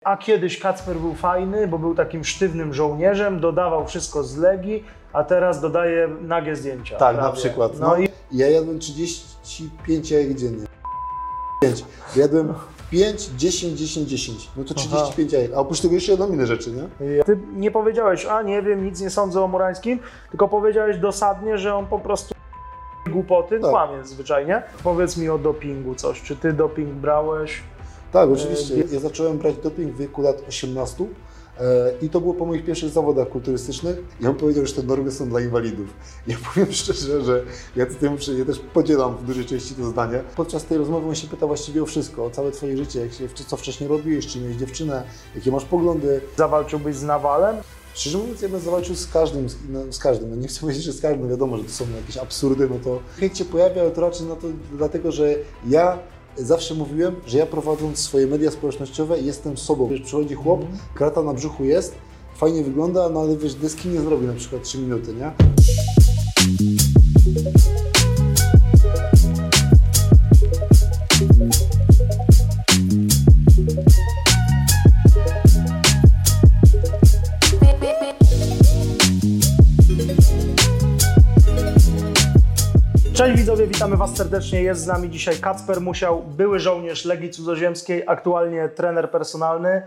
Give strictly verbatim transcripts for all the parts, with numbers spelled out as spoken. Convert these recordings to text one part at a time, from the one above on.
A kiedyś Kacper był fajny, bo był takim sztywnym żołnierzem, dodawał wszystko z Legii, a teraz dodaje nagie zdjęcia. Tak, prawie. na przykład. No, no, i Ja jadłem trzydzieści pięć jajek dziennie. pięć. Jadłem pięć, dziesięć, dziesięć, dziesięć. No to trzydzieści pięć jajek. A oprócz tego jeszcze jadłem inne rzeczy, nie? ty nie powiedziałeś, a nie wiem, nic nie sądzę o Murańskim, tylko powiedziałeś dosadnie, że on po prostu głupoty Tak. kłamie zwyczajnie. Powiedz mi o dopingu coś. Czy ty doping brałeś? Tak, oczywiście. E, Ja zacząłem brać doping w wieku lat osiemnastu e, i to było po moich pierwszych zawodach kulturystycznych. Ja bym powiedział, że te normy są dla inwalidów. Ja powiem szczerze, że ja, tutaj muszę, ja też podzielam w dużej części to zdanie. Podczas tej rozmowy on się pyta właściwie o wszystko, o całe twoje życie, jak się, co wcześniej robiłeś, czy miałeś dziewczynę, jakie masz poglądy. Zawalczyłbyś z Nawalem? Szczerze mówiąc, ja bym zawalczył z każdym, z, no, z każdym. No nie chcę powiedzieć, że z każdym, wiadomo, że to są jakieś absurdy, no to chęć się pojawia, ale to raczej no to dlatego, że ja zawsze mówiłem, że ja prowadząc swoje media społecznościowe jestem sobą. Wiesz, przychodzi chłop, mm. krata na brzuchu jest, fajnie wygląda, no ale wiesz, deski nie zrobi na przykład trzy minuty, nie? Cześć widzowie, witamy Was serdecznie. Jest z nami dzisiaj Kacper Musiał, były żołnierz Legii Cudzoziemskiej, aktualnie trener personalny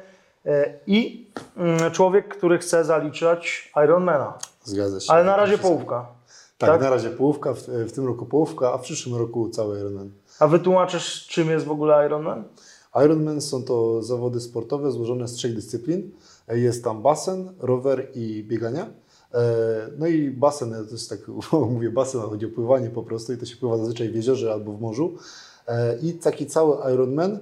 i człowiek, który chce zaliczać Ironmana. Zgadza się. Ale na razie połówka. Tak, tak? na razie połówka, w, w tym roku połówka, a w przyszłym roku cały Ironman. A wytłumaczysz, czym jest w ogóle Ironman? Ironman są to zawody sportowe złożone z trzech dyscyplin. Jest tam basen, rower i bieganie. No i basen, to jest tak, mówię basen, ale chodzi o pływanie po prostu i to się pływa zazwyczaj w jeziorze albo w morzu. I taki cały Ironman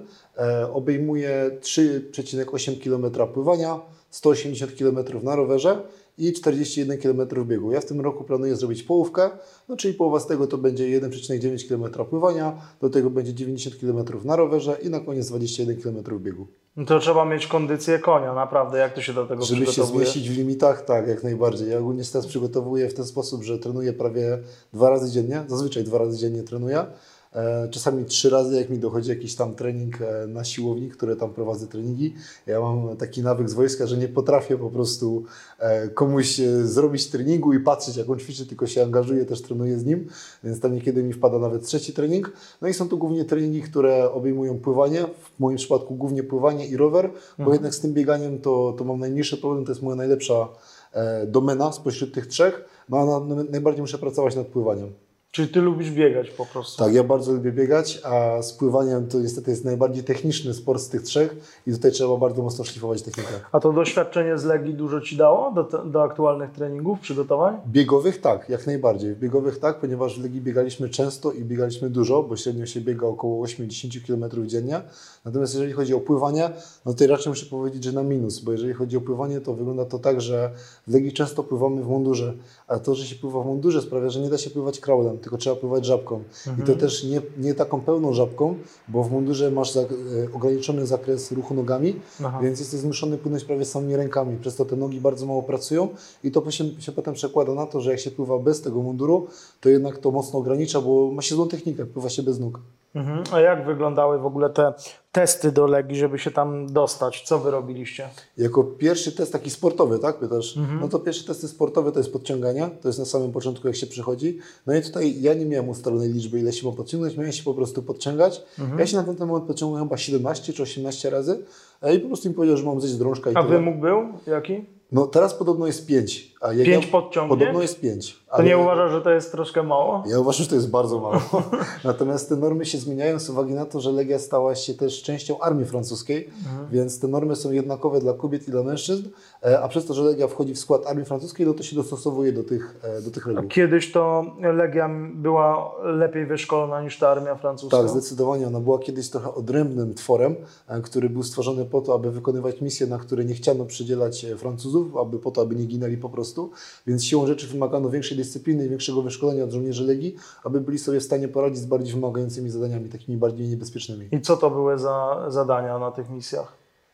obejmuje trzy przecinek osiem kilometra pływania, sto osiemdziesiąt kilometrów na rowerze i czterdzieści jeden kilometrów biegu. Ja w tym roku planuję zrobić połówkę, no czyli połowa z tego to będzie jeden przecinek dziewięć kilometra pływania, do tego będzie dziewięćdziesiąt kilometrów na rowerze i na koniec dwadzieścia jeden kilometrów biegu. No to trzeba mieć kondycję konia, naprawdę. Jak to się do tego Żeby przygotowuje? się zmieścić w limitach, tak, jak najbardziej. Ja ogólnie się teraz przygotowuję w ten sposób, że trenuję prawie dwa razy dziennie, zazwyczaj dwa razy dziennie trenuję. Czasami trzy razy, jak mi dochodzi jakiś tam trening na siłowni, które tam prowadzę treningi. Ja mam taki nawyk z wojska, że nie potrafię po prostu komuś zrobić treningu i patrzeć, jak on ćwiczy, tylko się angażuję, też trenuję z nim, więc tam niekiedy mi wpada nawet trzeci trening. No i są to głównie treningi, które obejmują pływanie, w moim przypadku głównie pływanie i rower, mhm. bo jednak z tym bieganiem to, to mam najmniejszy problem, to jest moja najlepsza domena spośród tych trzech, no a na, najbardziej muszę pracować nad pływaniem. Czyli ty lubisz biegać po prostu? Tak, ja bardzo lubię biegać, a z pływaniem to niestety jest najbardziej techniczny sport z tych trzech i tutaj trzeba bardzo mocno szlifować technikę. A to doświadczenie z Legii dużo Ci dało do, do aktualnych treningów, przygotowań? Biegowych tak, jak najbardziej. Biegowych tak, ponieważ w Legii biegaliśmy często i biegaliśmy dużo, bo średnio się biega około osiem do dziesięciu kilometrów dziennie. Natomiast jeżeli chodzi o pływanie, no to raczej muszę powiedzieć, że na minus, bo jeżeli chodzi o pływanie, to wygląda to tak, że w Legii często pływamy w mundurze, a to, że się pływa w mundurze sprawia, że nie da się pływać kraulem, tylko trzeba pływać żabką. Mhm. I to też nie, nie taką pełną żabką, bo w mundurze masz za, e, ograniczony zakres ruchu nogami, Aha. więc jesteś zmuszony płynąć prawie samymi rękami, przez to te nogi bardzo mało pracują i to się, się potem przekłada na to, że jak się pływa bez tego munduru, to jednak to mocno ogranicza, bo ma się złą technikę, pływa się bez nóg. Mhm. A jak wyglądały w ogóle te testy do Legii, żeby się tam dostać? Co wy robiliście? Jako pierwszy test taki sportowy, tak pytasz? Mhm. No to pierwszy testy sportowy to jest podciąganie, to jest na samym początku, jak się przychodzi. No i tutaj ja nie miałem ustalonej liczby, ile się mam podciągnąć, miałem się po prostu podciągać. Mhm. Ja się na ten moment podciągnąłem chyba siedemnaście czy osiemnaście razy i po prostu mi powiedział, że mam zejść z drążka. I A tyle. wymóg był jaki? No teraz podobno jest pięć. A jak pięć ja, podciągnięć? Podobno jest pięć. To ale... nie uważasz, że to jest troszkę mało? Ja uważam, że to jest bardzo mało. Natomiast te normy się zmieniają z uwagi na to, że Legia stała się też częścią armii francuskiej, mhm. więc te normy są jednakowe dla kobiet i dla mężczyzn, a przez to, że Legia wchodzi w skład armii francuskiej, no to się dostosowuje do tych, do tych reguł. A kiedyś to Legia była lepiej wyszkolona niż ta armia francuska? Tak, zdecydowanie. Ona była kiedyś trochę odrębnym tworem, który był stworzony po to, aby wykonywać misje, na które nie chciano przydzielać Francuzów, aby po to, aby nie ginęli po prostu, więc siłą rzeczy wymagano większej dyscypliny i większego wyszkolenia od żołnierzy Legii, aby byli sobie w stanie poradzić z bardziej wymagającymi zadaniami, takimi bardziej niebezpiecznymi. I co to były za zadania na tych misjach?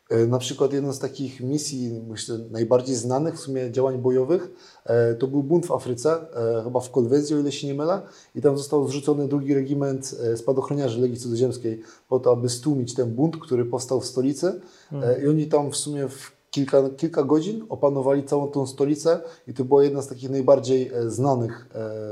Na przykład jedna z takich misji, myślę, najbardziej znanych w sumie działań bojowych, to był bunt w Afryce, chyba w Kolwezji, o ile się nie mylę, i tam został zrzucony drugi regiment spadochroniarzy Legii Cudzoziemskiej po to, aby stłumić ten bunt, który powstał w stolicy. Mhm. I oni tam w sumie w kilka, kilka godzin opanowali całą tą stolicę i to była jedna z takich najbardziej znanych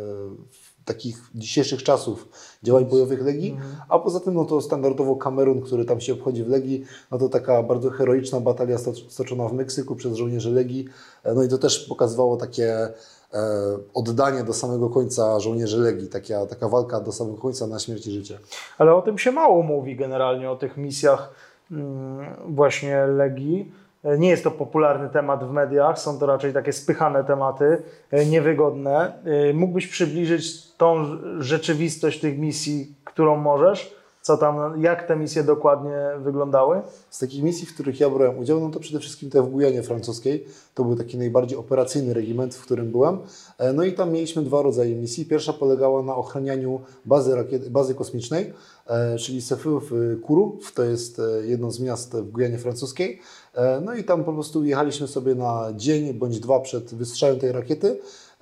takich dzisiejszych czasów działań bojowych Legii, mhm. a poza tym no to standardowo Kamerun, który tam się obchodzi w Legii, no to taka bardzo heroiczna batalia stoczona w Meksyku przez żołnierzy Legii, no i to też pokazywało takie e, oddanie do samego końca żołnierzy Legii, taka, taka walka do samego końca na śmierć i życie. Ale o tym się mało mówi generalnie, o tych misjach mm, właśnie Legii. Nie jest to popularny temat w mediach, są to raczej takie spychane tematy, niewygodne. Mógłbyś przybliżyć tą rzeczywistość tych misji, którą możesz? Co tam, jak te misje dokładnie wyglądały? Z takich misji, w których ja brałem udział, no to przede wszystkim te w Gujanie Francuskiej. To był taki najbardziej operacyjny regiment, w którym byłem. No i tam mieliśmy dwa rodzaje misji. Pierwsza polegała na ochranianiu bazy, rakiet, bazy kosmicznej, czyli Sefy w Kourou, to jest jedno z miast w Gujanie Francuskiej. No i tam po prostu jechaliśmy sobie na dzień bądź dwa przed wystrzałem tej rakiety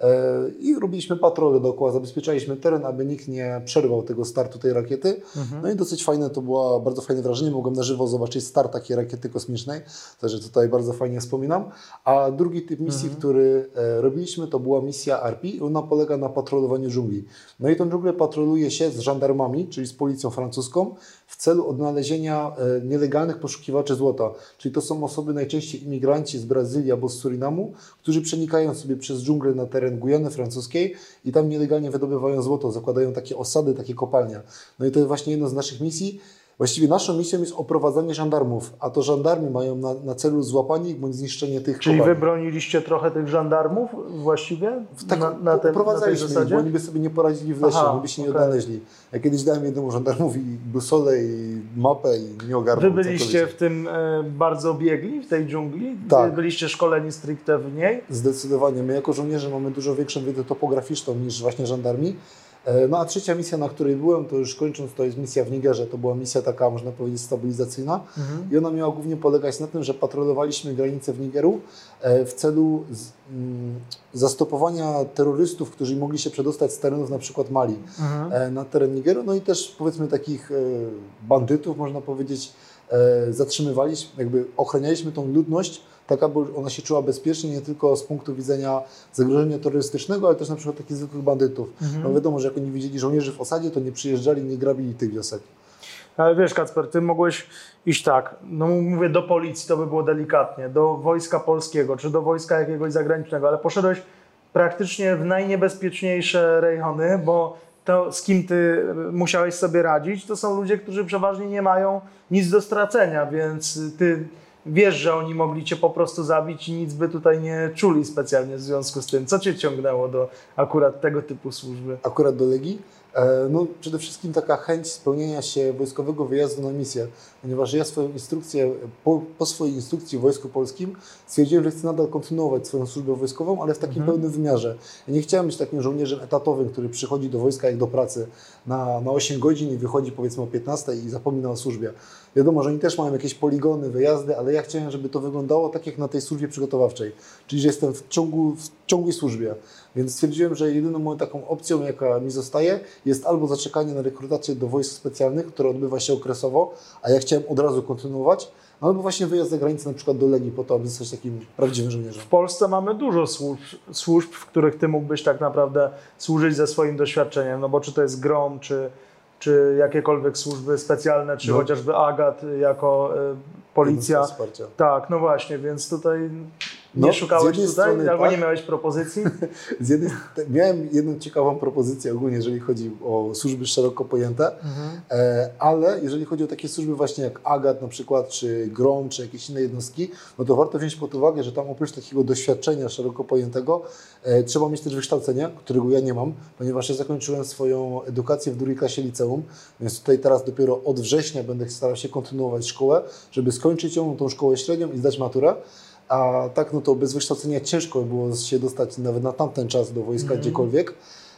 i robiliśmy patrole dookoła, zabezpieczaliśmy teren, aby nikt nie przerwał tego startu tej rakiety. Mhm. No i dosyć fajne, to było bardzo fajne wrażenie, mogłem na żywo zobaczyć start takiej rakiety kosmicznej, także tutaj bardzo fajnie wspominam. A drugi typ misji, mhm. który robiliśmy, to była misja R P i ona polega na patrolowaniu dżungli. No i tą dżunglę patroluje się z żandarmami, czyli z policją francuską, w celu odnalezienia nielegalnych poszukiwaczy złota. Czyli to są osoby, najczęściej imigranci z Brazylii albo z Surinamu, którzy przenikają sobie przez dżunglę na teren Gujany Francuskiej i tam nielegalnie wydobywają złoto, zakładają takie osady, takie kopalnie. No i to jest właśnie jedna z naszych misji. Właściwie naszą misją jest oprowadzanie żandarmów, a to żandarmi mają na, na celu złapanie ich bądź zniszczenie tych Czyli kopalni. wy broniliście trochę tych żandarmów właściwie? Tak, na, na, tym, na tej zasadzie? Bo oni by sobie nie poradzili w lesie, Aha, oni by się nie okay. odnaleźli. Ja kiedyś dałem jednemu żandarmowi busolę i mapę i nie ogarnął. Wy byliście w tym e, bardzo biegli, w tej dżungli? Tak. Wy byliście szkoleni stricte w niej? Zdecydowanie. My jako żołnierze mamy dużo większą wiedzę topograficzną niż właśnie żandarmi. No a trzecia misja, na której byłem, to już kończąc, to jest misja w Nigerze. To była misja taka, można powiedzieć, stabilizacyjna. Mhm. I ona miała głównie polegać na tym, że patrolowaliśmy granicę w Nigeru w celu z, mm, zastopowania terrorystów, którzy mogli się przedostać z terenów na przykład Mali mhm. na teren Nigeru. No i też powiedzmy takich bandytów, można powiedzieć, zatrzymywaliśmy, jakby ochranialiśmy tą ludność, tak aby ona się czuła bezpiecznie, nie tylko z punktu widzenia zagrożenia terrorystycznego, ale też na przykład takich zwykłych bandytów. Mhm. No wiadomo, że jak oni widzieli żołnierzy w osadzie, to nie przyjeżdżali, nie grabili tych wiosek. Ale wiesz, Kacper, ty mogłeś iść tak, no mówię do policji, to by było delikatnie, do wojska polskiego, czy do wojska jakiegoś zagranicznego, ale poszedłeś praktycznie w najniebezpieczniejsze rejony, bo to, z kim ty musiałeś sobie radzić, to są ludzie, którzy przeważnie nie mają nic do stracenia, więc ty wiesz, że oni mogli cię po prostu zabić i nic by tutaj nie czuli specjalnie w związku z tym. Co cię ciągnęło do akurat tego typu służby? Akurat do Legii? No, przede wszystkim taka chęć spełnienia się wojskowego wyjazdu na misję, ponieważ ja swoją instrukcję, po, po swojej instrukcji w Wojsku Polskim stwierdziłem, że chcę nadal kontynuować swoją służbę wojskową, ale w takim mhm. pełnym wymiarze. Ja nie chciałem być takim żołnierzem etatowym, który przychodzi do wojska jak do pracy na, na osiem godzin i wychodzi powiedzmy o piętnastej i zapomina o służbie. Wiadomo, że oni też mają jakieś poligony, wyjazdy, ale ja chciałem, żeby to wyglądało tak jak na tej służbie przygotowawczej, czyli że jestem w, ciągu, w ciągłej służbie. Więc stwierdziłem, że jedyną moją taką opcją, jaka mi zostaje, jest albo zaczekanie na rekrutację do wojsk specjalnych, które odbywa się okresowo, a ja chciałem od razu kontynuować, albo właśnie wyjazd za granicę, na przykład do Legii, po to, aby zostać takim prawdziwym żołnierzem. W Polsce mamy dużo służb, służb, w których ty mógłbyś tak naprawdę służyć ze swoim doświadczeniem, no bo czy to jest GROM, czy, czy jakiekolwiek służby specjalne, czy no. chociażby AGAT jako y, policja. Tak, no właśnie, więc tutaj nie no, szukałeś tutaj, strony, albo tak. nie miałeś propozycji? Z jednej, miałem jedną ciekawą propozycję ogólnie, jeżeli chodzi o służby szeroko pojęte, mhm. e, ale jeżeli chodzi o takie służby właśnie jak AGAT na przykład, czy GROM, czy jakieś inne jednostki, no to warto wziąć pod uwagę, że tam oprócz takiego doświadczenia szeroko pojętego e, trzeba mieć też wykształcenie, którego ja nie mam, ponieważ ja zakończyłem swoją edukację w drugiej klasie liceum, więc tutaj teraz dopiero od września będę starał się kontynuować szkołę, żeby skończyć ją, tą szkołę średnią i zdać maturę. A tak, no to bez wykształcenia ciężko było się dostać nawet na tamten czas do wojska mm. gdziekolwiek.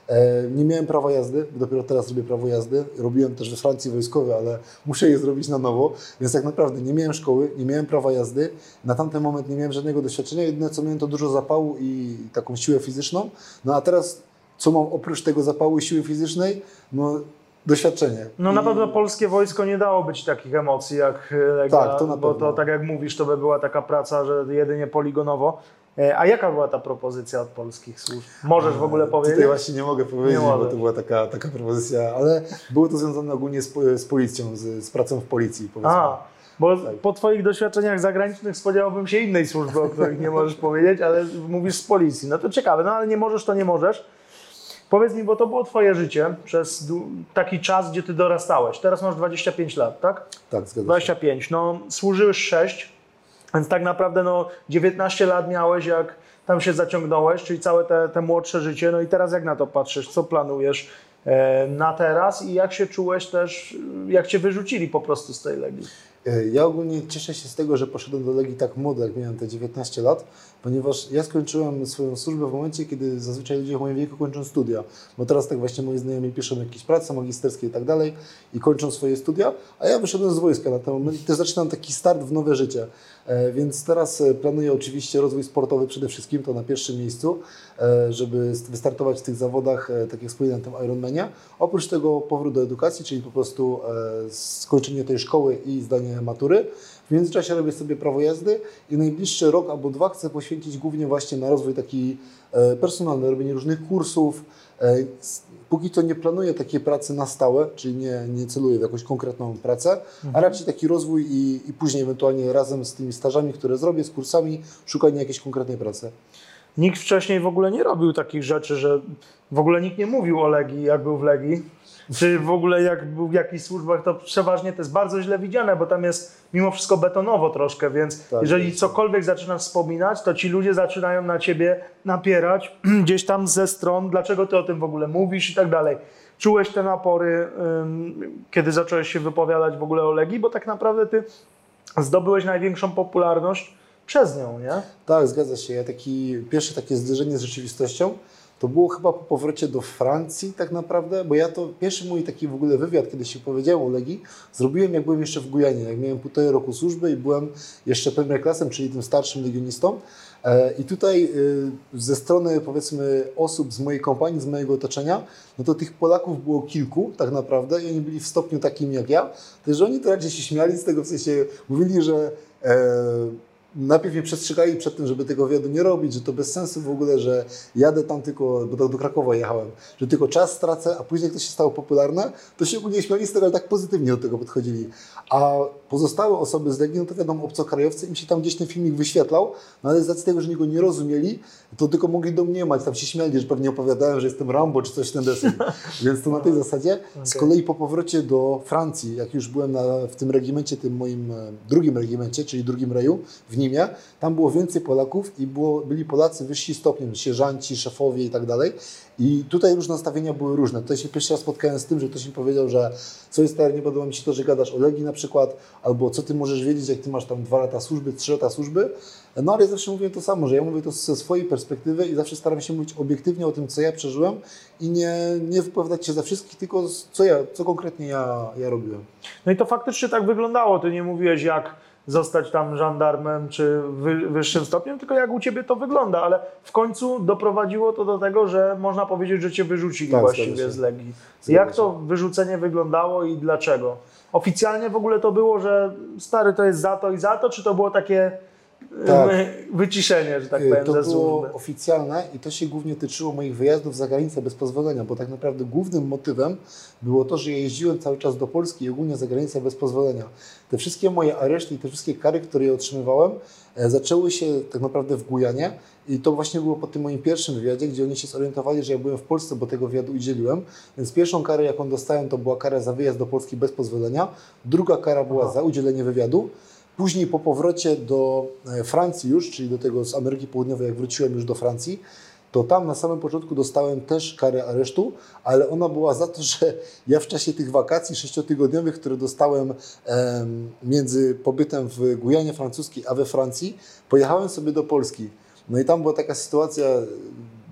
E, nie miałem prawa jazdy, dopiero teraz robię prawo jazdy. Robiłem też we Francji wojskowe, ale muszę je zrobić na nowo, więc tak naprawdę nie miałem szkoły, nie miałem prawa jazdy. Na tamten moment nie miałem żadnego doświadczenia, jedyne co miałem to dużo zapału i taką siłę fizyczną. No a teraz co mam oprócz tego zapału i siły fizycznej? No doświadczenie. No na I... pewno polskie wojsko nie dało być takich emocji jak Legia, Tak, to na bo pewno. to tak jak mówisz, to by była taka praca, że jedynie poligonowo. A jaka była ta propozycja od polskich służb? Możesz w ogóle powiedzieć? Tutaj właśnie nie mogę powiedzieć, Nie bo możesz. to była taka, taka propozycja, ale było to związane ogólnie z, po- z policją, z, z pracą w policji, powiedzmy. A, bo Tak. po Twoich doświadczeniach zagranicznych spodziewałbym się innej służby, o których nie możesz powiedzieć, ale mówisz z policji. No to ciekawe, no ale nie możesz, to nie możesz. Powiedz mi, bo to było Twoje życie przez dłu- taki czas, gdzie Ty dorastałeś. Teraz masz dwadzieścia pięć lat, tak? Tak, zgadza się. dwadzieścia pięć, no służyłeś sześć, więc tak naprawdę no dziewiętnaście lat miałeś, jak tam się zaciągnąłeś, czyli całe te, te młodsze życie. No i teraz jak na to patrzysz? Co planujesz e, na teraz i jak się czułeś też, jak Cię wyrzucili po prostu z tej Legii? Ja ogólnie cieszę się z tego, że poszedłem do Legii tak młody, jak miałem te dziewiętnaście lat, ponieważ ja skończyłem swoją służbę w momencie, kiedy zazwyczaj ludzie w moim wieku kończą studia. Bo teraz tak właśnie moi znajomi piszą jakieś prace magisterskie i tak dalej i kończą swoje studia, a ja wyszedłem z wojska na ten moment i też zaczynam taki start w nowe życie. E, Więc teraz e, planuję oczywiście rozwój sportowy przede wszystkim, to na pierwszym miejscu, e, żeby st- wystartować w tych zawodach, e, tak jak wspominałem, tym Ironmanie. Oprócz tego powrót do edukacji, czyli po prostu e, skończenie tej szkoły i zdanie matury. W międzyczasie robię sobie prawo jazdy i najbliższy rok albo dwa chcę poświęcić głównie właśnie na rozwój taki e, personalny, robienie różnych kursów. E, s- Póki co nie planuję takiej pracy na stałe, czyli nie, nie celuję w jakąś konkretną pracę, a raczej taki rozwój i, i później ewentualnie razem z tymi stażami, które zrobię, z kursami, szukanie jakiejś konkretnej pracy. Nikt wcześniej w ogóle nie robił takich rzeczy, że w ogóle nikt nie mówił o Legii, jak był w Legii. Czy w ogóle jak był w jakichś służbach, to przeważnie to jest bardzo źle widziane, bo tam jest mimo wszystko betonowo troszkę, więc Tak, jeżeli tak. cokolwiek zaczynasz wspominać, to ci ludzie zaczynają na ciebie napierać gdzieś tam ze stron, dlaczego ty o tym w ogóle mówisz i tak dalej. Czułeś te napory, ym, kiedy zacząłeś się wypowiadać w ogóle o Legii, bo tak naprawdę ty zdobyłeś największą popularność przez nią, nie? Tak, zgadza się. Ja taki, pierwsze takie zderzenie z rzeczywistością to było chyba po powrocie do Francji tak naprawdę, bo ja to pierwszy mój taki w ogóle wywiad, kiedy się powiedziałem o Legii, zrobiłem jak byłem jeszcze w Gujanie, jak miałem półtorej roku służby i byłem jeszcze premier klasem, czyli tym starszym legionistą. E, I tutaj y, ze strony powiedzmy osób z mojej kompanii, z mojego otoczenia, no to tych Polaków było kilku tak naprawdę i oni byli w stopniu takim jak ja, też że oni to raczej się śmiali z tego, w sensie mówili, że e, najpierw mnie przestrzegali przed tym, żeby tego wywiadu nie robić, że to bez sensu w ogóle, że jadę tam tylko, bo do, do Krakowa jechałem, że tylko czas stracę, a później jak to się stało popularne, to się ogólnie śmiali z tego, ale tak pozytywnie do tego podchodzili. A pozostałe osoby z Legii, no to wiadomo, obcokrajowcy, im się tam gdzieś ten filmik wyświetlał, no ale z racji tego, że oni go nie rozumieli, to tylko mogli domniemać, tam się śmiali, że pewnie opowiadałem, że jestem Rambo czy coś w ten deseń. Więc to na tej zasadzie. Z Okay. kolei po powrocie do Francji, jak już byłem na, w tym regimencie, tym moim e, drugim regimencie, czyli drugim reju w Nimie, tam było więcej Polaków i było, byli Polacy wyżsi stopniem, sierżanci, szefowie i tak dalej. I tutaj już nastawienia były różne. Tutaj się pierwszy raz spotkałem z tym, że ktoś mi powiedział, że co jest stary, nie podoba mi się to, że gadasz o Legii na przykład, albo co ty możesz wiedzieć, jak ty masz tam dwa lata służby, trzy lata służby. No ale ja zawsze mówię to samo, że ja mówię to ze swojej perspektywy i zawsze staram się mówić obiektywnie o tym, co ja przeżyłem i nie, nie wypowiadać się za wszystkich, tylko z- co ja, co konkretnie ja, ja robiłem. No i to faktycznie tak wyglądało. Ty nie mówiłeś, jak zostać tam żandarmem czy wy, wyższym stopniem, tylko jak u ciebie to wygląda, ale w końcu doprowadziło to do tego, że można powiedzieć, że cię wyrzucili Tak, właściwie zgadza się. z Legii. Zgadza Jak się. to wyrzucenie wyglądało i dlaczego? Oficjalnie w ogóle to było, że stary to jest za to i za to, czy to było takie Tak. em, wyciszenie, że tak Y, powiem, To ze było służby? oficjalne i to się głównie tyczyło moich wyjazdów za granicę bez pozwolenia, bo tak naprawdę głównym motywem było to, że ja jeździłem cały czas do Polski i ogólnie za granicę bez pozwolenia. Te wszystkie moje areszty i te wszystkie kary, które ja otrzymywałem, e, zaczęły się tak naprawdę w Gujanie i to właśnie było po tym moim pierwszym wywiadzie, gdzie oni się zorientowali, że ja byłem w Polsce, bo tego wywiadu udzieliłem. Więc pierwszą karę, jaką dostałem, to była kara za wyjazd do Polski bez pozwolenia. Druga kara była Aha. za udzielenie wywiadu. Później po powrocie do e, Francji już, czyli do tego z Ameryki Południowej, jak wróciłem już do Francji, to tam na samym początku dostałem też karę aresztu, ale ona była za to, że ja w czasie tych wakacji sześciotygodniowych, które dostałem em, między pobytem w Gujanie Francuskiej a we Francji, pojechałem sobie do Polski. No i tam była taka sytuacja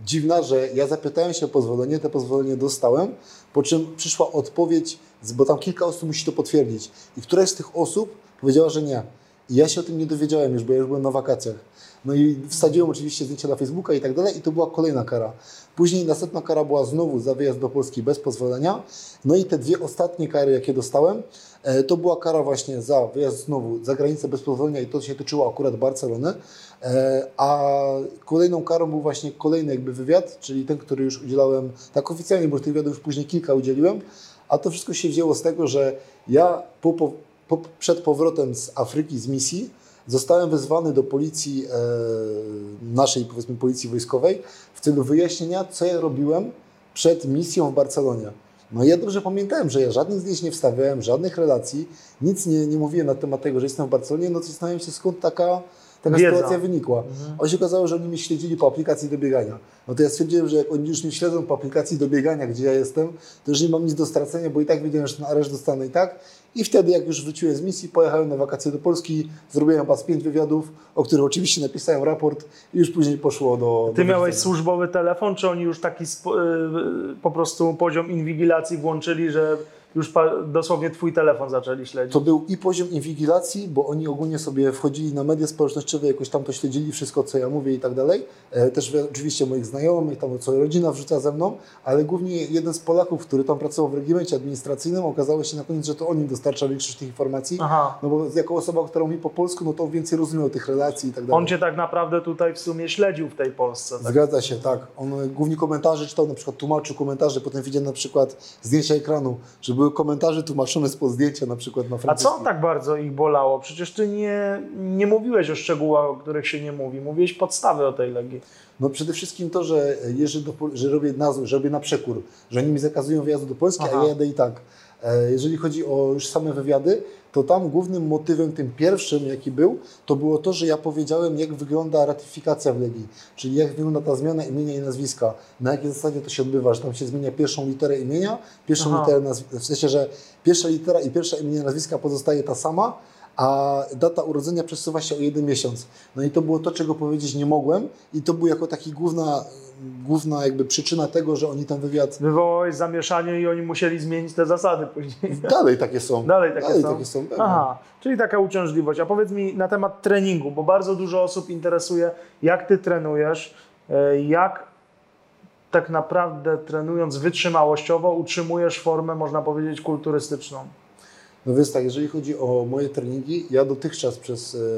dziwna, że ja zapytałem się o pozwolenie, to pozwolenie dostałem, po czym przyszła odpowiedź, bo tam kilka osób musi to potwierdzić i któraś z tych osób powiedziała, że nie. I ja się o tym nie dowiedziałem już, bo ja już byłem na wakacjach. No i wsadziłem oczywiście zdjęcia na Facebooka i tak dalej i to była kolejna kara. Później następna kara była znowu za wyjazd do Polski bez pozwolenia. No i te dwie ostatnie kary, jakie dostałem, to była kara właśnie za wyjazd znowu za granicę bez pozwolenia i to się tyczyło akurat Barcelony. A kolejną karą był właśnie kolejny jakby wywiad, czyli ten, który już udzielałem tak oficjalnie, bo tych wywiadów już później kilka udzieliłem. A to wszystko się wzięło z tego, że ja po, po, po, przed powrotem z Afryki, z misji, zostałem wezwany do policji, e, naszej powiedzmy policji wojskowej w celu wyjaśnienia, co ja robiłem przed misją w Barcelonie. No i ja dobrze pamiętałem, że ja żadnych zdjęć nie wstawiałem, żadnych relacji, nic nie, nie mówiłem na temat tego, że jestem w Barcelonie, no to zastanawiam się, skąd taka, taka sytuacja wynikła. Mhm. A się okazało, że oni mnie śledzili po aplikacji do biegania. No to ja stwierdziłem, że jak oni już mnie śledzą po aplikacji do biegania, gdzie ja jestem, to już nie mam nic do stracenia, bo i tak wiedziałem, że ten areszt dostanę i tak. I wtedy, jak już wróciłem z misji, pojechałem na wakacje do Polski, zrobiłem chyba z pięć wywiadów, o których oczywiście napisałem raport i już później poszło do... Ty do miałeś wywiadu. służbowy telefon, czy oni już taki spo, yy, po prostu poziom inwigilacji włączyli, że już pa, dosłownie twój telefon zaczęli śledzić? To był i poziom inwigilacji, bo oni ogólnie sobie wchodzili na media społecznościowe, jakoś tam to śledzili, wszystko co ja mówię i tak dalej. E, też oczywiście moich znajomych, tam co rodzina wrzuca ze mną, ale głównie jeden z Polaków, który tam pracował w regimencie administracyjnym, okazało się na koniec, że to on im dostarcza większość tych informacji. Aha. No bo jako osoba, która mówi po polsku, no to on więcej rozumiał tych relacji i tak dalej. On cię tak naprawdę tutaj w sumie śledził w tej Polsce. Tak? Zgadza się, tak. On głównie komentarze czytał, na przykład tłumaczył komentarze, potem widziałem na przykład zdjęcia ekranu, że były komentarze tłumaczone spod zdjęcia na przykład na A francuskim. co tak bardzo ich bolało? Przecież ty nie, nie mówiłeś o szczegółach, o których się nie mówi. Mówiłeś podstawy o tej legii. No przede wszystkim to, że jeżdżę do, że robię na, że robię na przekór, że oni mi zakazują wyjazdu do Polski, Aha. a ja jadę i tak. Jeżeli chodzi o już same wywiady, to tam głównym motywem, tym pierwszym jaki był, to było to, że ja powiedziałem, jak wygląda ratyfikacja w Legii, czyli jak wygląda ta zmiana imienia i nazwiska, na jakiej zasadzie to się odbywa, że tam się zmienia pierwszą literę imienia, pierwszą Aha. literę nazwiska, w sensie, że pierwsza litera i pierwsza imienia nazwiska pozostaje ta sama, a data urodzenia przesuwa się o jeden miesiąc. No i to było to, czego powiedzieć nie mogłem i to był jako taki główna, główna jakby przyczyna tego, że oni ten wywiad... Wywołałeś zamieszanie i oni musieli zmienić te zasady później. Dalej takie są. Dalej takie Dalej są? Takie są Aha, czyli taka uciążliwość. A powiedz mi na temat treningu, bo bardzo dużo osób interesuje, jak ty trenujesz, jak tak naprawdę trenując wytrzymałościowo utrzymujesz formę, można powiedzieć, kulturystyczną. No więc tak, jeżeli chodzi o moje treningi, ja dotychczas przez e,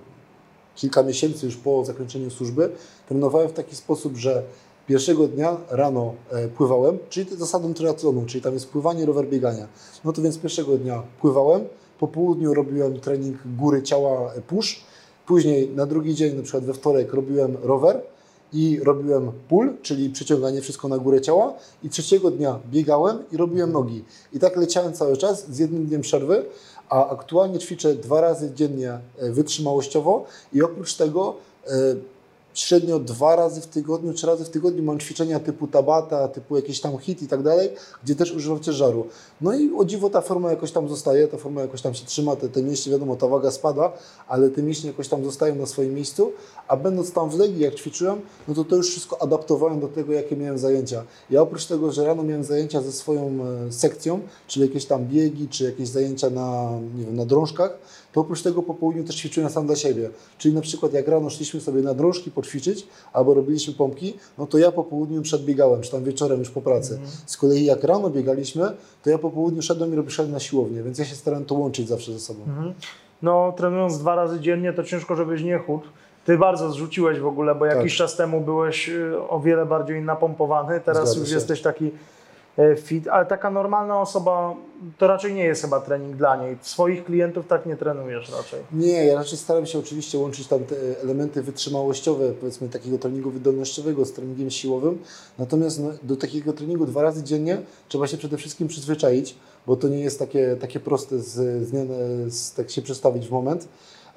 kilka miesięcy już po zakończeniu służby trenowałem w taki sposób, że pierwszego dnia rano e, pływałem, czyli zasadą triatlonu, czyli tam jest pływanie, rower, biegania. No to więc pierwszego dnia pływałem, po południu robiłem trening góry ciała push, później na drugi dzień, na przykład we wtorek robiłem rower, i robiłem pull, czyli przyciąganie wszystko na górę ciała i trzeciego dnia biegałem i robiłem nogi. I tak leciałem cały czas z jednym dniem przerwy, a aktualnie ćwiczę dwa razy dziennie wytrzymałościowo i oprócz tego e, średnio dwa razy w tygodniu, trzy razy w tygodniu mam ćwiczenia typu tabata, typu jakieś tam hit i tak dalej, gdzie też używam ciężaru. No i o dziwo ta forma jakoś tam zostaje, ta forma jakoś tam się trzyma, te, te mięśnie, wiadomo, ta waga spada, ale te mięśnie jakoś tam zostają na swoim miejscu, a będąc tam w Legii, jak ćwiczyłem, no to to już wszystko adaptowałem do tego, jakie miałem zajęcia. Ja oprócz tego, że rano miałem zajęcia ze swoją e, sekcją, czyli jakieś tam biegi, czy jakieś zajęcia na, nie wiem, na drążkach, to oprócz tego po południu też ćwiczyłem sam dla siebie. Czyli na przykład jak rano szliśmy sobie na drążki poćwiczyć, albo robiliśmy pompki, no to ja po południu przedbiegałem, czy tam wieczorem już po pracy. Mm. Z kolei jak rano biegaliśmy, to ja po południu szedłem i szedłem na siłownię, więc ja się starałem to łączyć zawsze ze sobą. Mm. No trenując dwa razy dziennie, to ciężko, żebyś nie chudł. Ty bardzo zrzuciłeś w ogóle, bo jakiś tak. czas temu byłeś o wiele bardziej napompowany, teraz Zgadza już się. Jesteś taki fit, ale taka normalna osoba, to raczej nie jest chyba trening dla niej. Swoich klientów tak nie trenujesz raczej. Nie, ja raczej staram się oczywiście łączyć tam te elementy wytrzymałościowe, powiedzmy takiego treningu wydolnościowego z treningiem siłowym, natomiast no, do takiego treningu dwa razy dziennie trzeba się przede wszystkim przyzwyczaić, bo to nie jest takie, takie proste z, z, z, tak się przestawić w moment.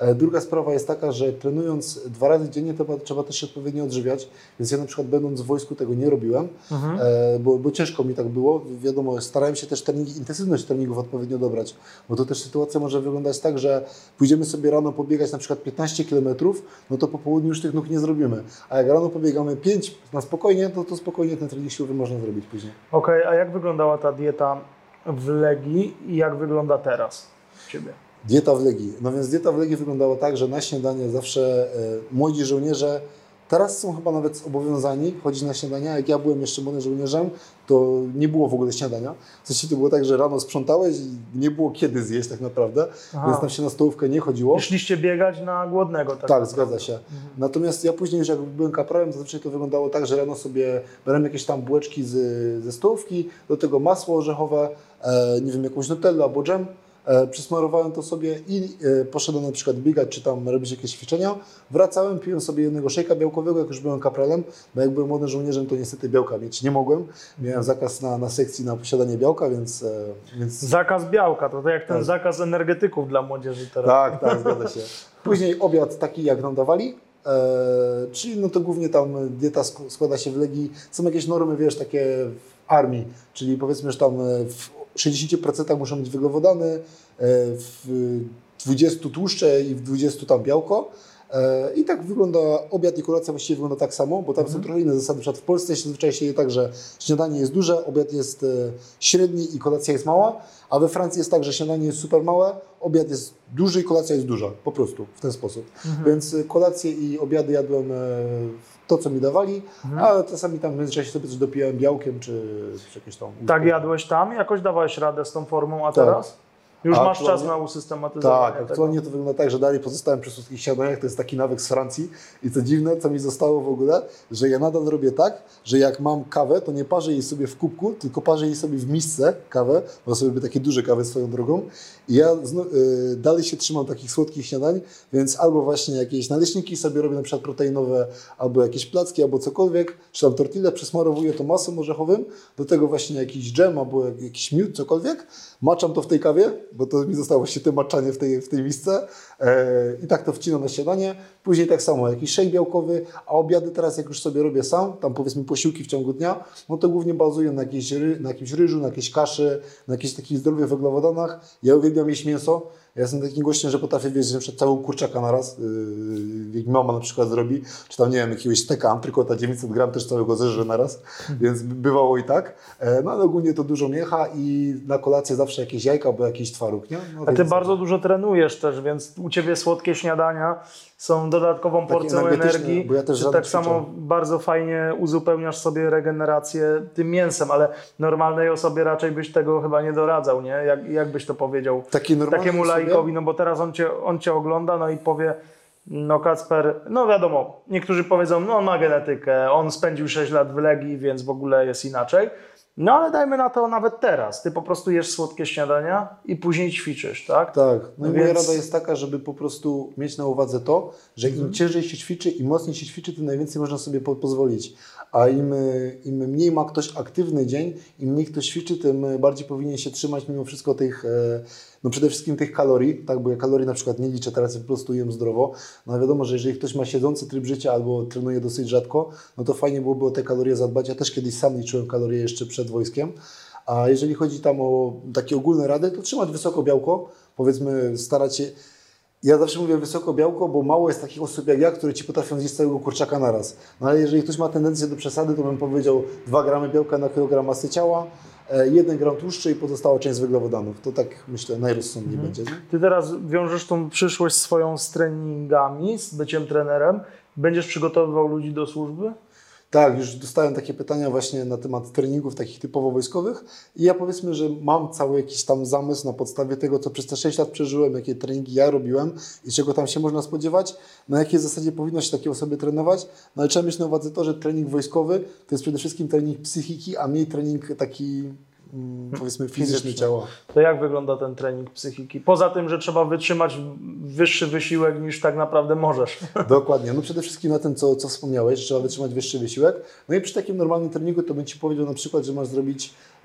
E, Druga sprawa jest taka, że trenując dwa razy dziennie to trzeba też się odpowiednio odżywiać, więc ja na przykład będąc w wojsku tego nie robiłem, Mhm. e, bo, bo ciężko mi tak było. Wiadomo, starałem się też treningi, intensywność treningów odpowiednio dobrać, bo to też sytuacja może wyglądać tak, że pójdziemy sobie rano pobiegać na przykład piętnaście kilometrów, no to po południu już tych nóg nie zrobimy. A jak rano pobiegamy pięć na spokojnie, to, to spokojnie ten trening siłowy można zrobić później. Okej, a jak wyglądała ta dieta w Legii i jak wygląda teraz u Ciebie? Dieta w Legii. No więc dieta w Legii wyglądała tak, że na śniadanie zawsze e, młodzi żołnierze, teraz są chyba nawet zobowiązani chodzić na śniadania. Jak ja byłem jeszcze młodym żołnierzem, to nie było w ogóle śniadania. W sensie to było tak, że rano sprzątałeś i nie było kiedy zjeść tak naprawdę, Aha. więc tam się na stołówkę nie chodziło. I szliście biegać na głodnego. Tak, Tak, naprawdę. zgadza się. Natomiast ja później już jak byłem kapralem, zazwyczaj to wyglądało tak, że rano sobie brałem jakieś tam bułeczki z, ze stołówki, do tego masło orzechowe, e, nie wiem, jakąś nutellę albo dżem. E, przysmarowałem to sobie i e, poszedłem na przykład biegać, czy tam robić jakieś ćwiczenia. Wracałem, piłem sobie jednego szejka białkowego, jak już byłem kapralem, bo jak byłem młodym żołnierzem, to niestety białka mieć nie mogłem. Miałem zakaz na, na sekcji na posiadanie białka, więc... E, więc... Zakaz białka, to, to jak ten Tak. zakaz energetyków dla młodzieży teraz. Tak, tak, zgadza się. Później obiad taki, jak nam dawali, e, czyli no to głównie tam dieta sk- składa się w Legii. Są jakieś normy, wiesz, takie w armii, czyli powiedzmy, że tam w sześćdziesiąt procent muszą być węglowodany, e, w dwudziestu tłuszcze i w dwudziestu tam białko. E, I tak wygląda obiad i kolacja właściwie wygląda tak samo, bo tam Mhm. są trochę inne zasady. Na przykład w Polsce się zazwyczaj się je tak, że śniadanie jest duże, obiad jest e, średni i kolacja jest mała, a we Francji jest tak, że śniadanie jest super małe, obiad jest duży i kolacja jest duża, po prostu w ten sposób. Mhm. Więc e, kolację i obiady jadłem e, to, co mi dawali, Mhm. ale czasami tam w międzyczasie sobie coś dopijałem białkiem, czy, czy jakieś tam... Tak jadłeś tam? Jakoś dawałeś radę z tą formą, a Tak. teraz? Już A masz czas aktualnie- na usystematyzowanie Tak, tego. aktualnie to wygląda tak, że dalej pozostałem przy słodkich śniadaniach, to jest taki nawyk z Francji i co dziwne, co mi zostało w ogóle, że ja nadal robię tak, że jak mam kawę, to nie parzę jej sobie w kubku, tylko parzę jej sobie w misce kawę, bo sobie robię takie duże kawy swoją drogą i ja zno, y, dalej się trzymam takich słodkich śniadań, więc albo właśnie jakieś naleśniki sobie robię na przykład proteinowe, albo jakieś placki, albo cokolwiek, czy tam tortillę, przesmarowuję to masłem orzechowym, do tego właśnie jakiś dżem, albo jak- jakiś miód, cokolwiek, maczam to w tej kawie, bo to mi zostało właśnie to maczanie w tej, w tej misce e, i tak to wcinam na śniadanie. Później tak samo, jakiś szejk białkowy, a obiady teraz jak już sobie robię sam, tam powiedzmy posiłki w ciągu dnia, no to głównie bazuję na, jakiejś ry, na jakimś ryżu, na jakiejś kaszy, na jakichś takich zdrowych węglowodanach. Ja uwielbiam jeść mięso. Ja jestem takim gościem, że potrafię wiedzieć, że na przykład całą kurczaka na raz, yy, jak mama na przykład zrobi, czy tam nie wiem, jakiegoś steka antrykota dziewięćset gram też całego zeżrę na raz, więc bywało i tak. E, no ale ogólnie to dużo mięcha i na kolację zawsze jakieś jajka albo jakiś twaróg, nie? No, A ty więc- bardzo dużo trenujesz też, więc u Ciebie słodkie śniadania są dodatkową Takie porcją energetyczne, energii. bo ja też Czy rano tak samo ćwiczę. bardzo fajnie uzupełniasz sobie regenerację tym mięsem, ale normalnej osobie raczej byś tego chyba nie doradzał, nie? Jak, jak byś to powiedział Taki normalny takiemu sobie- laikowi, no bo teraz on cię, on cię ogląda, no i powie, no Kacper, no wiadomo, niektórzy powiedzą, no on ma genetykę, on spędził sześć lat w Legii, więc w ogóle jest inaczej. No ale dajmy na to nawet teraz. Ty po prostu jesz słodkie śniadania i później ćwiczysz, tak? Tak, no i moja Więc- rada jest taka, żeby po prostu mieć na uwadze to, że im ciężej się ćwiczy, im mocniej się ćwiczy, tym najwięcej można sobie po pozwolić. A im, im mniej ma ktoś aktywny dzień, im mniej ktoś ćwiczy, tym bardziej powinien się trzymać mimo wszystko tych, e, no przede wszystkim tych kalorii, tak, bo ja kalorii na przykład nie liczę, teraz ja po prostu jem zdrowo. No wiadomo, że jeżeli ktoś ma siedzący tryb życia albo trenuje dosyć rzadko, no to fajnie byłoby o te kalorie zadbać. Ja też kiedyś sam liczyłem kalorie jeszcze przed wojskiem. A jeżeli chodzi tam o takie ogólne rady, to trzymać wysoko białko, powiedzmy starać się... Ja zawsze mówię wysoko białko, bo mało jest takich osób jak ja, które ci potrafią zjeść całego kurczaka naraz. No ale jeżeli ktoś ma tendencję do przesady, to bym powiedział dwa gramy białka na kilogram masy ciała, e, jeden gram tłuszczu i pozostała część z węglowodanów. To tak myślę najrozsądniej będzie. Nie? Ty teraz wiążesz tą przyszłość swoją z treningami, z byciem trenerem. Będziesz przygotowywał ludzi do służby? Tak, już dostałem takie pytania właśnie na temat treningów takich typowo wojskowych i ja powiedzmy, że mam cały jakiś tam zamysł na podstawie tego, co przez te sześć lat przeżyłem, jakie treningi ja robiłem i czego tam się można spodziewać, na jakiej zasadzie powinno się takie osoby trenować, no ale trzeba mieć na uwadze to, że trening wojskowy to jest przede wszystkim trening psychiki, a mniej trening taki mm, powiedzmy fizyczny Fizyczny. ciała. To jak wygląda ten trening psychiki? Poza tym, że trzeba wytrzymać wyższy wysiłek niż tak naprawdę możesz. Dokładnie. No przede wszystkim na tym, co, co wspomniałeś, że trzeba wytrzymać wyższy wysiłek. No i przy takim normalnym treningu to bym Ci powiedział na przykład, że masz zrobić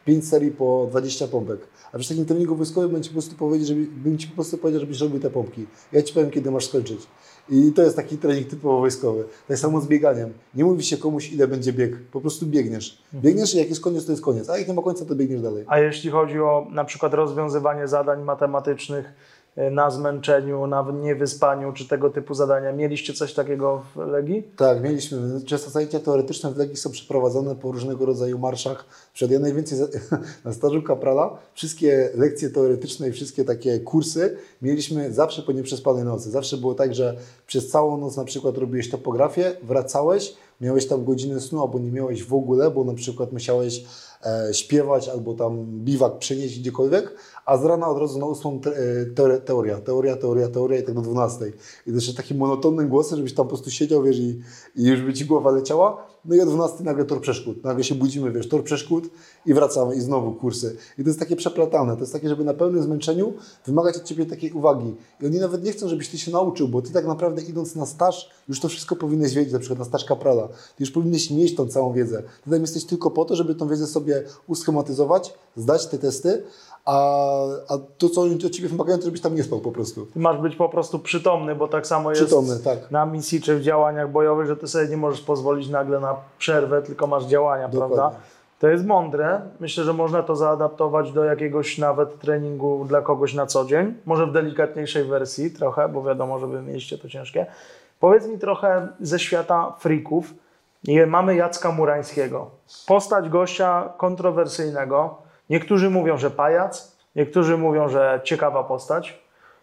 pięć serii po dwadzieścia pompek. A przy takim treningu wojskowym bym ci po prostu powiedział, żeby, bym ci po prostu powiedział, żebyś robił te pompki. Ja ci powiem, kiedy masz skończyć. I to jest taki trening typowo wojskowy. Tak samo z bieganiem. Nie mówi się komuś, ile będzie bieg. Po prostu biegniesz. Biegniesz i jak jest koniec, to jest koniec. A jak nie ma końca, to biegniesz dalej. A jeśli chodzi o na przykład rozwiązywanie zadań matematycznych na zmęczeniu, na niewyspaniu czy tego typu zadania, mieliście coś takiego w Legii? Tak, mieliśmy. Często zajęcia teoretyczne w Legii są przeprowadzone po różnego rodzaju marszach. Przed ja najwięcej na stażu kaprala wszystkie lekcje teoretyczne i wszystkie takie kursy mieliśmy zawsze po nieprzespanej nocy. Zawsze było tak, że przez całą noc na przykład robiłeś topografię, wracałeś, miałeś tam godzinę snu albo nie miałeś w ogóle, bo na przykład musiałeś e, śpiewać albo tam biwak przenieść gdziekolwiek, a z rana od razu na ósmą te, te, teoria, teoria, teoria, teoria i tak do dwunastej. I też takim monotonnym głosem, żebyś tam po prostu siedział, wiesz, i, i już by ci głowa leciała. No i o dwunastej nagle tor przeszkód. Nagle się budzimy, wiesz, tor przeszkód i wracamy i znowu kursy. I to jest takie przeplatane. To jest takie, żeby na pełnym zmęczeniu wymagać od ciebie takiej uwagi. I oni nawet nie chcą, żebyś ty się nauczył, bo ty tak naprawdę idąc na staż, już to wszystko powinieneś wiedzieć, na przykład na staż kaprala. Ty już powinieneś mieć tą całą wiedzę. Ty tam jesteś tylko po to, żeby tą wiedzę sobie uschematyzować, zdać te testy, a, a to, co oni od ciebie wymagają, to żebyś tam nie spał po prostu. Ty masz być po prostu przytomny, bo tak samo jest Przytomny, tak. na misji czy w działaniach bojowych, że ty sobie nie możesz pozwolić nagle na przerwę, tylko masz działania, Dokładnie. prawda? To jest mądre. Myślę, że można to zaadaptować do jakiegoś nawet treningu dla kogoś na co dzień. Może w delikatniejszej wersji trochę, bo wiadomo, że wy mieliście to ciężkie. Powiedz mi trochę ze świata freaków. Mamy Jacka Murańskiego. Postać gościa kontrowersyjnego. Niektórzy mówią, że pajac, niektórzy mówią, że ciekawa postać,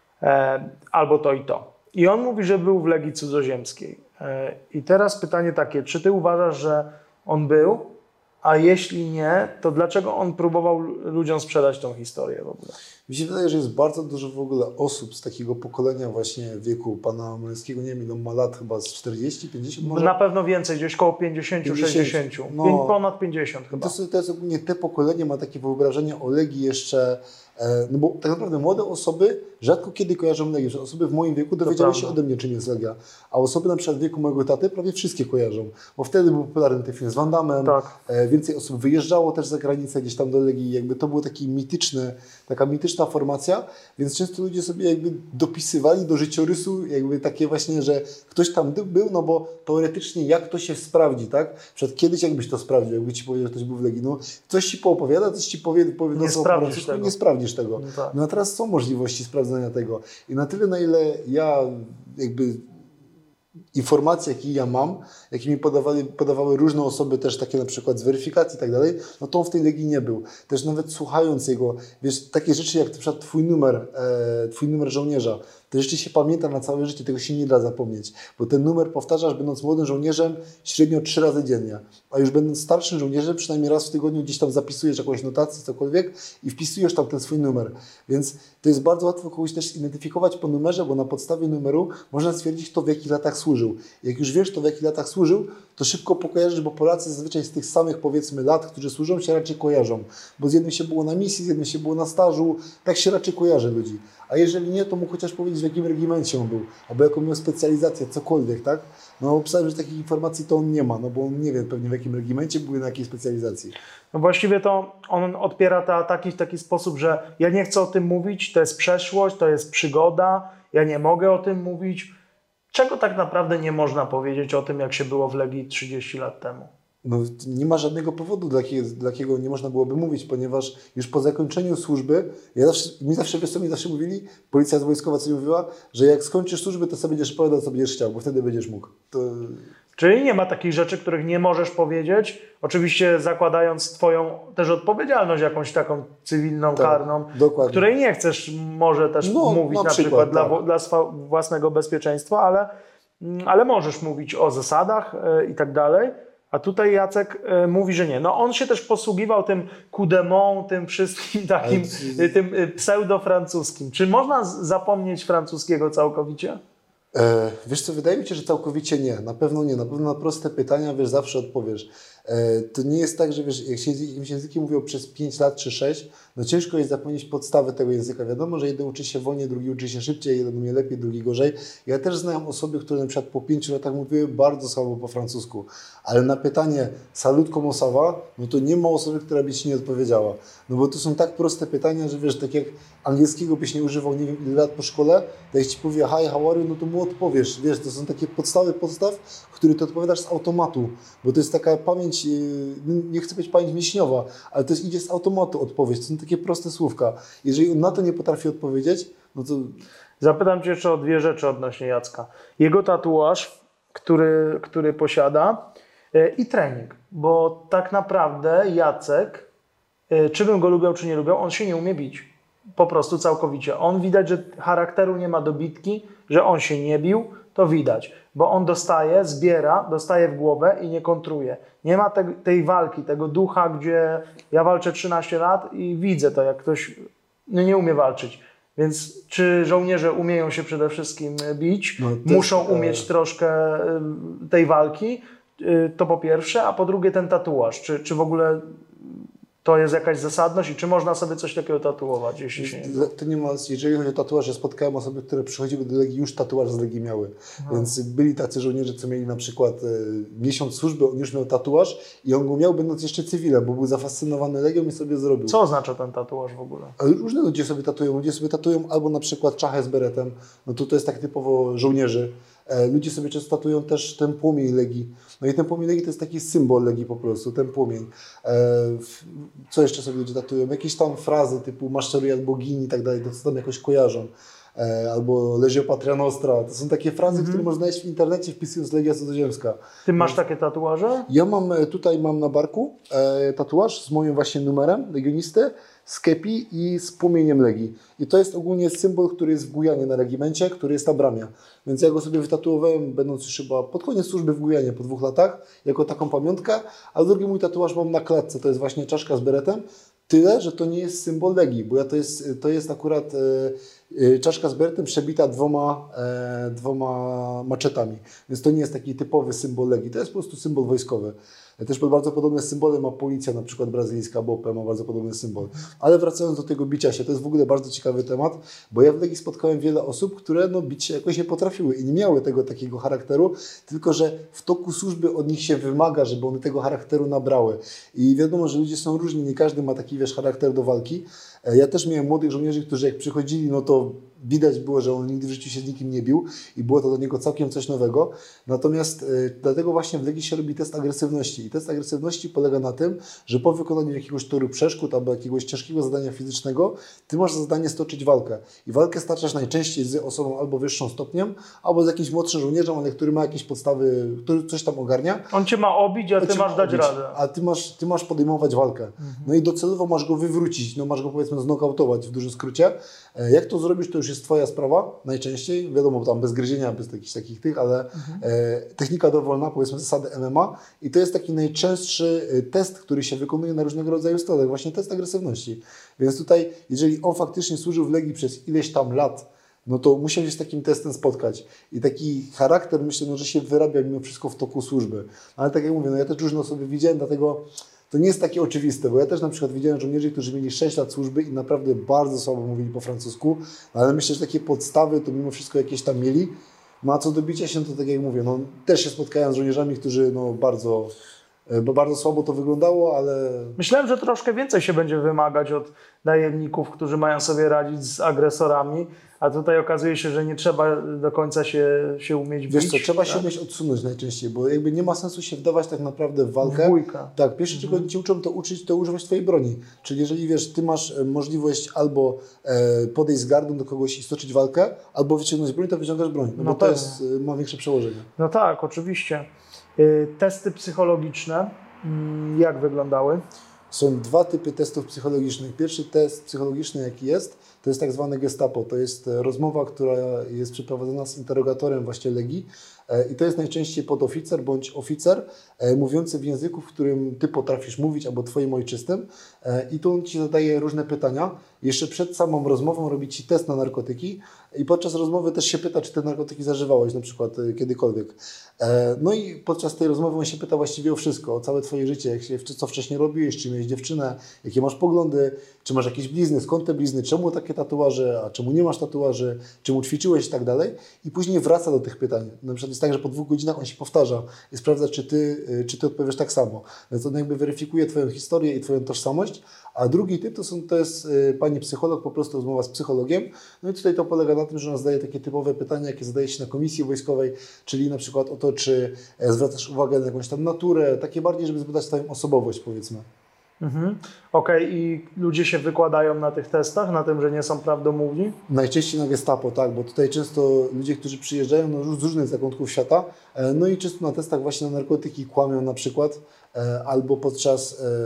e, albo to i to. I on mówi, że był w Legii Cudzoziemskiej. E, I teraz pytanie takie, czy ty uważasz, że on był, a jeśli nie, to dlaczego on próbował ludziom sprzedać tą historię w ogóle? Mi się wydaje, że jest bardzo dużo w ogóle osób z takiego pokolenia właśnie wieku pana Murańskiego, nie wiem ile on ma lat, chyba z czterdzieści, pięćdziesiąt może? Na pewno więcej, gdzieś koło pięćdziesiąt, sześćdziesiąt, no, ponad pięćdziesiąt chyba. To, to jest ogólnie te pokolenie ma takie wyobrażenie o Legii jeszcze, e, no bo tak naprawdę młode osoby rzadko kiedy kojarzą Legię, że osoby w moim wieku dowiedziały się ode mnie, czym jest Legia, a osoby na przykład w wieku mojego taty prawie wszystkie kojarzą, bo wtedy był popularny ten film z Van Damme, Tak. e, więcej osób wyjeżdżało też za granicę gdzieś tam do Legii, jakby to był taki mityczny, taka mityczna formacja, więc często ludzie sobie jakby dopisywali do życiorysu jakby takie właśnie, że ktoś tam był, no bo teoretycznie jak to się sprawdzi, tak? Przed kiedyś jakbyś to sprawdził, jakby ci powiedział, że ktoś był w Legii, no coś ci poopowiada, coś ci powie, powie Nie no, sprawdzisz tego. nie sprawdzisz tego. No tak. No a teraz są możliwości sprawdzenia tego i na tyle, na ile ja jakby informacje, jakie ja mam, jakie mi podawali, podawały różne osoby też takie na przykład z weryfikacji i tak dalej, no to on w tej Legii nie był. Też nawet słuchając jego, wiesz, takie rzeczy jak na przykład twój numer, e, twój numer żołnierza, te rzeczy się pamięta na całe życie, tego się nie da zapomnieć, bo ten numer powtarzasz będąc młodym żołnierzem średnio trzy razy dziennie, a już będąc starszym żołnierzem przynajmniej raz w tygodniu gdzieś tam zapisujesz jakąś notację, cokolwiek i wpisujesz tam ten swój numer, więc to jest bardzo łatwo kogoś też identyfikować po numerze, bo na podstawie numeru można stwierdzić to, w jakich latach służył. Jak już wiesz to, w jakich latach służył, to szybko pokojarzysz, bo Polacy zazwyczaj z tych samych powiedzmy lat, którzy służą, się raczej kojarzą, bo z jednym się było na misji, z jednym się było na stażu, tak się raczej kojarzy ludzi. A jeżeli nie, to mógł chociaż powiedzieć, w jakim regimencie on był, albo jaką miał specjalizację, cokolwiek, tak? No pisałem, że takich informacji to on nie ma, no bo on nie wie pewnie w jakim regimencie był, na jakiej specjalizacji. No właściwie to on odpiera te ataki w taki sposób, że ja nie chcę o tym mówić, to jest przeszłość, to jest przygoda, ja nie mogę o tym mówić. Czego tak naprawdę nie można powiedzieć o tym, jak się było w Legii trzydzieści lat temu? No, nie ma żadnego powodu, dla jakiego, dla jakiego nie można byłoby mówić, ponieważ już po zakończeniu służby, ja zawsze, mi zawsze, wiesz co mi zawsze mówili, policja wojskowa co mi mówiła, że jak skończysz służbę, to sobie będziesz opowiadał, co będziesz chciał, bo wtedy będziesz mógł. To... Czyli nie ma takich rzeczy, których nie możesz powiedzieć, oczywiście zakładając twoją też odpowiedzialność jakąś taką cywilną, Tak, karną, dokładnie. której nie chcesz może też No, mówić na na, przykład, przykład dla, tak. dla swa, własnego bezpieczeństwa, ale, ale możesz mówić o zasadach e, i tak dalej. A tutaj Jacek e, mówi, że nie. No on się też posługiwał tym coup de main, tym wszystkim takim, Ale... tym e, pseudo-francuskim. Czy można z- zapomnieć francuskiego całkowicie? E, wiesz co, wydaje mi się, że całkowicie nie. Na pewno nie. Na pewno na proste pytania, wiesz, zawsze odpowiesz. E, to nie jest tak, że wiesz, jak się jakimś językiem mówią przez pięć lat czy sześć, no ciężko jest zapomnieć podstawy tego języka. Wiadomo, że jeden uczy się wolniej, drugi uczy się szybciej, jeden umie lepiej, drugi gorzej. Ja też znam osoby, które na przykład po pięciu latach mówiły bardzo słabo po francusku, ale na pytanie salut comment ça va, no to nie ma osoby, która by ci nie odpowiedziała. No bo to są tak proste pytania, że wiesz, tak jak angielskiego byś nie używał nie wiem ile lat po szkole, to jak ci powie hi, how are you, no to mu odpowiesz. Wiesz, to są takie podstawy podstaw, które ty odpowiadasz z automatu, bo to jest taka pamięć, nie chcę powiedzieć pamięć mięśniowa, ale to jest, idzie z automatu odpowiedź. To są takie proste słówka. Jeżeli on na to nie potrafi odpowiedzieć, no to... Zapytam Cię jeszcze o dwie rzeczy odnośnie Jacka. Jego tatuaż, który, który posiada yy, i trening, bo tak naprawdę Jacek, yy, czy bym go lubiał, czy nie lubiał, on się nie umie bić. Po prostu całkowicie. On widać, że charakteru nie ma do bitki, że on się nie bił, to widać, bo on dostaje, zbiera, dostaje w głowę i nie kontruje. Nie ma te, tej walki, tego ducha, gdzie ja walczę trzynaście lat i widzę to, jak ktoś no, nie umie walczyć. Więc czy żołnierze umieją się przede wszystkim bić, No, muszą jest, umieć e... troszkę tej walki, to po pierwsze, a po drugie ten tatuaż. Czy, czy w ogóle to jest jakaś zasadność i czy można sobie coś takiego tatuować, jeśli się nie... To nie ma, jeżeli chodzi o tatuaż, ja spotkałem osoby, które przychodziły do Legii, już tatuaż z Legii miały. Aha. Więc byli tacy żołnierze, co mieli na przykład e, miesiąc służby, on już miał tatuaż i on go miał będąc jeszcze cywilem, bo był zafascynowany Legią i sobie zrobił. Co oznacza ten tatuaż w ogóle? Ale różne ludzie sobie tatują. Ludzie sobie tatują albo na przykład czachę z beretem, no to to jest tak typowo żołnierzy. E, ludzie sobie często tatują też ten płomień Legii. No i ten płomień Legii to jest taki symbol Legii po prostu, ten płomień. E, w, co jeszcze sobie ludzie tatują? Jakieś tam frazy typu maszeruj albo gin i tak dalej, to co tam jakoś kojarzą. E, albo Legio Patria Nostra. To są takie frazy, mm-hmm. które można znaleźć w internecie wpisując Legia Cudzoziemska. Ty masz takie tatuaże? Ja mam, tutaj mam na barku e, tatuaż z moim właśnie numerem legionisty, z kepi i z płomieniem Legii. I to jest ogólnie symbol, który jest w Gujanie na regimencie, który jest na bramie. Więc ja go sobie wytatuowałem, będąc już chyba pod koniec służby w Gujanie po dwóch latach, jako taką pamiątkę, a drugi mój tatuaż mam na klatce, to jest właśnie czaszka z beretem. Tyle, że to nie jest symbol Legii, bo ja to jest, to jest akurat e, e, czaszka z beretem przebita dwoma, e, dwoma maczetami. Więc to nie jest taki typowy symbol Legii, to jest po prostu symbol wojskowy. Też bardzo podobne symbole ma policja, na przykład brazylijska, B O P ma bardzo podobny symbol. Ale wracając do tego bicia się, to jest w ogóle bardzo ciekawy temat, bo ja w Legii spotkałem wiele osób, które no, bić się jakoś nie potrafiły i nie miały tego takiego charakteru, tylko że w toku służby od nich się wymaga, żeby one tego charakteru nabrały. I wiadomo, że ludzie są różni, nie każdy ma taki, wiesz, charakter do walki. Ja też miałem młodych żołnierzy, którzy jak przychodzili, no to widać było, że on nigdy w życiu się z nikim nie bił i było to dla niego całkiem coś nowego. Natomiast y, dlatego właśnie w Legii się robi test agresywności. I test agresywności polega na tym, że po wykonaniu jakiegoś toru przeszkód albo jakiegoś ciężkiego zadania fizycznego, ty masz za zadanie stoczyć walkę. I walkę staczasz najczęściej z osobą albo wyższą stopniem, albo z jakimś młodszym żołnierzem, ale który ma jakieś podstawy, który coś tam ogarnia. On cię ma obić, a On ty masz dać obić, radę. A ty masz, ty masz podejmować walkę. Mhm. No i docelowo masz go wywrócić, no masz go powiedzmy znokautować w dużym skrócie. Jak to zrobisz, to już jest twoja sprawa najczęściej. Wiadomo, tam bez gryzienia, bez jakichś takich tych, ale mhm. e, technika dowolna, powiedzmy zasady M M A i to jest taki najczęstszy test, który się wykonuje na różnego rodzaju stolach, właśnie test agresywności. Więc tutaj, jeżeli on faktycznie służył w Legii przez ileś tam lat, no to musiał się z takim testem spotkać. I taki charakter, myślę, no, że się wyrabia mimo wszystko w toku służby. Ale tak jak mówię, no ja też różne osoby widziałem, dlatego to nie jest takie oczywiste, bo ja też na przykład widziałem żołnierzy, którzy mieli sześć lat służby i naprawdę bardzo słabo mówili po francusku, ale myślę, że takie podstawy to mimo wszystko jakieś tam mieli. No a co do bicia się, to tak jak mówię, no też się spotkałem z żołnierzami, którzy no bardzo... Bo bardzo słabo to wyglądało, ale... Myślałem, że troszkę więcej się będzie wymagać od najemników, którzy mają sobie radzić z agresorami, a tutaj okazuje się, że nie trzeba do końca się, się umieć bić. Wiesz co, trzeba tak? się umieć odsunąć najczęściej, bo jakby nie ma sensu się wdawać tak naprawdę w walkę. W bójkę. Tak, pierwsze czego mhm. ci uczą to uczyć, to używać twojej broni. Czyli jeżeli wiesz, ty masz możliwość albo e, podejść z gardą do kogoś i stoczyć walkę, albo wyciągnąć broń, to wyciągasz broń, no, no bo pewnie. To jest, ma większe przełożenie. No tak, oczywiście. Testy psychologiczne, jak wyglądały? Są dwa typy testów psychologicznych. Pierwszy test psychologiczny, jaki jest, to jest tak zwane gestapo. To jest rozmowa, która jest przeprowadzona z interrogatorem właśnie Legii i to jest najczęściej podoficer bądź oficer mówiący w języku, w którym ty potrafisz mówić albo twoim ojczystym i tu on ci zadaje różne pytania jeszcze przed samą rozmową robi Ci test na narkotyki i podczas rozmowy też się pyta, czy te narkotyki zażywałeś na przykład y, kiedykolwiek. E, no i podczas tej rozmowy on się pyta właściwie o wszystko, o całe Twoje życie, jak się, co wcześniej robiłeś, czy miałeś dziewczynę, jakie masz poglądy, czy masz jakieś blizny, skąd te blizny, czemu takie tatuaże, a czemu nie masz tatuaży, czemu ćwiczyłeś i tak dalej. I później wraca do tych pytań. Na przykład jest tak, że po dwóch godzinach on się powtarza i sprawdza, czy Ty, y, czy ty odpowiesz tak samo. Więc on jakby weryfikuje Twoją historię i Twoją tożsamość. A drugi typ to, są, to jest y, pani psycholog, po prostu rozmowa z psychologiem. No i tutaj to polega na tym, że ona zadaje takie typowe pytania, jakie zadaje się na komisji wojskowej, czyli na przykład o to, czy e, zwracasz uwagę na jakąś tam naturę, takie bardziej, żeby zbadać Twoją osobowość, powiedzmy. Mhm. Okej, i ludzie się wykładają na tych testach, na tym, że nie są prawdomówni? Najczęściej na gestapo, tak, bo tutaj często ludzie, którzy przyjeżdżają no, z różnych zakątków świata, e, no i często na testach właśnie na narkotyki kłamią na przykład, e, albo podczas e,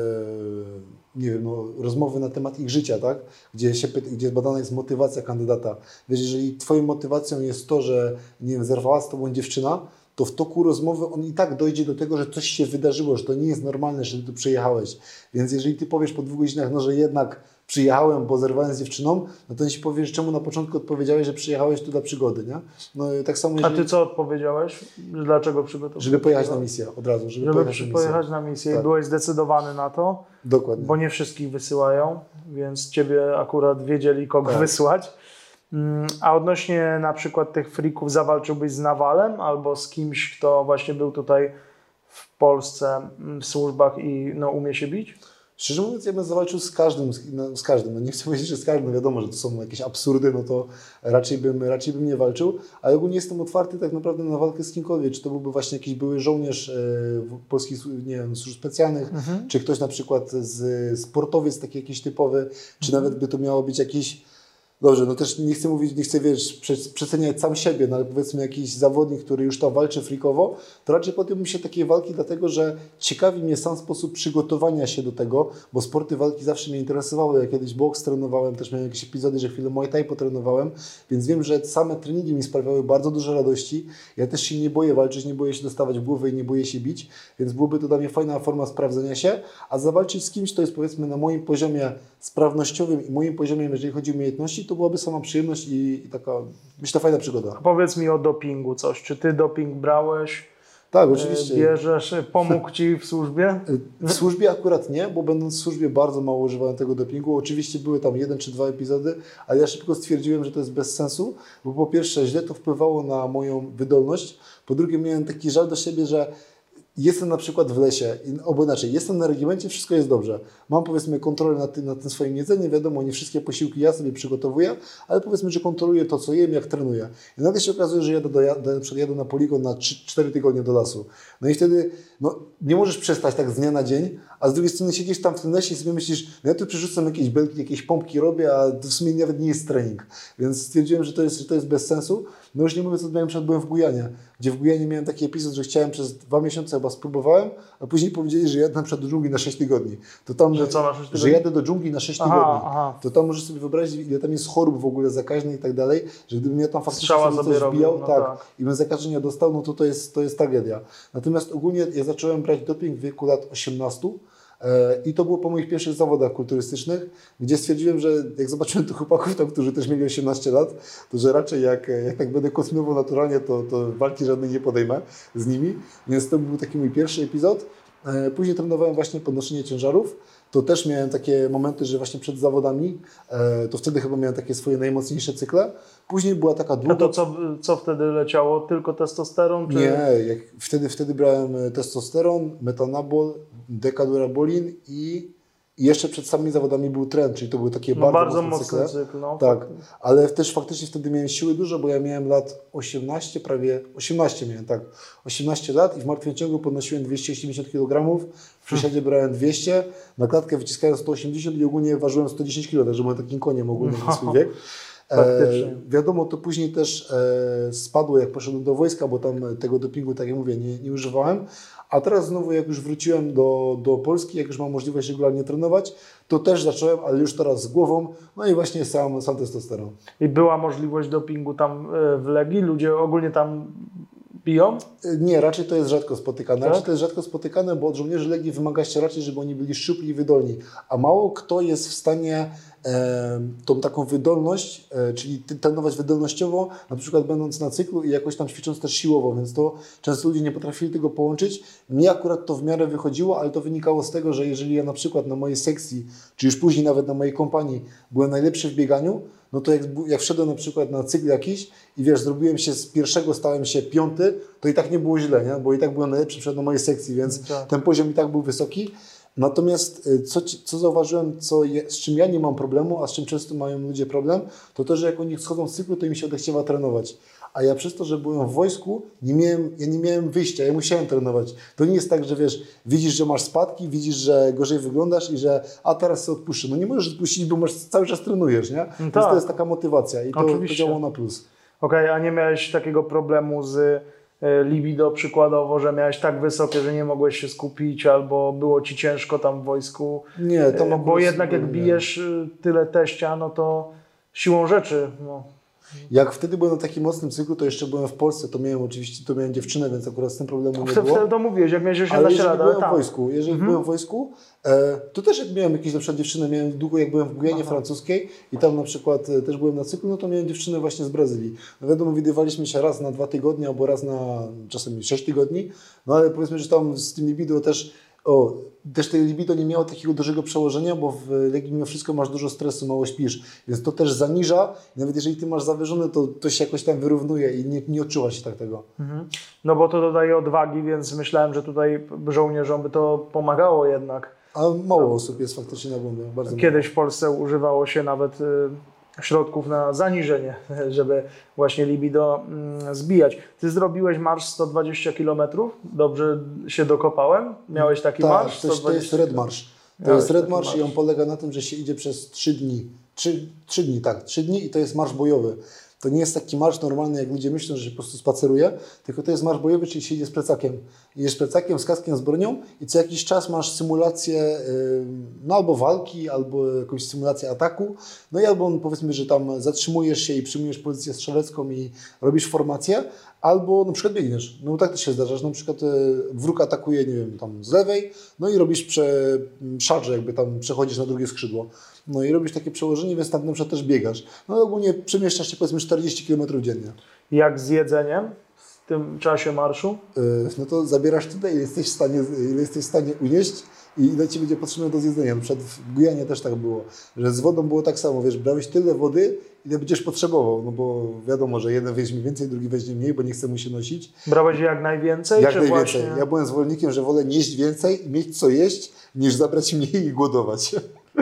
nie wiem, no, rozmowy na temat ich życia, tak, gdzie, się pyta, gdzie badana jest motywacja kandydata. Wiesz, jeżeli Twoją motywacją jest to, że nie wiem, zerwała z Tobą dziewczyna, to w toku rozmowy on i tak dojdzie do tego, że coś się wydarzyło, że to nie jest normalne, że Ty tu przyjechałeś. Więc jeżeli Ty powiesz po dwóch godzinach, no, że jednak przyjechałem, bo zerwałem z dziewczyną, no to on ci powie, że czemu na początku odpowiedziałeś, że przyjechałeś tu dla przygody, nie? No i tak samo A jeżeli, Ty co odpowiedziałeś? Dlaczego przygotowałeś? żeby pojechać na misję od razu, żeby, Żeby pojechać przy- na misję. pojechać na misję Tak. i byłeś zdecydowany na to, Dokładnie. bo nie wszystkich wysyłają, więc Ciebie akurat wiedzieli, kogo Tak. wysłać. Mm, A odnośnie na przykład tych frików, zawalczyłbyś z Nawalem albo z kimś, kto właśnie był tutaj w Polsce mm, w służbach i no, umie się bić? Szczerze mówiąc, ja bym zawalczył z każdym, z, no, z każdym. No nie chcę powiedzieć, że z każdym, no wiadomo, że to są jakieś absurdy, no to raczej bym, raczej bym nie walczył, ale ogólnie jestem otwarty tak naprawdę na walkę z kimkolwiek, czy to byłby właśnie jakiś były żołnierz e, w- polskich, słu- nie wiem, służb specjalnych, czy ktoś na przykład z sportowiec taki jakiś typowy, czy nawet by to miało być jakiś. Dobrze, no też nie chcę mówić, nie chcę, wiesz, prze- przeceniać sam siebie, no ale powiedzmy jakiś zawodnik, który już tam walczy freakowo, to raczej podjąłbym się takiej walki, dlatego że ciekawi mnie sam sposób przygotowania się do tego, bo sporty walki zawsze mnie interesowały. Ja kiedyś boks trenowałem, też miałem jakieś epizody, że chwilę Muay Thai potrenowałem, więc wiem, że same treningi mi sprawiały bardzo dużo radości. Ja też się nie boję walczyć, nie boję się dostawać w głowę i nie boję się bić, więc byłoby to dla mnie fajna forma sprawdzenia się, a zawalczyć z kimś, to jest powiedzmy na moim poziomie sprawnościowym i moim poziomie, jeżeli chodzi o umiejętności, to byłaby sama przyjemność i, i taka, myślę, fajna przygoda. Powiedz mi o dopingu coś. Czy Ty doping brałeś, Tak, e, oczywiście. bierzesz, pomógł Ci w służbie? W służbie akurat nie, bo będąc w służbie bardzo mało używałem tego dopingu. Oczywiście były tam jeden czy dwa epizody, ale ja szybko stwierdziłem, że to jest bez sensu, bo po pierwsze źle to wpływało na moją wydolność, po drugie miałem taki żal do siebie, że jestem na przykład w lesie, i- albo inaczej, jestem na regimencie, wszystko jest dobrze. Mam powiedzmy kontrolę nad tym, nad tym swoim jedzeniem, wiadomo, nie wszystkie posiłki ja sobie przygotowuję, ale powiedzmy, że kontroluję to, co jem, jak trenuję. I nagle się okazuje, że jadę, do, jadę, na przykład jadę na poligon na trzy cztery tygodnie do lasu. No i wtedy no, nie możesz przestać tak z dnia na dzień, a z drugiej strony siedzisz tam w tym lesie i sobie myślisz, no ja tu przerzucam jakieś belki, jakieś pompki robię, a to w sumie nawet nie jest trening. Więc stwierdziłem, że to jest, że to jest bez sensu. No już nie mówiąc, co miałem, przed byłem w Gujanie, gdzie w Gujanie miałem taki epizod, że chciałem przez dwa miesiące chyba spróbowałem, a później powiedzieli, że jadę na przykład do dżungli na sześć tygodni. To tam, Że co, na sześć że tygodni? jadę do dżungli na sześć Aha, tygodni. aha. To tam możesz sobie wyobrazić, ile tam jest chorób w ogóle zakaźnych i tak dalej, że gdybym ja tam faktycznie Strzała sobie sobie coś robił, wbijał, no tak, tak. i bym zakażenia dostał, no to to jest, to jest tragedia. Natomiast ogólnie ja zacząłem brać doping w wieku lat osiemnastu. E, I to było po moich pierwszych zawodach kulturystycznych, gdzie stwierdziłem, że jak zobaczyłem tych chłopaków tam, którzy też mieli osiemnaście lat, to że raczej jak, jak tak będę kosmiował naturalnie, to, to walki żadnej nie podejmę z nimi. Więc to był taki mój pierwszy epizod. E, Później trenowałem właśnie podnoszenie ciężarów. To też miałem takie momenty, że właśnie przed zawodami, e, to wtedy chyba miałem takie swoje najmocniejsze cykle. Później była taka A długa... to co, co wtedy leciało? Tylko testosteron? Czy... Nie, jak wtedy, wtedy brałem e, testosteron, metanabol, dekadurabolin i, i jeszcze przed samymi zawodami był tren, czyli to były takie No, bardzo, bardzo mocne mocny cykle. cykl. No, Tak, ale też faktycznie wtedy miałem siły dużo, bo ja miałem lat osiemnaście, prawie osiemnaście miałem, tak, osiemnaście lat i w martwym ciągu podnosiłem dwieście osiemdziesiąt kilogramów, w przysiadzie brałem dwieście, na klatkę wyciskałem sto osiemdziesiąt i ogólnie ważyłem sto dziesięć kilogramów, także byłem takim koniem ogólnie na swój wiek. Faktycznie. E, wiadomo, to później też e, spadło, jak poszedłem do wojska, bo tam tego dopingu, tak jak mówię, nie, nie używałem. A teraz znowu, jak już wróciłem do, do Polski, jak już mam możliwość regularnie trenować, to też zacząłem, ale już teraz z głową, no i właśnie sam, sam testosteron. I była możliwość dopingu tam e, w Legii? Ludzie ogólnie tam biją? Nie, raczej to jest rzadko spotykane. Tak? Raczej to jest rzadko spotykane, bo od żołnierzy Legii wymaga się raczej, żeby oni byli szczupli i wydolni. A mało kto jest w stanie e, tą taką wydolność, e, czyli trenować wydolnościowo, na przykład będąc na cyklu i jakoś tam ćwicząc też siłowo, więc to często ludzie nie potrafili tego połączyć. Mnie akurat to w miarę wychodziło, ale to wynikało z tego, że jeżeli ja na przykład na mojej sekcji, czy już później nawet na mojej kompanii byłem najlepszy w bieganiu, no to jak, jak wszedłem na przykład na cykl jakiś i wiesz, zrobiłem się z pierwszego, stałem się piąty, to i tak nie było źle, nie? Bo i tak byłem najlepszy przed na mojej sekcji, więc Tak. ten poziom i tak był wysoki. Natomiast y, co, ci- co zauważyłem, co je, z czym ja nie mam problemu, a z czym często mają ludzie problem, to to, że jak oni schodzą z cyklu, to im się odechciewa trenować. A ja przez to, że byłem w wojsku, nie miałem, ja nie miałem wyjścia, ja musiałem trenować. To nie jest tak, że wiesz, widzisz, że masz spadki, widzisz, że gorzej wyglądasz i że a teraz sobie odpuszczę. No nie możesz odpuścić, bo masz, cały czas trenujesz, nie? Więc tak. to jest taka motywacja i to, to Oczywiście. działało na plus. Okej, a nie miałeś takiego problemu z e, libido przykładowo, że miałeś tak wysokie, że nie mogłeś się skupić albo było ci ciężko tam w wojsku? Nie, tam E, akurat Bo jednak jak nie. bijesz e, tyle teścia, no to siłą rzeczy, no, Jak wtedy byłem na takim mocnym cyklu, to jeszcze byłem w Polsce, to miałem oczywiście, to miałem dziewczynę, więc akurat z tym problemu nie wtedy, było. wtedy to mówiłeś, jak miałeś Ale osiemnaście jeżeli lat, ale byłem w tam. wojsku, jeżeli Mhm. byłem w wojsku, e, to też jak miałem jakieś na przykład dziewczynę, miałem długo jak byłem w Gujanie Aha. francuskiej i tam na przykład e, też byłem na cyklu, no to miałem dziewczynę właśnie z Brazylii. No wiadomo, widywaliśmy się raz na dwa tygodnie albo raz na czasami sześć tygodni, no ale powiedzmy, że tam z tym libido też, o, też to libido nie miało takiego dużego przełożenia, bo w Legii mimo wszystko masz dużo stresu, mało śpisz, więc to też zaniża. Nawet jeżeli ty masz zawyżone, to, to się jakoś tam wyrównuje i nie, nie odczuwa się tak tego. Mhm. No bo to dodaje odwagi, więc myślałem, że tutaj żołnierzom by to pomagało jednak. A mało osób jest faktycznie na bombie, bardzo mało. Kiedyś w Polsce używało się nawet y, środków na zaniżenie, żeby właśnie libido mm, zbijać. Ty zrobiłeś marsz sto dwadzieścia kilometrów, dobrze się dokopałem? Miałeś taki Tak, marsz? to jest, to jest Red Marsz. To Miałeś jest Red taki Marsz i marsz. on polega na tym, że się idzie przez trzy dni. Trzy, trzy dni, tak, trzy dni i to jest marsz bojowy. To nie jest taki marsz normalny, jak ludzie myślą, że się po prostu spaceruje, tylko to jest marsz bojowy, czyli się idzie z plecakiem. Idziesz z plecakiem, z kaskiem, z bronią i co jakiś czas masz symulację yy, no albo walki, albo jakąś symulację ataku, no i albo powiedzmy, że tam zatrzymujesz się i przyjmujesz pozycję strzelecką i robisz formację, albo na przykład biegniesz. No tak to się zdarza, że na przykład yy, wróg atakuje, nie wiem, tam z lewej, no i robisz prze, szarże, jakby tam przechodzisz na drugie skrzydło. No i robisz takie przełożenie, więc tam na przykład też biegasz. No ale ogólnie przemieszczasz się powiedzmy czterdzieści kilometrów dziennie. Jak z jedzeniem w tym czasie marszu? Yy, no to zabierasz tyle, ile jesteś w stanie, ile jesteś w stanie unieść i ile Ci będzie potrzebne do zjedzenia. Na przykład w Gujanie też tak było, że z wodą było tak samo, wiesz, brałeś tyle wody, ile będziesz potrzebował, no bo wiadomo, że jeden weźmie więcej, drugi weźmie mniej, bo nie chce mu się nosić. Brałeś jak najwięcej? Jak czy najwięcej. Właśnie... Ja byłem zwolennikiem, że wolę nieść więcej i mieć co jeść, niż zabrać mniej i głodować.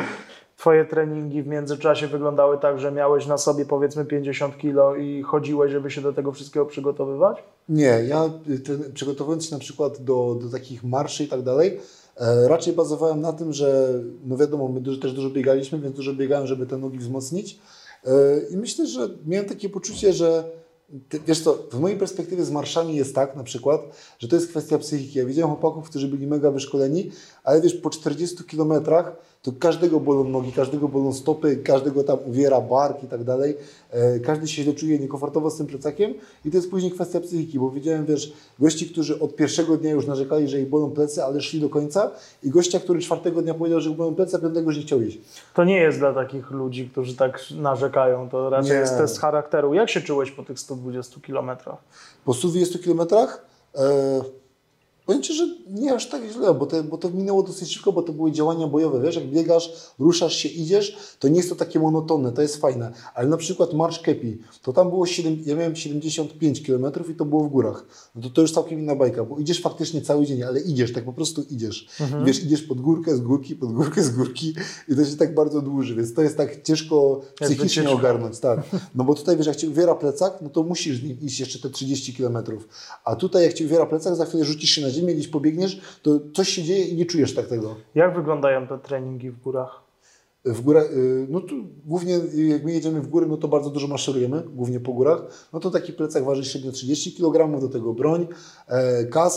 Twoje treningi w międzyczasie wyglądały tak, że miałeś na sobie powiedzmy pięćdziesiąt kilo i chodziłeś, żeby się do tego wszystkiego przygotowywać? Nie, ja y, ten, przygotowując się na przykład do, do takich marszy i tak dalej, e, raczej bazowałem na tym, że no wiadomo, my dużo, też dużo biegaliśmy, więc dużo biegałem, żeby te nogi wzmocnić. E, I myślę, że miałem takie poczucie, że ty, wiesz co, w mojej perspektywie z marszami jest tak na przykład, że to jest kwestia psychiki. Ja widziałem chłopaków, którzy byli mega wyszkoleni, ale wiesz, po czterdziestu kilometrach to każdego bolą nogi, każdego bolą stopy, każdego tam uwiera bark i tak dalej. E, każdy się źle czuje niekomfortowo z tym plecakiem i to jest później kwestia psychiki, bo widziałem, wiesz, gości, którzy od pierwszego dnia już narzekali, że ich bolą plecy, ale szli do końca i gościa, który czwartego dnia powiedział, że ich bolą plecy, a piątego już nie chciał iść. To nie jest dla takich ludzi, którzy tak narzekają, to raczej Nie. jest test charakteru. Jak się czułeś po tych stu dwudziestu kilometrach? Po stu dwudziestu kilometrach e, powiem Ci, że nie aż tak źle, bo, te, bo to minęło dosyć szybko, bo to były działania bojowe, wiesz, jak biegasz, ruszasz się, idziesz, to nie jest to takie monotonne, to jest fajne, ale na przykład marsz Kepi, to tam było siedem, ja miałem siedemdziesiąt pięć kilometrów i to było w górach, no to to już całkiem inna bajka, bo idziesz faktycznie cały dzień, ale idziesz, tak po prostu idziesz, Mhm. wiesz, idziesz pod górkę, z górki, pod górkę, z górki i to się tak bardzo dłuży, więc to jest tak ciężko psychicznie wycieczka. ogarnąć, tak, no bo tutaj wiesz, jak Cię uwiera plecak, no to musisz z nim iść jeszcze te trzydzieści kilometrów, a tutaj jak Cię uwiera plecak, za chwilę rzucisz się na ziemię, gdzieś pobiegniesz, to coś się dzieje i nie czujesz tak tego. Jak wyglądają te treningi w górach? W górach, y, no to głównie y, jak my jedziemy w góry, no to bardzo dużo maszerujemy, głównie po górach. No to taki plecak waży średnio trzydzieści kilogramów, do tego broń, e, kask,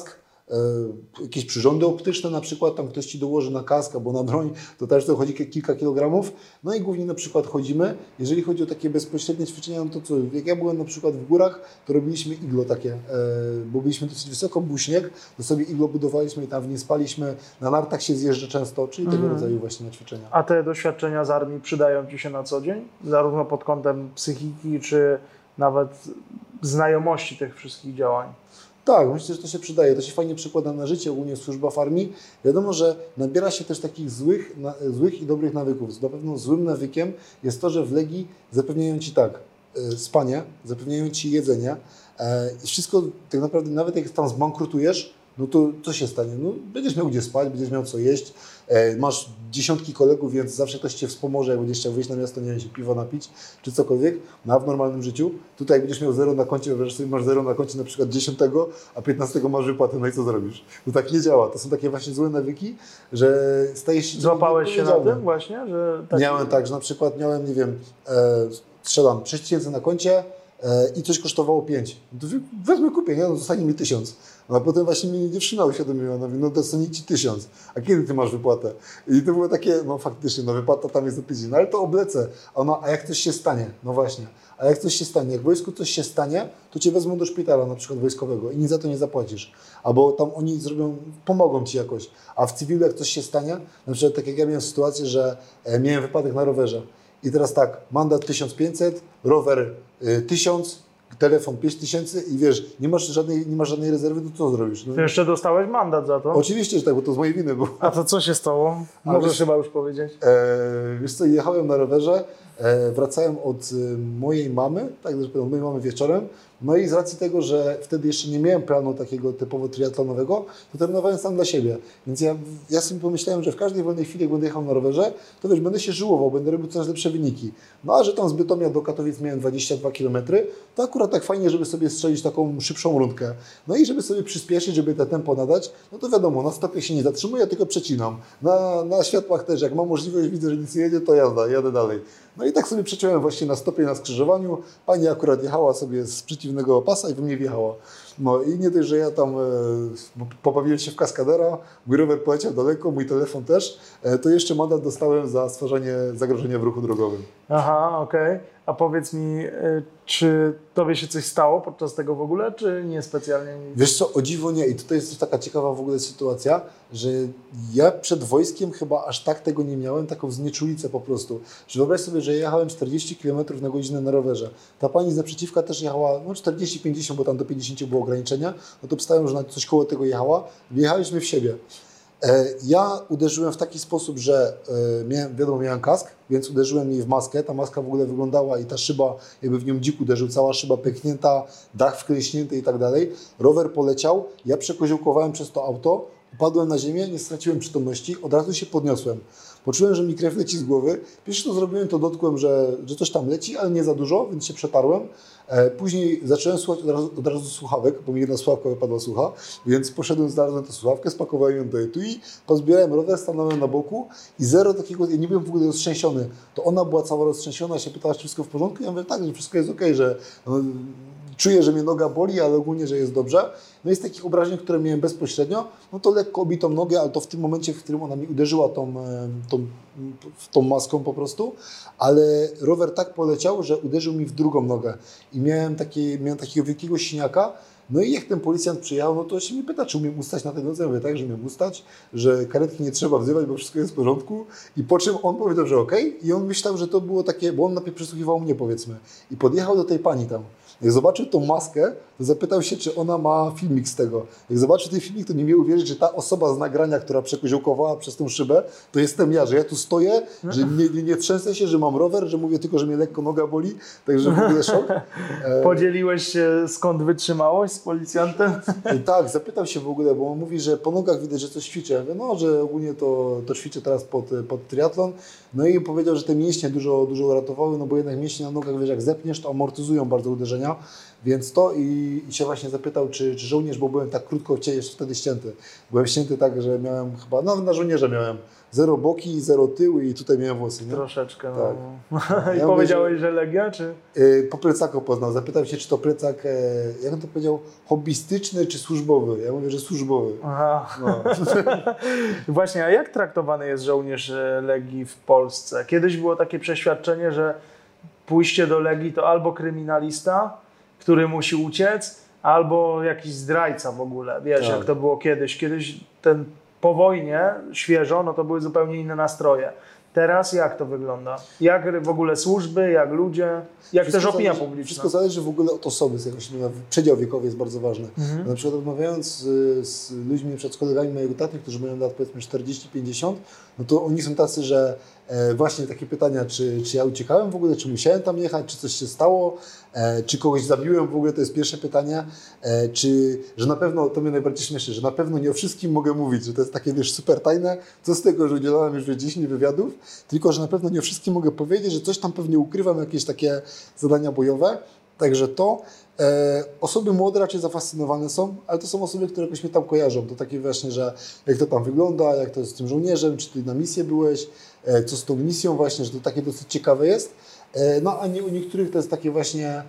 e, jakieś przyrządy optyczne na przykład, tam ktoś Ci dołoży na kask albo na broń, to też to chodzi kilka kilogramów. No i głównie na przykład chodzimy, jeżeli chodzi o takie bezpośrednie ćwiczenia, no to co, jak ja byłem na przykład w górach, to robiliśmy iglo takie, e, bo byliśmy dosyć wysoko, był śnieg, to sobie iglo budowaliśmy i tam w nie spaliśmy, na nartach się zjeżdża często, czyli tego Mhm. rodzaju właśnie na ćwiczenia. A te doświadczenia z armii przydają Ci się na co dzień? Zarówno pod kątem psychiki, czy nawet znajomości tych wszystkich działań. Tak, myślę, że to się przydaje. To się fajnie przekłada na życie, ogólnie służba w armii. Wiadomo, że nabiera się też takich złych, na, złych i dobrych nawyków. Na pewno złym nawykiem jest to, że w Legii zapewniają Ci tak, y, spanie, zapewniają Ci jedzenie e, i wszystko tak naprawdę, nawet jak tam zbankrutujesz, no to co się stanie? No, będziesz miał gdzie spać, będziesz miał co jeść, e, masz dziesiątki kolegów, więc zawsze ktoś Cię wspomoże, jak będziesz chciał wyjść na miasto, nie wiem, się piwo napić, czy cokolwiek, no a w normalnym życiu, tutaj jak będziesz miał zero na koncie, wyobraź sobie, masz zero na koncie na przykład dziesiątego, a piętnastego masz wypłatę, no i co zrobisz? No tak nie działa, to są takie właśnie złe nawyki, że stajesz się... Złapałeś się na nieodpowiedzialny. tym właśnie? Że taki... Miałem tak, że na przykład miałem, nie wiem, e, strzelam sześć tysięcy na koncie e, i coś kosztowało pięć. No to wezmę, kupię, nie? No zostanie mi tysiąc. No a potem właśnie mnie dziewczyna uświadomiła, no, no dostanie Ci tysiąc, a kiedy Ty masz wypłatę? I to było takie, no faktycznie, no wypłata tam jest za tydzień, no ale to oblecę. A ona, a jak coś się stanie? No właśnie, a jak coś się stanie? Jak w wojsku coś się stanie, to Cię wezmą do szpitala na przykład wojskowego i nic za to nie zapłacisz. Albo tam oni zrobią, pomogą Ci jakoś. A w cywilu jak coś się stanie, na przykład tak jak ja miałem sytuację, że e, miałem wypadek na rowerze i teraz tak, mandat tysiąc pięćset, rower y, tysiąc, telefon pięć tysięcy i wiesz, nie masz żadnej, nie masz żadnej rezerwy, to co zrobisz? No, Ty jeszcze dostałeś mandat za to? oczywiście, że tak, bo to z mojej winy było. A to co się stało? A Możesz wiesz- chyba już powiedzieć. E, wiesz co, jechałem na rowerze, e, wracałem od y, mojej mamy, tak, że powiem, od mojej mamy wieczorem, no i z racji tego, że wtedy jeszcze nie miałem planu takiego typowo triatlonowego, to trenowałem sam dla siebie. Więc ja, ja sobie pomyślałem, że w każdej wolnej chwili, jak będę jechał na rowerze, to wiesz, będę się żyłował, będę robił coraz lepsze wyniki. No a że tam z Bytomia do Katowic miałem dwadzieścia dwa kilometry, to akurat tak fajnie, żeby sobie strzelić taką szybszą rundkę. No i żeby sobie przyspieszyć, żeby te tempo nadać, no to wiadomo, na stopie się nie zatrzymuję, tylko przecinam. Na, na światłach też, jak mam możliwość, widzę, że nic nie jedzie, to jazda, jadę dalej. No i tak sobie przeciąłem właśnie na stopie na skrzyżowaniu. Pani akurat jechała sobie z przeciwnego pasa i we mnie wjechała. No i nie dość, że ja tam e, pobawiłem się w kaskadera, mój rower poleciał daleko, mój telefon też, e, to jeszcze mandat dostałem za stwarzanie zagrożenia w ruchu drogowym. Aha, okej. A powiedz mi, y, czy Tobie się coś stało podczas tego w ogóle, czy niespecjalnie nic? Wiesz co, o dziwo nie. I tutaj jest też taka ciekawa w ogóle sytuacja, że ja przed wojskiem chyba aż tak tego nie miałem, taką znieczulicę po prostu. Że wyobraź sobie, że jechałem czterdzieści kilometrów na godzinę na rowerze. Ta pani z naprzeciwka też jechała, no czterdzieści pięćdziesiąt, bo tam do pięćdziesięciu było ograniczenia, no to obstałem, że na coś koło tego jechała. Wjechaliśmy w siebie. E, Ja uderzyłem w taki sposób, że e, miałem, wiadomo, miałem kask, więc uderzyłem jej w maskę. Ta maska w ogóle wyglądała i ta szyba, jakby w nią dzik uderzył, cała szyba pęknięta, dach wkleśnięty i tak dalej. Rower poleciał, ja przekoziołkowałem przez to auto, upadłem na ziemię, nie straciłem przytomności, od razu się podniosłem. Poczułem, że mi krew leci z głowy. Pierwsze to zrobiłem, to dotkłem, że, że coś tam leci, ale nie za dużo, więc się przetarłem. E, Później zacząłem słuchać od razu, od razu słuchawek, bo mi jedna słuchawka wypadła słucha, więc poszedłem, znalazłem tę słuchawkę, spakowałem ją do etui, pozbierałem rower, stanąłem na boku i zero takiego, ja nie byłem w ogóle roztrzęsiony. To ona była cała roztrzęsiona, się pytała, czy wszystko w porządku. Ja mówię, tak, że wszystko jest okej, że no, czuję, że mnie noga boli, ale ogólnie, że jest dobrze. No i z takich obrażeń, które miałem bezpośrednio, no to lekko obitą nogę, ale to w tym momencie, w którym ona mi uderzyła tą, e, tą, tą maską po prostu, ale rower tak poleciał, że uderzył mi w drugą nogę i miałem, takie, miałem takiego wielkiego siniaka. No i jak ten policjant przyjechał, no to się mnie pyta, czy umiem ustać na tej nodze. Ja mówię, tak, że umiem ustać, że karetki nie trzeba wzywać, bo wszystko jest w porządku. I po czym on powiedział, że okej. I on myślał, że to było takie, bo on najpierw przesłuchiwał mnie, powiedzmy. I podjechał do tej pani tam. Jak zobaczył tą maskę, to zapytał się, czy ona ma filmik z tego. Jak zobaczył ten filmik, to nie miał uwierzyć, że ta osoba z nagrania, która przekoziołkowała przez tą szybę, to jestem ja, że ja tu stoję, że nie, nie, nie trzęsę się, że mam rower, że mówię tylko, że mnie lekko noga boli, także w ogóle szok. E, Podzieliłeś się, skąd wytrzymałość z policjantem? I tak, zapytał się w ogóle, bo on mówi, że po nogach widać, że coś ćwiczy. Ja mówię, no, że ogólnie to, to ćwiczę teraz pod, pod triatlon. No i powiedział, że te mięśnie dużo, dużo uratowały, no bo jednak mięśnie na nogach, wiesz, jak zepniesz, to amortyzują bardzo uderzenia. szkolenia. Więc to i, i się właśnie zapytał, czy, czy żołnierz, bo byłem tak krótko jeszcze wtedy ścięty. Byłem ścięty tak, że miałem chyba, no na żołnierza miałem zero boki, zero tyły i tutaj miałem włosy, nie? Troszeczkę, Tak. no. I Ja powiedziałeś, mówię, że Legia, czy? Yy, po plecaku poznał. Zapytał się, czy to plecak, e, jak on to powiedział, hobbystyczny czy służbowy. Ja mówię, że służbowy. Aha. No. Właśnie, a jak traktowany jest żołnierz e, Legii w Polsce? Kiedyś było takie przeświadczenie, że pójście do Legii to albo kryminalista, który musi uciec, albo jakiś zdrajca w ogóle. Wiesz, Tak. jak to było kiedyś. Kiedyś ten po wojnie, świeżo, no to były zupełnie inne nastroje. Teraz jak to wygląda? Jak w ogóle służby, jak ludzie, jak Wszystko też opinia zależy, publiczna? Wszystko zależy w ogóle od osoby, z jakoś, no, przedział wiekowy jest bardzo ważny. Mhm. Na przykład rozmawiając z, z ludźmi, przed kolegami mojego taty, którzy mają lat powiedzmy czterdzieści pięćdziesiąt, no to oni są tacy, że e, właśnie takie pytania, czy, czy ja uciekałem w ogóle, czy musiałem tam jechać, czy coś się stało, e, czy kogoś zabiłem w ogóle, to jest pierwsze pytanie, e, czy, że na pewno, to mnie najbardziej śmieszy, że na pewno nie o wszystkim mogę mówić, że to jest takie, wiesz, super tajne, co z tego, że udzielałem już dziesięć wywiadów, tylko, że na pewno nie o wszystkim mogę powiedzieć, że coś tam pewnie ukrywam, jakieś takie zadania bojowe, także to e, osoby młode raczej zafascynowane są, ale to są osoby, które jakoś mnie tam kojarzą, to takie właśnie, że jak to tam wygląda, jak to jest z tym żołnierzem, czy ty na misję byłeś, e, co z tą misją właśnie, że to takie dosyć ciekawe jest, e, no a nie, u niektórych to jest takie właśnie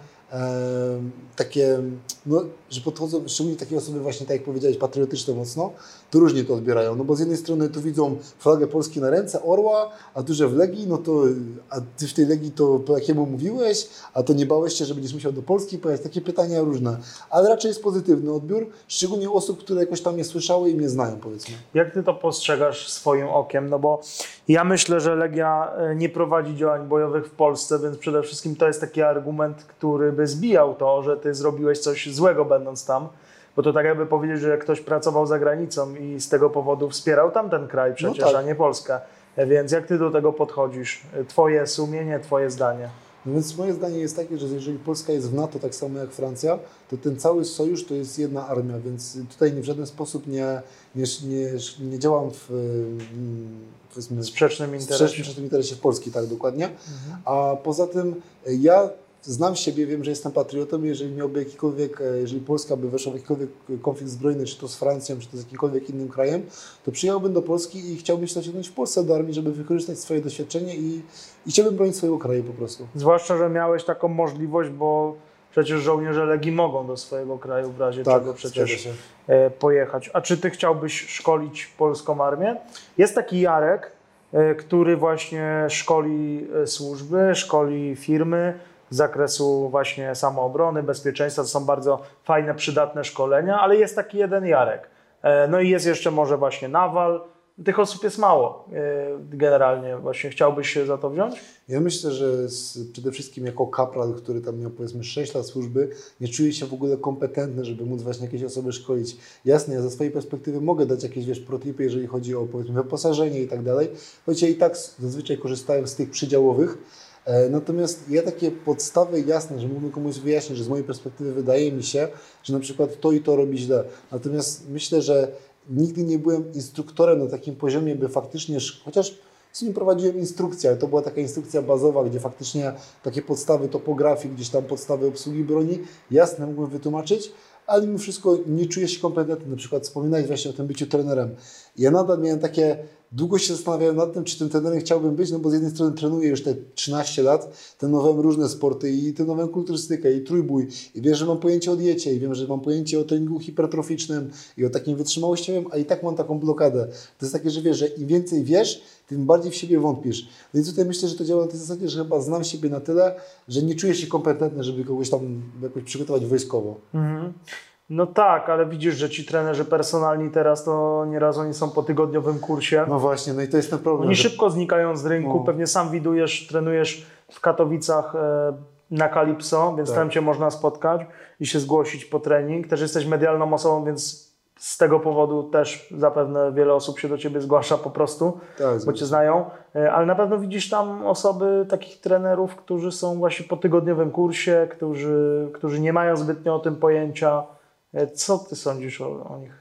e, takie, no, że podchodzą, szczególnie takie osoby właśnie, tak jak powiedziałeś, patriotyczne mocno, to różnie to odbierają, no bo z jednej strony tu widzą flagę Polski na ręce, orła, a tu, że w Legii, no to, a ty w tej Legii to po jakiemu mówiłeś, a to nie bałeś się, że będziesz musiał do Polski pojechać, takie pytania różne, ale raczej jest pozytywny odbiór, szczególnie u osób, które jakoś tam mnie słyszały i mnie znają, powiedzmy. Jak ty to postrzegasz swoim okiem? No bo ja myślę, że Legia nie prowadzi działań bojowych w Polsce, więc przede wszystkim to jest taki argument, który by zbijał to, że ty zrobiłeś coś złego będąc tam. Bo to tak jakby powiedzieć, że ktoś pracował za granicą i z tego powodu wspierał tamten kraj przecież, No tak. a nie Polskę. Więc jak ty do tego podchodzisz? Twoje sumienie, twoje zdanie? No więc moje zdanie jest takie, że jeżeli Polska jest w NATO tak samo jak Francja, to ten cały sojusz to jest jedna armia, więc tutaj w żaden sposób nie, nie, nie, nie działam w powiedzmy, Sprzecznym interesie. sprzecznym interesie Polski, tak dokładnie. Mhm. A poza tym ja znam siebie, wiem, że jestem patriotą i jeżeli miałby jakikolwiek, jeżeli Polska by weszła w jakikolwiek konflikt zbrojny, czy to z Francją, czy to z jakimkolwiek innym krajem, to przyjechałbym do Polski i chciałbym się zaciągnąć w Polsce do armii, żeby wykorzystać swoje doświadczenie i, i chciałbym bronić swojego kraju po prostu. Zwłaszcza, że miałeś taką możliwość, bo przecież żołnierze Legii mogą do swojego kraju w razie Tak, czego zgadza przecież się. e, pojechać. A czy ty chciałbyś szkolić polską armię? Jest taki Jarek, e, który właśnie szkoli e, służby, szkoli firmy z zakresu właśnie samoobrony, bezpieczeństwa. To są bardzo fajne, przydatne szkolenia, ale jest taki jeden Jarek. E, no i jest jeszcze może właśnie Nawal. Tych osób jest mało e, generalnie. Właśnie chciałbyś się za to wziąć? Ja myślę, że z, przede wszystkim jako kapral, który tam miał powiedzmy sześć lat służby, nie czuję się w ogóle kompetentny, żeby móc właśnie jakieś osoby szkolić. Jasne, ja ze swojej perspektywy mogę dać jakieś, wiesz, protipy, jeżeli chodzi o powiedzmy wyposażenie i tak dalej, choć ja i tak zazwyczaj korzystałem z tych przydziałowych. E, natomiast ja takie podstawy jasne, że mógłbym komuś wyjaśnić, że z mojej perspektywy wydaje mi się, że na przykład to i to robi źle. Natomiast myślę, że nigdy nie byłem instruktorem na takim poziomie, by faktycznie, chociaż z nim prowadziłem instrukcję, ale to była taka instrukcja bazowa, gdzie faktycznie takie podstawy topografii, gdzieś tam podstawy obsługi broni, jasne mógłbym wytłumaczyć, ale mimo wszystko nie czuję się kompetentny. Na przykład wspominałeś właśnie o tym byciu trenerem. Ja nadal miałem takie, długo się zastanawiałem nad tym, czy tym trenerem chciałbym być, no bo z jednej strony trenuję już te trzynaście lat, trenowałem różne sporty i trenowałem kulturystykę i trójbój i wiem, że mam pojęcie o diecie i wiem, że mam pojęcie o treningu hipertroficznym i o takim wytrzymałościowym, a i tak mam taką blokadę. To jest takie, że wiesz, że im więcej wiesz, tym bardziej w siebie wątpisz. Więc tutaj myślę, że to działa na tej zasadzie, że chyba znam siebie na tyle, że nie czuję się kompetentny, żeby kogoś tam jakoś przygotować wojskowo. Mhm. No tak, ale widzisz, że ci trenerzy personalni teraz to nieraz oni są po tygodniowym kursie. No właśnie, no i to jest ten problem. Oni że... szybko znikają z rynku, No. pewnie sam widujesz, trenujesz w Katowicach e, na Calypso, więc Tak. tam cię można spotkać i się zgłosić po trening. Też jesteś medialną osobą, więc z tego powodu też zapewne wiele osób się do ciebie zgłasza po prostu, Tak, bo cię znają. E, ale na pewno widzisz tam osoby, takich trenerów, którzy są właśnie po tygodniowym kursie, którzy, którzy nie mają zbytnio o tym pojęcia. E, Co ty sądzisz o, o nich?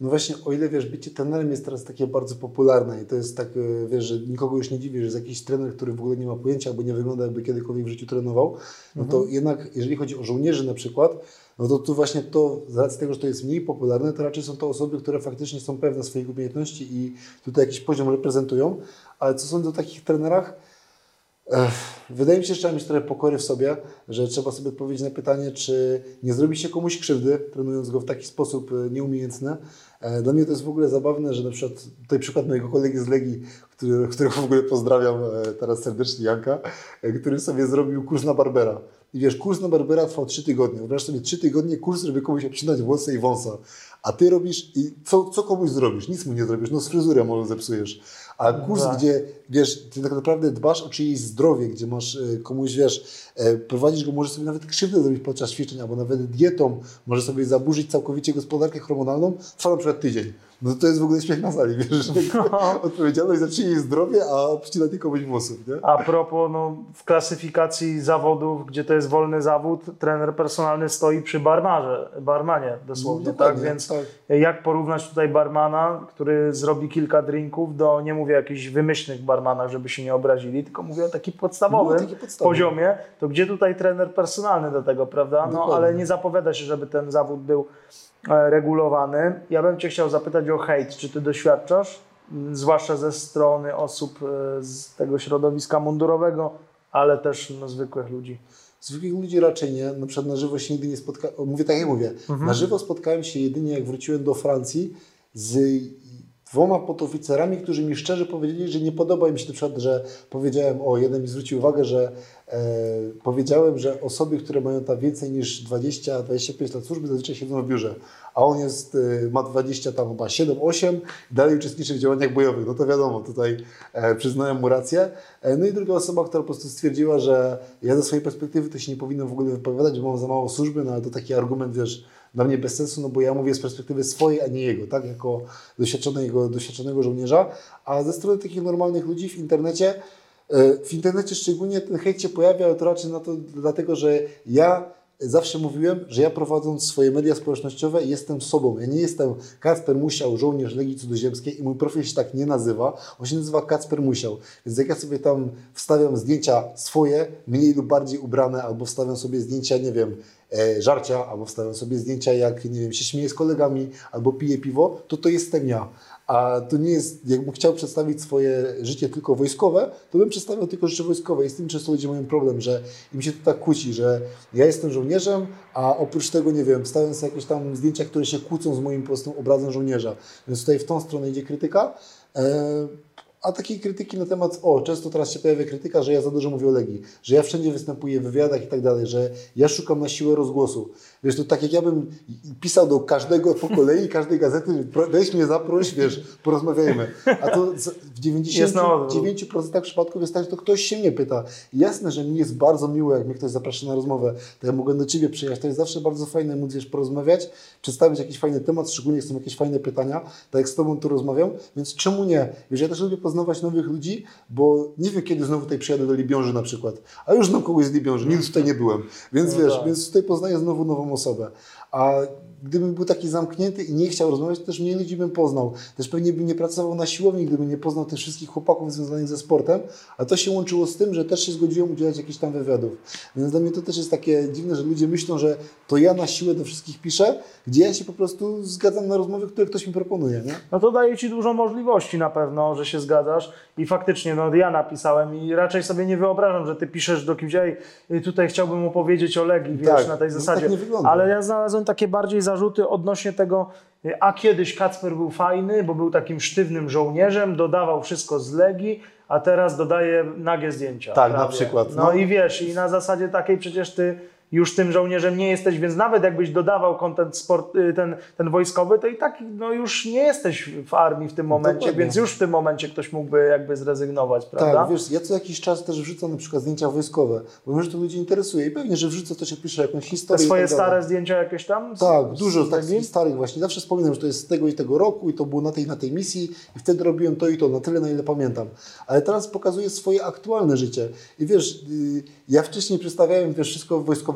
No właśnie, o ile wiesz, bycie trenerem jest teraz takie bardzo popularne i to jest tak, e, wiesz, że nikogo już nie dziwi, że jest jakiś trener, który w ogóle nie ma pojęcia albo nie wygląda, jakby kiedykolwiek w życiu trenował, no to Mhm. jednak, jeżeli chodzi o żołnierzy na przykład, no to tu właśnie to, z racji tego, że to jest mniej popularne, to raczej są to osoby, które faktycznie są pewne swoich umiejętności i tutaj jakiś poziom reprezentują, ale co sądzę o takich trenerach? Ech, wydaje mi się, że trzeba mieć trochę pokory w sobie, że trzeba sobie odpowiedzieć na pytanie, czy nie zrobi się komuś krzywdy, trenując go w taki sposób e, nieumiejętny. E, Dla mnie to jest w ogóle zabawne, że na przykład, tutaj przykład mojego kolegi z Legii, który, którego w ogóle pozdrawiam e, teraz serdecznie, Janka, e, który sobie zrobił kurs na barbera. I wiesz, kurs na barbera trwał trzy tygodnie. Wyobraź sobie trzy tygodnie kurs, żeby komuś obcinać włosy i wąsa. A ty robisz i co, co komuś zrobisz? Nic mu nie zrobisz, no z fryzurę może zepsujesz. A kurs, Tak. gdzie wiesz, ty tak naprawdę dbasz o czyjeś zdrowie, gdzie masz e, komuś, wiesz, e, prowadzisz go, możesz sobie nawet krzywdę zrobić podczas ćwiczeń, albo nawet dietą, może sobie zaburzyć całkowicie gospodarkę hormonalną, trwa na przykład tydzień. No to jest w ogóle śmiech na sali, wiesz, że odpowiedzialność za czyjeś zdrowie, a obcinanie komuś włosów, nie? A propos, no, w klasyfikacji zawodów, gdzie to jest wolny zawód, trener personalny stoi przy barmarze, barmanie dosłownie, tak? Dokładnie, Więc tak. jak porównać tutaj barmana, który zrobi kilka drinków, do, nie mówię o jakichś wymyślnych barmanach, żeby się nie obrazili, tylko mówię o takim podstawowym No, taki podstawowy. poziomie, to gdzie tutaj trener personalny do tego, prawda? No, Dokładnie. ale nie zapowiada się, żeby ten zawód był e, regulowany. Ja bym Cię chciał zapytać o hejt, czy Ty doświadczasz? Zwłaszcza ze strony osób e, z tego środowiska mundurowego, ale też no, zwykłych ludzi. Zwykłych ludzi raczej nie, na przykład na żywo się nigdy nie spotkałem, mówię tak jak mówię, Mhm. na żywo spotkałem się jedynie jak wróciłem do Francji z dwoma podoficerami, którzy mi szczerze powiedzieli, że nie podoba im się na przykład, że powiedziałem, o jeden mi zwrócił uwagę, że e, powiedziałem, że osoby, które mają tam więcej niż dwadzieścia dwadzieścia pięć lat służby zazwyczaj siedzą w biurze, a on jest, e, ma dwadzieścia tam chyba siedem osiem i dalej uczestniczy w działaniach bojowych, no to wiadomo, tutaj e, przyznałem mu rację. E, no i druga osoba, która po prostu stwierdziła, że ja ze swojej perspektywy to się nie powinno w ogóle wypowiadać, bo mam za mało służby, no ale to taki argument, wiesz, dla mnie bez sensu, no bo ja mówię z perspektywy swojej, a nie jego, tak, jako doświadczonego, doświadczonego żołnierza, a ze strony takich normalnych ludzi w internecie, e, w internecie szczególnie ten hejt się pojawia, ale to raczej na to, dlatego, że ja zawsze mówiłem, że ja prowadząc swoje media społecznościowe jestem sobą. Ja nie jestem Kacper Musiał, żołnierz Legii Cudzoziemskiej i mój profil się tak nie nazywa. On się nazywa Kacper Musiał. Więc jak ja sobie tam wstawiam zdjęcia swoje, mniej lub bardziej ubrane, albo wstawiam sobie zdjęcia, nie wiem, e, żarcia, albo wstawiam sobie zdjęcia, jak, nie wiem, się śmieję z kolegami, albo piję piwo, to to jestem ja. A to nie jest, jakbym chciał przedstawić swoje życie tylko wojskowe, to bym przedstawiał tylko życie wojskowe i z tym często ludzie mają problem, że im się to tak kłóci, że ja jestem żołnierzem, a oprócz tego, nie wiem, wstawiam sobie jakieś tam zdjęcia, które się kłócą z moim po prostu obrazem żołnierza. Więc tutaj w tą stronę idzie krytyka. E, A takiej krytyki na temat, o, często teraz się pojawia krytyka, że ja za dużo mówię o Legii, że ja wszędzie występuję w wywiadach i tak dalej, że ja szukam na siłę rozgłosu. Wiesz, to tak jak ja bym pisał do każdego po kolei, każdej gazety, weź mnie zaproś, wiesz, porozmawiajmy. A to w dziewięćdziesięciu dziewięciu procentach przypadków jest tak, że to ktoś się mnie pyta. I jasne, że mi jest bardzo miło, jak mnie ktoś zaprasza na rozmowę, to ja mogę do Ciebie przyjechać. To jest zawsze bardzo fajne móc, wiesz, porozmawiać, przedstawić jakiś fajny temat, szczególnie jak są jakieś fajne pytania, tak jak z Tobą tu rozmawiam, więc czemu nie? Wiesz, ja też lubię poznawać nowych ludzi, bo nie wiem, kiedy znowu tutaj przyjadę do Libiąży na przykład, a już znam kogoś z Libiąży, nigdy tutaj nie byłem, więc No wiesz, tak. więc tutaj poznaję znowu nową osobę. A gdybym był taki zamknięty i nie chciał rozmawiać, to też mniej ludzi bym poznał. Też pewnie bym nie pracował na siłowni, gdybym nie poznał tych wszystkich chłopaków związanych ze sportem, a to się łączyło z tym, że też się zgodziłem udzielać jakichś tam wywiadów. Więc dla mnie to też jest takie dziwne, że ludzie myślą, że to ja na siłę do wszystkich piszę, gdzie ja się po prostu zgadzam na rozmowy, które ktoś mi proponuje, nie? No to daje Ci dużo możliwości na pewno, że się zgadzasz i faktycznie, no ja napisałem i raczej sobie nie wyobrażam, że Ty piszesz do kimś, ej, tutaj chciałbym opowiedzieć o Legii, wiesz, Tak, na tej no zasadzie. tak nie wygląda. Ale ja znalazłem takie bardziej zarzuty odnośnie tego, a kiedyś Kacper był fajny, bo był takim sztywnym żołnierzem, dodawał wszystko z Legii, a teraz dodaje nagie zdjęcia. Tak, na prawie. przykład, No. no. i wiesz, i na zasadzie takiej przecież Ty już tym żołnierzem nie jesteś, więc nawet jakbyś dodawał content sport, y, ten, ten wojskowy, to i tak no, już nie jesteś w armii w tym momencie, Dokładnie. więc już w tym momencie ktoś mógłby jakby zrezygnować, prawda? Tak, wiesz, ja co jakiś czas też wrzucam na przykład zdjęcia wojskowe, bo mnie to ludzi interesuje i pewnie, że wrzucę coś, jak piszę jakąś Te historię. swoje i tak dalej. stare zdjęcia jakieś tam? Z, Tak, z dużo z takich Legii? starych właśnie. Zawsze wspominam, że to jest z tego i tego roku i to było na tej na tej misji i wtedy robiłem to i to, na tyle, na ile pamiętam. Ale teraz pokazuję swoje aktualne życie. I wiesz, yy, ja wcześniej przedstawiałem wiesz, wszystko wojskowego,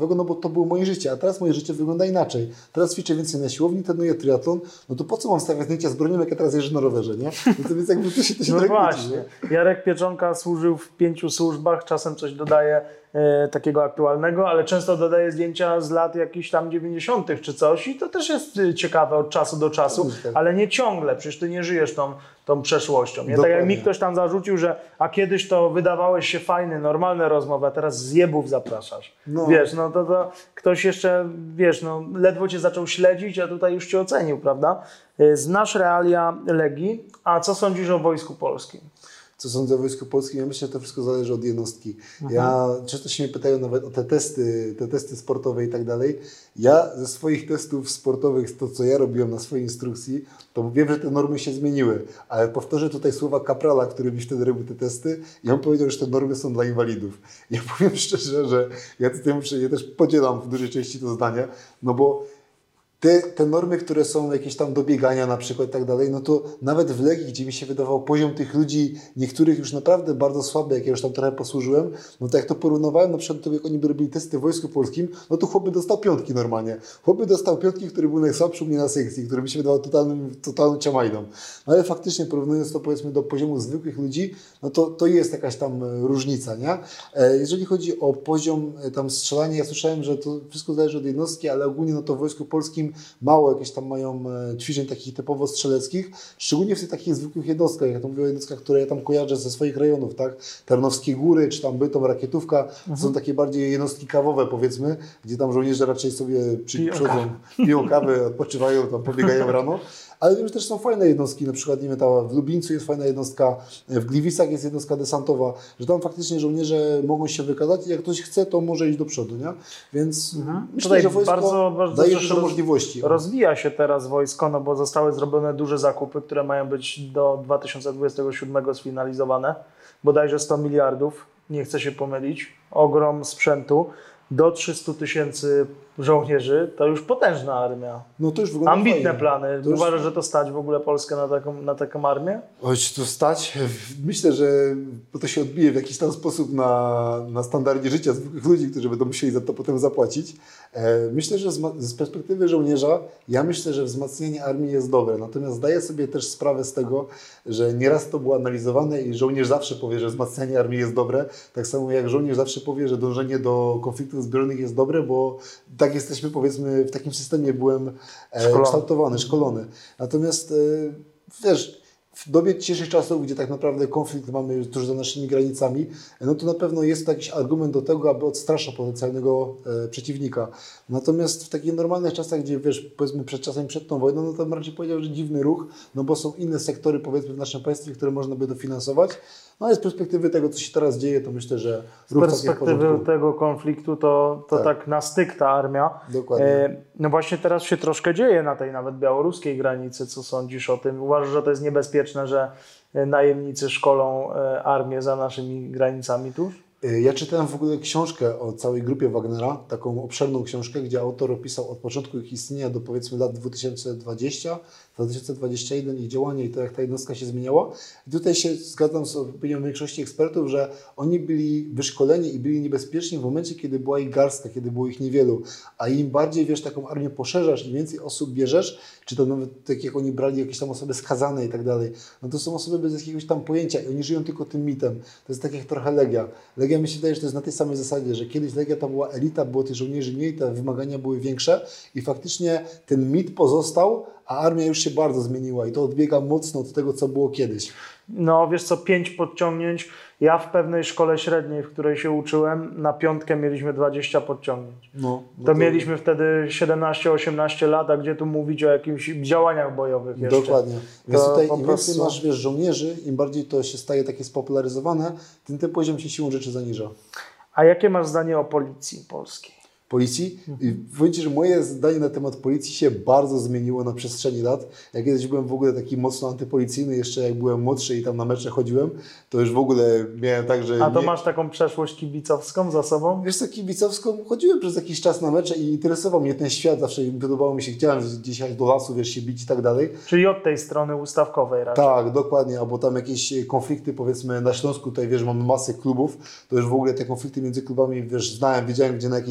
sportowego, no bo to było moje życie, a teraz moje życie wygląda inaczej. Teraz ćwiczę więcej na siłowni, trenuję triatlon, no to po co mam stawiać zdjęcia z bronią, jak ja teraz jeżdżę na rowerze, nie? No to więc jakby to się, to się No tak właśnie. kłóci, Jarek Pieczonka służył w pięciu służbach, czasem coś dodaje e, takiego aktualnego, ale często dodaje zdjęcia z lat jakichś tam dziewięćdziesiątych czy coś i to też jest e, ciekawe od czasu do czasu, Tak. ale nie ciągle, przecież ty nie żyjesz tą, tą przeszłością. Nie? Tak Dokładnie. jak mi ktoś tam zarzucił, że a kiedyś to wydawałeś się fajny, normalne rozmowy, a teraz zjebów zapraszasz. No. Wiesz, no to, to ktoś jeszcze, wiesz, no ledwo cię zaczął śledzić, a tutaj już cię ocenił, prawda? E, Znasz realia Legii, a co sądzisz o Wojsku Polskim? Co sądzę o Wojsku Polskim? Ja myślę, że to wszystko zależy od jednostki. Ja często się mnie pytają nawet o te testy, te testy sportowe i tak dalej. Ja ze swoich testów sportowych, to co ja robiłem na swojej instrukcji, to wiem, że te normy się zmieniły, ale powtórzę tutaj słowa Kaprala, który mi wtedy robił te testy i on powiedział, że te normy są dla inwalidów. Ja powiem szczerze, że ja tutaj muszę, ja też podzielam w dużej części to zdanie, no bo Te, te normy, które są jakieś tam do biegania na przykład i tak dalej, no to nawet w Legii, gdzie mi się wydawał poziom tych ludzi, niektórych już naprawdę bardzo słaby, jak ja już tam trochę posłużyłem, no to jak to porównywałem na przykład to, jak oni by robili testy w Wojsku Polskim, no to chłop by dostał piątki normalnie. Chłop by dostał piątki, który był najsłabszy u mnie na sekcji, który mi się wydawał totalnym, totalną ciamajdą. No ale faktycznie porównując to powiedzmy do poziomu zwykłych ludzi, no to, to jest jakaś tam różnica, nie? E, jeżeli chodzi o poziom e, tam strzelania, ja słyszałem, że to wszystko zależy od jednostki, ale ogólnie no to w Wojsku Polskim mało jakieś tam mają e, ćwiczeń takich typowo strzeleckich, szczególnie w tych takich zwykłych jednostkach, ja to mówię o jednostkach, które ja tam kojarzę ze swoich rejonów, tak? Tarnowskie Góry, czy tam Bytom, Rakietówka, mhm. są takie bardziej jednostki kawowe powiedzmy, gdzie tam żołnierze raczej sobie przy, Piją przychodzą, kawę. piją kawę, odpoczywają, tam pobiegają rano. Ale wiem, że też są fajne jednostki, na przykład nie wiem, ta w Lublińcu jest fajna jednostka, w Gliwicach jest jednostka desantowa, że tam faktycznie żołnierze mogą się wykazać i jak ktoś chce, to może iść do przodu, nie? Więc Mhm. myślę, Tutaj że wojsko bardzo, bardzo daje też dużo roz- możliwości. Rozwija się teraz wojsko, no bo zostały zrobione duże zakupy, które mają być do dwa tysiące dwudziestego siódmego sfinalizowane. Bodajże sto miliardów, nie chcę się pomylić. Ogrom sprzętu. Do trzystu tysięcy żołnierzy to już potężna armia. No to już wygląda Ambitne fajnie. plany. To już- Uważasz, że to stać w ogóle Polskę na taką, na taką armię? Oj, czy to stać? Myślę, że to się odbije w jakiś tam sposób na, na standardzie życia zwykłych ludzi, którzy będą musieli za to potem zapłacić. E, myślę, że z, ma- z perspektywy żołnierza, ja myślę, że wzmacnianie armii jest dobre. Natomiast zdaję sobie też sprawę z tego, że nieraz to było analizowane i żołnierz zawsze powie, że wzmacnianie armii jest dobre. Tak samo jak żołnierz zawsze powie, że dążenie do konfliktów zbrojnych jest dobre, bo tak jesteśmy, powiedzmy, w takim systemie byłem e, Szkolony. kształtowany, szkolony. Natomiast e, wiesz, w dobie dzisiejszych czasów, gdzie tak naprawdę konflikt mamy tuż za naszymi granicami, no to na pewno jest to jakiś argument do tego, aby odstraszać potencjalnego e, przeciwnika. Natomiast w takich normalnych czasach, gdzie wiesz, powiedzmy przed czasem, przed tą wojną, no to bym raczej powiedział, że dziwny ruch, no bo są inne sektory, powiedzmy, w naszym państwie, które można by dofinansować. No ale z perspektywy tego, co się teraz dzieje, to myślę, że Z ruch taki jest w perspektywy porządku. tego konfliktu to, to tak. Tak. na styk ta armia. Dokładnie. E, no właśnie teraz się troszkę dzieje na tej nawet białoruskiej granicy. Co sądzisz o tym? Uważasz, że to jest niebezpieczne, że e, najemnicy szkolą e, armię za naszymi granicami tuż? Ja czytałem w ogóle książkę o całej grupie Wagnera, taką obszerną książkę, gdzie autor opisał od początku ich istnienia do powiedzmy lat dwa tysiące dwudziestego, dwa tysiące dwudziestego pierwszego ich działania i to, jak ta jednostka się zmieniała. I tutaj się zgadzam z opinią większości ekspertów, że oni byli wyszkoleni i byli niebezpieczni w momencie, kiedy była ich garstka, kiedy było ich niewielu. A im bardziej, wiesz, taką armię poszerzasz, im więcej osób bierzesz, czy to nawet tak jak oni brali jakieś tam osoby skazane i tak dalej, no to są osoby bez jakiegoś tam pojęcia i oni żyją tylko tym mitem. To jest tak jak trochę Legia. Legia mi się wydaje, że to jest na tej samej zasadzie, że kiedyś Legia to była elita, było tych żołnierzy mniej, te wymagania były większe i faktycznie ten mit pozostał, a armia już się bardzo zmieniła i to odbiega mocno od tego, co było kiedyś. No wiesz co, pięć podciągnięć. Ja w pewnej szkole średniej, w której się uczyłem, na piątkę mieliśmy dwadzieścia podciągnięć. No, no To mieliśmy wtedy siedemnaście osiemnaście lat, a gdzie tu mówić o jakichś działaniach bojowych jeszcze. Dokładnie. Więc To tutaj po im prostu- więcej masz, wiesz, żołnierzy, im bardziej to się staje takie spopularyzowane, tym ten poziom się siłą rzeczy zaniża. A jakie masz zdanie o policji polskiej? Policji. I powiem Ci, że moje zdanie na temat policji się bardzo zmieniło na przestrzeni lat. Ja kiedyś byłem w ogóle taki mocno antypolicyjny, jeszcze jak byłem młodszy i tam na mecze chodziłem, to już w ogóle miałem tak, że... A to nie... masz taką przeszłość kibicowską za sobą? Wiesz co, kibicowską chodziłem przez jakiś czas na mecze i interesował mnie ten świat, zawsze podobało mi się, chciałem gdzieś jechać do lasu, wiesz, się bić i tak dalej. Czyli od tej strony ustawkowej raczej. Tak, dokładnie, albo tam jakieś konflikty, powiedzmy na Śląsku, tutaj wiesz, mamy masę klubów, to już w ogóle te konflikty między klubami, wiesz, znałem, wiedziałem, gdzie na jakiej dzielnicy nie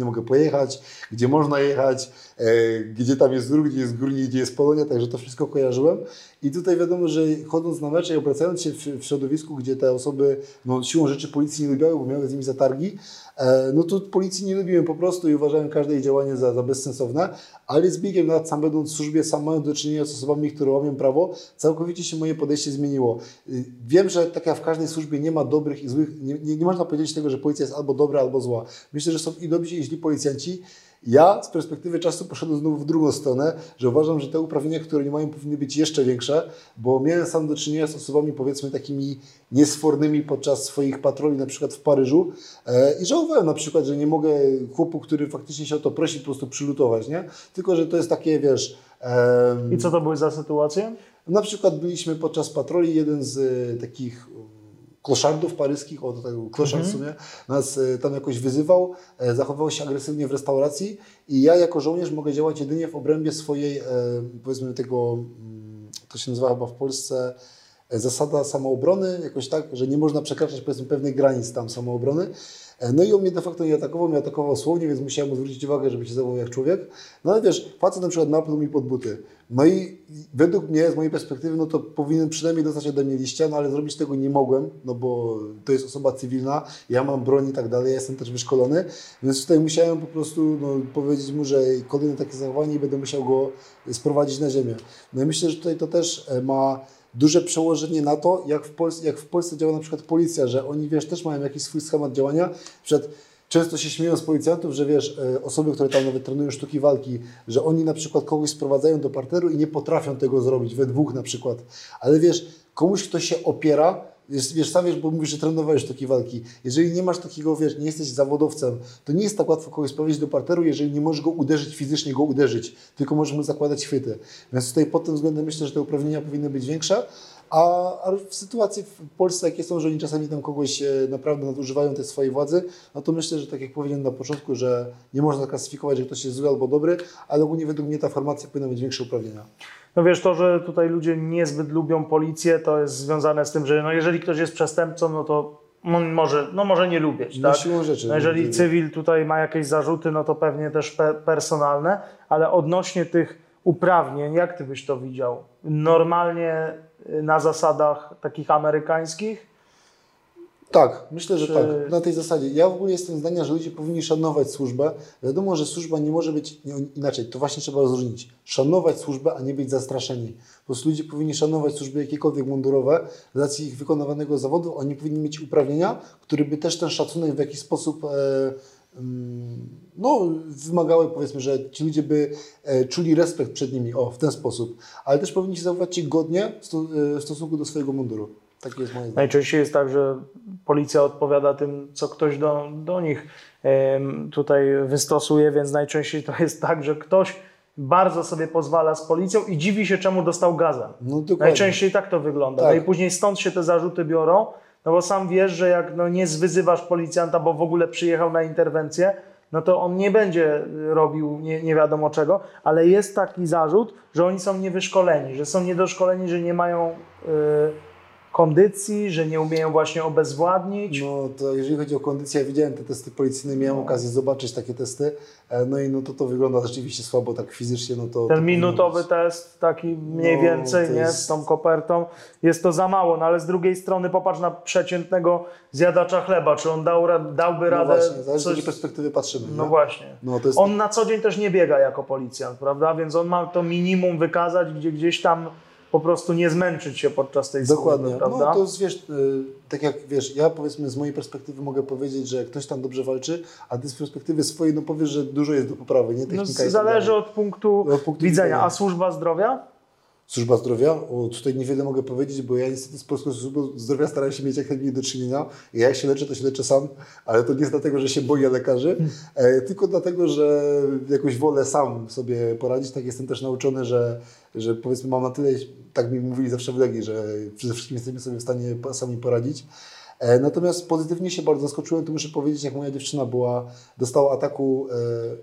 mogę pojechać, gdzie można jechać, e, gdzie tam jest dróg, gdzie jest górnik, gdzie jest Polonia, także to wszystko kojarzyłem. I tutaj wiadomo, że chodząc na mecze i obracając się w, w środowisku, gdzie te osoby no, siłą rzeczy policji nie lubiały, bo miały z nimi zatargi, e, no to policji nie lubiłem po prostu i uważałem każde jej działanie za, za bezsensowne, ale z biegiem lat, sam będąc w służbie, sam mając do czynienia z osobami, które łamią prawo, całkowicie się moje podejście zmieniło. Wiem, że tak jak w każdej służbie nie ma dobrych i złych, nie, nie, nie można powiedzieć tego, że policja jest albo dobra, albo zła. Myślę, że są i dobrzy, i źli policjanci. Ja z perspektywy czasu poszedłem znowu w drugą stronę, że uważam, że te uprawnienia, które nie mają, powinny być jeszcze większe, bo miałem sam do czynienia z osobami, powiedzmy, takimi niesfornymi podczas swoich patroli, na przykład w Paryżu e, i żałowałem na przykład, że nie mogę chłopu, który faktycznie się o to prosi, po prostu przylutować, nie? Tylko, że to jest takie, wiesz... E, I co to były za sytuacje? Na przykład byliśmy podczas patroli, jeden z e, takich kloszardów paryskich, o to tak kloszard w sumie, nas e, tam jakoś wyzywał, e, zachowywał się agresywnie w restauracji i ja jako żołnierz mogę działać jedynie w obrębie swojej, e, powiedzmy tego, mm, to się nazywa chyba w Polsce e, zasada samoobrony, jakoś tak, że nie można przekraczać, powiedzmy, pewnych granic tam samoobrony. No i on mnie de facto nie atakował, mnie atakował słownie, więc musiałem mu zwrócić uwagę, żeby się zachował jak człowiek. No ale wiesz, facet na przykład napluł mi pod buty. No i według mnie, z mojej perspektywy, no to powinien przynajmniej dostać ode mnie liścia, no ale zrobić tego nie mogłem, no bo to jest osoba cywilna, ja mam broń i tak dalej, ja jestem też wyszkolony, więc tutaj musiałem po prostu no, powiedzieć mu, że kolejne takie zachowanie i będę musiał go sprowadzić na ziemię. No i myślę, że tutaj to też ma duże przełożenie na to, jak w, Polsce, jak w Polsce działa na przykład policja, że oni, wiesz, też mają jakiś swój schemat działania. Na przykład często się śmieją z policjantów, że wiesz, osoby, które tam nawet trenują sztuki walki, że oni na przykład kogoś sprowadzają do parteru i nie potrafią tego zrobić, we dwóch na przykład. Ale wiesz, komuś, kto się opiera, wiesz, wiesz sam wiesz, bo mówisz, że trenowałeś sztuki walki. Jeżeli nie masz takiego, wiesz, nie jesteś zawodowcem, to nie jest tak łatwo kogoś sprowadzić do parteru, jeżeli nie możesz go uderzyć, fizycznie go uderzyć, tylko możesz mu zakładać chwyty. Więc tutaj pod tym względem myślę, że te uprawnienia powinny być większe. A, a w sytuacji w Polsce, jakie są, że oni czasami tam kogoś e, naprawdę nadużywają tej swojej władzy, no to myślę, że tak jak powiedziałem na początku, że nie można klasyfikować, że ktoś jest zły albo dobry, ale ogólnie według mnie ta formacja powinna mieć większe uprawnienia. No wiesz, to, że tutaj ludzie niezbyt lubią policję, to jest związane z tym, że no jeżeli ktoś jest przestępcą, no to on może, no może nie lubić, No tak? siłą rzeczy. No jeżeli cywil tutaj ma jakieś zarzuty, no to pewnie też pe personalne, ale odnośnie tych uprawnień, jak ty byś to widział? Normalnie na zasadach takich amerykańskich? Tak, myślę, że Czy... tak. Na tej zasadzie. Ja w ogóle jestem zdania, że ludzie powinni szanować służbę. Wiadomo, że służba nie może być nie, inaczej. To właśnie trzeba rozróżnić. Szanować służbę, a nie być zastraszeni. Po prostu ludzie powinni szanować służby jakiekolwiek mundurowe. Z racji ich wykonywanego zawodu oni powinni mieć uprawnienia, które by też ten szacunek w jakiś sposób e, no, wymagały, powiedzmy, że ci ludzie by e, czuli respekt przed nimi, o, w ten sposób. Ale też powinni się zachować się godnie w, sto, e, w stosunku do swojego munduru. Takie jest moje zdanie. Najczęściej jest tak, że policja odpowiada tym, co ktoś do, do nich ym, tutaj wystosuje, więc najczęściej to jest tak, że ktoś bardzo sobie pozwala z policją i dziwi się, czemu dostał gazem. No, dokładnie. Najczęściej tak to wygląda. Tak. No i później stąd się te zarzuty biorą, no bo sam wiesz, że jak no, nie zwyzywasz policjanta, bo w ogóle przyjechał na interwencję, no to on nie będzie robił nie, nie wiadomo czego, ale jest taki zarzut, że oni są niewyszkoleni, że są niedoszkoleni, że nie mają yy, kondycji, że nie umieją właśnie obezwładnić. No to jeżeli chodzi o kondycję, ja widziałem te testy policyjne, miałem No. okazję zobaczyć takie testy, no i no to to wygląda rzeczywiście słabo, tak fizycznie, no to... Ten to minutowy być. test, taki mniej No, więcej, to nie, jest- z tą kopertą, jest to za mało, no ale z drugiej strony popatrz na przeciętnego zjadacza chleba, czy on dał, ra- dałby No radę właśnie, zależy z coś... jakiej perspektywy patrzymy. No nie? właśnie. No to jest... On na co dzień też nie biega jako policjant, prawda? Więc on ma to minimum wykazać, gdzie gdzieś tam po prostu nie zmęczyć się podczas tej Dokładnie. służby, prawda? No to jest, wiesz, y, tak jak wiesz, ja powiedzmy z mojej perspektywy mogę powiedzieć, że ktoś tam dobrze walczy, a ty z perspektywy swojej no powiesz, że dużo jest do poprawy, nie? No, Technika z- jest zależy dalej. od punktu, Od punktu widzenia. widzenia. A służba zdrowia? Służba zdrowia, o, tutaj niewiele mogę powiedzieć, bo ja niestety z Polską Służbą Zdrowia staram się mieć jak najmniej do czynienia. Ja jak się leczę, to się leczę sam, ale to nie jest dlatego, że się boję lekarzy, e, tylko dlatego, że jakoś wolę sam sobie poradzić. Tak jestem też nauczony, że, że powiedzmy mam na tyle, tak mi mówili zawsze w Legii, że przede wszystkim jesteśmy sobie w stanie po- sami poradzić. E, natomiast pozytywnie się bardzo zaskoczyłem, to muszę powiedzieć, jak moja dziewczyna była, dostała ataku e,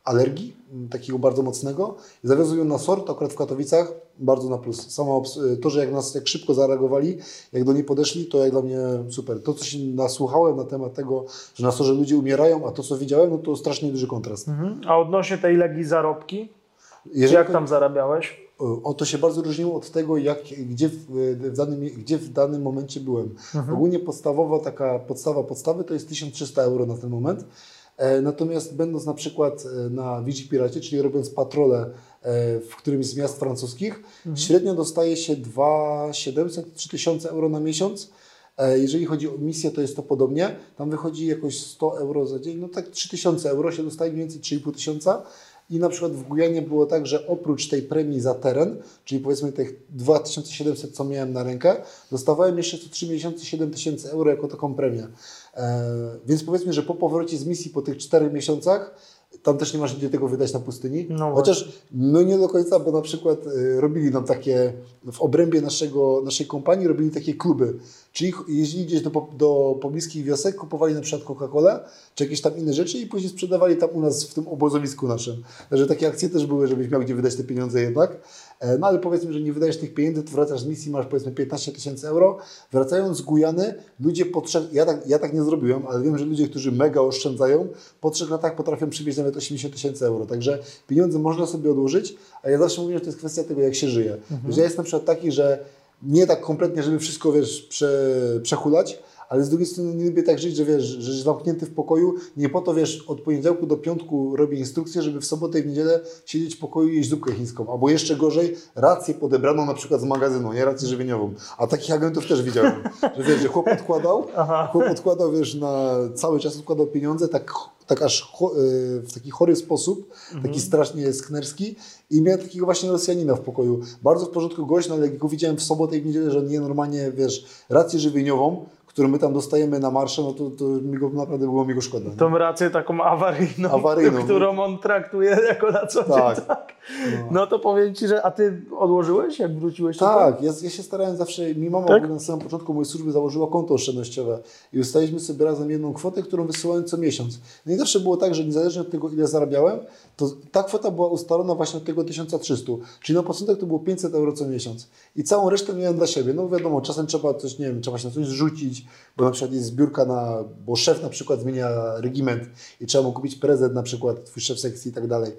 alergii, takiego bardzo mocnego. Zawiozły ją na sort, akurat w Katowicach, bardzo na plus. Samo to, że jak nas jak szybko zareagowali, jak do niej podeszli, to jak dla mnie super. To, co się nasłuchałem na temat tego, że na sorze ludzie umierają, a to, co widziałem, no to strasznie duży kontrast. Mhm. A odnośnie tej Legii zarobki, Jeżeli jak tam zarabiałeś? O, to się bardzo różniło od tego, jak, gdzie, w, w danym, gdzie w danym momencie byłem. Mhm. Ogólnie podstawowa taka podstawa podstawy to jest tysiąc trzysta euro na ten moment. E, natomiast będąc na przykład na Vigipiracie, czyli robiąc patrole e, w którymś z miast francuskich, mhm. średnio dostaje się dwa tysiące siedemset do trzech tysięcy euro na miesiąc. E, jeżeli chodzi o misję, to jest to podobnie. Tam wychodzi jakoś sto euro za dzień, no tak trzy tysiące euro się dostaje, mniej więcej trzy i pół tysiąca. I na przykład w Gujanie było tak, że oprócz tej premii za teren, czyli powiedzmy tych dwa tysiące siedemset, co miałem na rękę, dostawałem jeszcze co trzy miesiące siedem tysięcy euro jako taką premię. E, więc powiedzmy, że po powrocie z misji, po tych czterech miesiącach, tam też nie masz gdzie tego wydać na pustyni. No Chociaż no nie do końca, bo na przykład y, robili nam takie, w obrębie naszego, naszej kompanii robili takie kluby. Czyli jeździli gdzieś do, do pobliskich wiosek, kupowali na przykład Coca-Colę, czy jakieś tam inne rzeczy i później sprzedawali tam u nas w tym obozowisku naszym. Także takie akcje też były, żebyś miał gdzie wydać te pieniądze jednak. E, no ale powiedzmy, że nie wydajesz tych pieniędzy, to wracasz z misji, masz powiedzmy piętnaście tysięcy euro. Wracając z Gujany, ludzie po trzech, ja tak, ja tak nie zrobiłem, ale wiem, że ludzie, którzy mega oszczędzają, po trzech latach potrafią przywieźć nawet osiemdziesiąt tysięcy euro. Także pieniądze można sobie odłożyć, a ja zawsze mówię, że to jest kwestia tego, jak się żyje. Mhm. Że ja jestem na przykład taki, że nie tak kompletnie, żeby wszystko, wiesz, prze, przechulać, ale z drugiej strony nie lubię tak żyć, że wiesz, że zamknięty w pokoju, nie po to, wiesz, od poniedziałku do piątku robię instrukcję, żeby w sobotę i w niedzielę siedzieć w pokoju i jeść zupkę chińską, albo jeszcze gorzej, rację podebraną na przykład z magazynu, nie rację żywieniową. A takich agentów też widziałem, że wiesz, że chłop odkładał, chłop odkładał, wiesz, na cały czas odkładał pieniądze, tak tak aż cho, w taki chory sposób, mhm. taki strasznie sknerski i miałem takiego właśnie Rosjanina w pokoju. Bardzo w porządku gość, no ale jak go widziałem w sobotę i w niedzielę, że nie normalnie, wiesz, rację żywieniową, którą my tam dostajemy na marsze, no to, to mi go, naprawdę było mi go szkoda. Nie? Tą rację taką awaryjną, awaryjną którą on traktuje jako na co dzień. Tak. tak. No. no to powiem Ci, że a Ty odłożyłeś, jak wróciłeś? Tak, ja, ja się starałem zawsze, mi mama tak? na samym początku mojej służby założyła konto oszczędnościowe i ustaliliśmy sobie razem jedną kwotę, którą wysyłałem co miesiąc. No i zawsze było tak, że niezależnie od tego, ile zarabiałem, to ta kwota była ustalona właśnie od tego tysiąc trzysta, czyli na początek to było pięćset euro co miesiąc i całą resztę miałem dla siebie. No wiadomo, czasem trzeba coś, nie wiem, trzeba się na coś zrzucić, bo na przykład jest zbiórka na, bo szef na przykład zmienia regiment i trzeba mu kupić prezent na przykład, twój szef sekcji i tak dalej.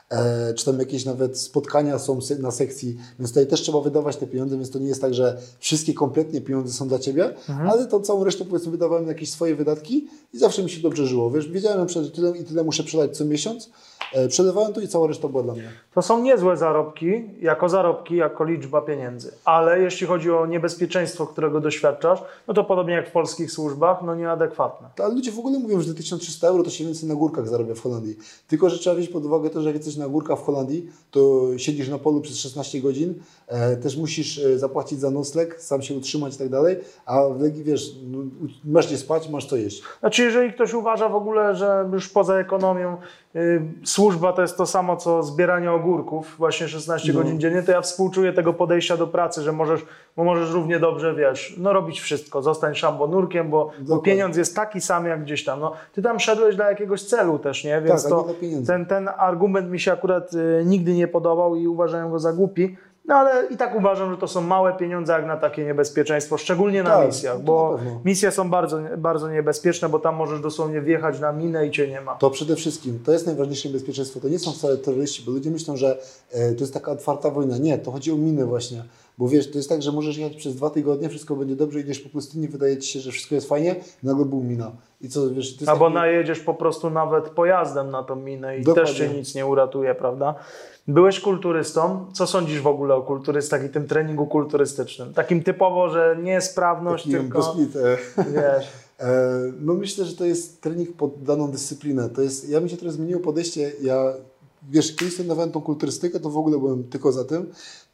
E, czy tam jakieś nawet spotkania są na sekcji, więc tutaj też trzeba wydawać te pieniądze, więc to nie jest tak, że wszystkie kompletnie pieniądze są dla Ciebie, mhm. ale tą całą resztę powiedzmy wydawałem na jakieś swoje wydatki i zawsze mi się dobrze żyło. Wiesz, wiedziałem, że tyle i tyle muszę przelać co miesiąc, e, przelewałem to i cała reszta była dla mnie. To są niezłe zarobki, jako zarobki, jako liczba pieniędzy, ale jeśli chodzi o niebezpieczeństwo, którego doświadczasz, no to podobnie jak w polskich służbach, no nieadekwatne. Ale ludzie w ogóle mówią, że tysiąc trzysta euro to się więcej na górkach zarabia w Holandii. Tylko, że trzeba wziąć pod uwagę to, że jak jesteś na górkach w Holandii, to siedzisz na polu przez szesnaście godzin, e, też musisz e, zapłacić za nocleg, sam się utrzymać i tak dalej, a w Legii, wiesz, no, masz gdzie spać, masz co jeść. Znaczy, jeżeli ktoś uważa w ogóle, że już poza ekonomią y, służba to jest to samo, co zbieranie ogórków, właśnie szesnaście no. godzin dziennie, to ja współczuję tego podejścia do pracy, że możesz, bo możesz równie dobrze, wiesz, no robić wszystko, zostań szambonurkiem, bo, bo pieniądz jest taki sam jak gdzieś tam. No, ty tam szedłeś dla jakiegoś celu też, nie? Więc tak, to, ten, ten argument mi się akurat y, nigdy nie podobał i uważałem go za głupi. No ale i tak uważam, że to są małe pieniądze jak na takie niebezpieczeństwo, szczególnie na tak, misjach, bo na misje są bardzo, bardzo niebezpieczne, bo tam możesz dosłownie wjechać na minę i Cię nie ma. To przede wszystkim, to jest najważniejsze niebezpieczeństwo, to nie są wcale terroryści, bo ludzie myślą, że e, to jest taka otwarta wojna. Nie, to chodzi o miny właśnie, bo wiesz, to jest tak, że możesz jechać przez dwa tygodnie, wszystko będzie dobrze, idziesz po pustyni, wydaje Ci się, że wszystko jest fajnie, nagle był mina. I co, wiesz, to jest Albo taki... najedziesz po prostu nawet pojazdem na tą minę i Dokładnie. też Cię nic nie uratuje, prawda? Byłeś kulturystą. Co sądzisz w ogóle o kulturystach i tym treningu kulturystycznym? Takim typowo, że nie sprawność, Taki tylko... Split, e. Wiesz. e, no myślę, że to jest trening pod daną dyscyplinę. To jest, ja mi się trochę zmieniło podejście. Ja, wiesz, kiedyś trenowałem tą kulturystykę, to w ogóle byłem tylko za tym.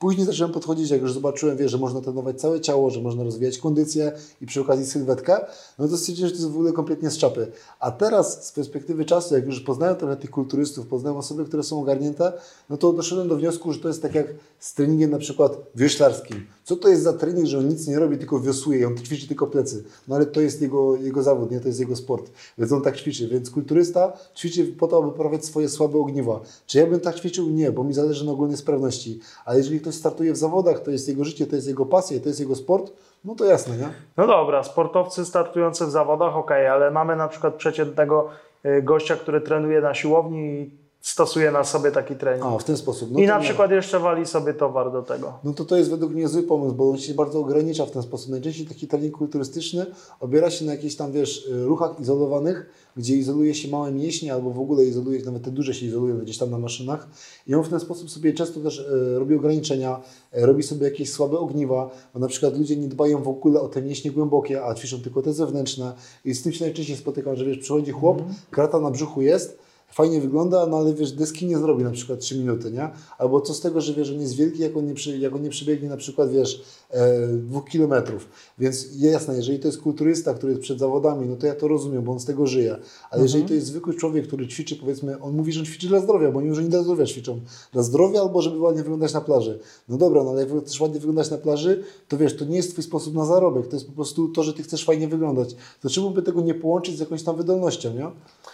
Później zacząłem podchodzić, jak już zobaczyłem, wiesz, że można trenować całe ciało, że można rozwijać kondycję i przy okazji sylwetkę, no to stwierdziłem, że to jest w ogóle kompletnie z czapy. A teraz z perspektywy czasu, jak już poznałem trochę tych kulturystów, poznałem osoby, które są ogarnięte, no to doszedłem do wniosku, że to jest tak jak z treningiem na przykład wioślarskim. Co to jest za trening, że on nic nie robi, tylko wiosłuje i on ćwiczy tylko plecy. No ale to jest jego, jego zawód, nie? To jest jego sport. Więc on tak ćwiczy. Więc kulturysta ćwiczy po to, aby poprawiać swoje słabe ogniwa. Czy ja bym tak ćwiczył? Nie, bo mi zależy na ogólnej sprawności. Ale jeżeli ktoś startuje w zawodach, to jest jego życie, to jest jego pasja, to jest jego sport, no to jasne, nie? No dobra, sportowcy startujący w zawodach, okej, ale mamy na przykład przeciętnego y, gościa, który trenuje na siłowni i stosuje na sobie taki trening. A, w ten sposób. No I to na nie. przykład jeszcze wali sobie towar do tego. No to to jest według mnie zły pomysł, bo on się bardzo ogranicza w ten sposób. Najczęściej taki trening kulturystyczny obiera się na jakichś tam, wiesz, ruchach izolowanych, gdzie izoluje się małe mięśnie albo w ogóle izoluje, nawet te duże się izolują gdzieś tam na maszynach. I on w ten sposób sobie często też e, robi ograniczenia, e, robi sobie jakieś słabe ogniwa, bo na przykład ludzie nie dbają w ogóle o te mięśnie głębokie, a ćwiczą tylko te zewnętrzne. I z tym się najczęściej spotykam, że wiesz, przychodzi chłop, mm. krata na brzuchu jest, fajnie wygląda, no ale wiesz, deski nie zrobi na przykład trzy minuty, nie? Albo co z tego, że wiesz, on jest wielki, jak on nie, przy, jak on nie przebiegnie na przykład, wiesz, e, dwóch kilometrów. Więc jasne, jeżeli to jest kulturysta, który jest przed zawodami, no to ja to rozumiem, bo on z tego żyje. Ale mhm. jeżeli to jest zwykły człowiek, który ćwiczy, powiedzmy, on mówi, że on ćwiczy dla zdrowia, bo oni już nie dla zdrowia ćwiczą. Dla zdrowia albo żeby ładnie wyglądać na plaży. No dobra, no ale jak chcesz ładnie wyglądać na plaży, to wiesz, to nie jest twój sposób na zarobek, to jest po prostu to, że ty chcesz fajnie wyglądać. To czemu by tego nie połączyć z jakąś tam wydolnością, nie?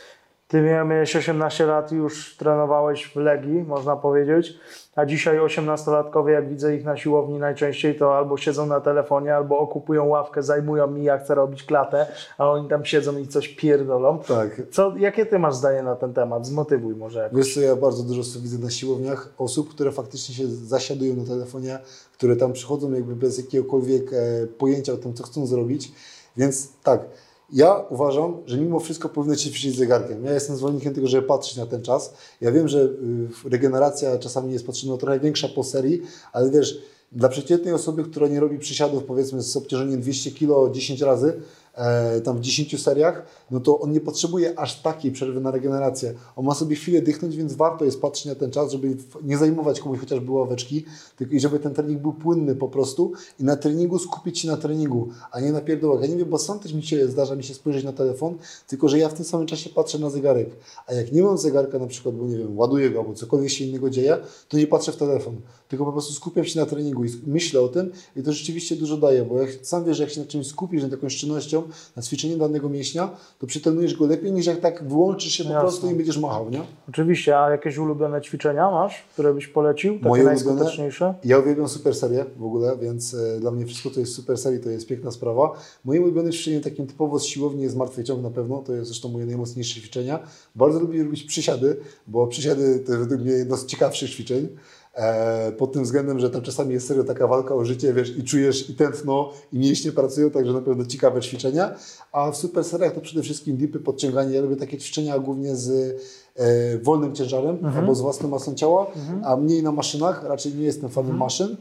Ty miałeś osiemnaście lat i już trenowałeś w Legii, można powiedzieć, a dzisiaj osiemnastolatkowie, jak widzę ich na siłowni najczęściej, to albo siedzą na telefonie, albo okupują ławkę, zajmują mi, ja chcę robić klatę, a oni tam siedzą i coś pierdolą. Tak. Co, jakie ty masz zdanie na ten temat? Zmotywuj może jakoś. Wiesz co, ja bardzo dużo widzę na siłowniach osób, które faktycznie się zasiadują na telefonie, które tam przychodzą jakby bez jakiegokolwiek e, pojęcia o tym, co chcą zrobić, więc tak. Ja uważam, że mimo wszystko powinno się ćwiczyć zegarkiem. Ja jestem zwolennikiem tego, żeby patrzeć na ten czas. Ja wiem, że regeneracja czasami jest potrzebna trochę większa po serii, ale wiesz, dla przeciętnej osoby, która nie robi przysiadów powiedzmy z obciążeniem dwieście kilo dziesięć razy, e, tam w dziesięciu seriach, no to on nie potrzebuje aż takiej przerwy na regenerację. On ma sobie chwilę dychnąć, więc warto jest patrzeć na ten czas, żeby nie zajmować komuś chociażby ławeczki, tylko i żeby ten trening był płynny po prostu i na treningu skupić się na treningu, a nie na pierdołach. Ja nie wiem, bo sam też mi się zdarza mi się spojrzeć na telefon, tylko że ja w tym samym czasie patrzę na zegarek. A jak nie mam zegarka na przykład, bo nie wiem, ładuję go albo cokolwiek się innego dzieje, to nie patrzę w telefon, tylko po prostu skupiam się na treningu i myślę o tym i to rzeczywiście dużo daje, bo jak sam wiesz, że jak się na czymś skupisz, nad jakąś czynnością, na ćwiczeniu danego mięśnia, to przytrenujesz go lepiej niż jak tak wyłączysz się po Jasne. prostu i będziesz machał, nie? Oczywiście, a jakieś ulubione ćwiczenia masz, które byś polecił? Takie Moje najskuteczniejsze? Ja uwielbiam super serię w ogóle, więc e, dla mnie wszystko, co jest super serii, to jest piękna sprawa. Moim ulubionym ćwiczeniem takim typowo z siłowni jest martwy ciąg na pewno, to jest zresztą moje najmocniejsze ćwiczenia. Bardzo lubię robić przysiady, bo przysiady to jest według mnie jedno z ciekawszych ćwiczeń. E, pod tym względem, że tam czasami jest serio taka walka o życie, wiesz, i czujesz i tętno, i mięśnie pracują, także na pewno ciekawe ćwiczenia. A w super seriach to przede wszystkim dipy, podciąganie. Ja lubię takie ćwiczenia głównie z e, wolnym ciężarem mhm. albo z własną masą ciała, mhm. a mniej na maszynach. Raczej nie jestem fanem mhm. maszyn.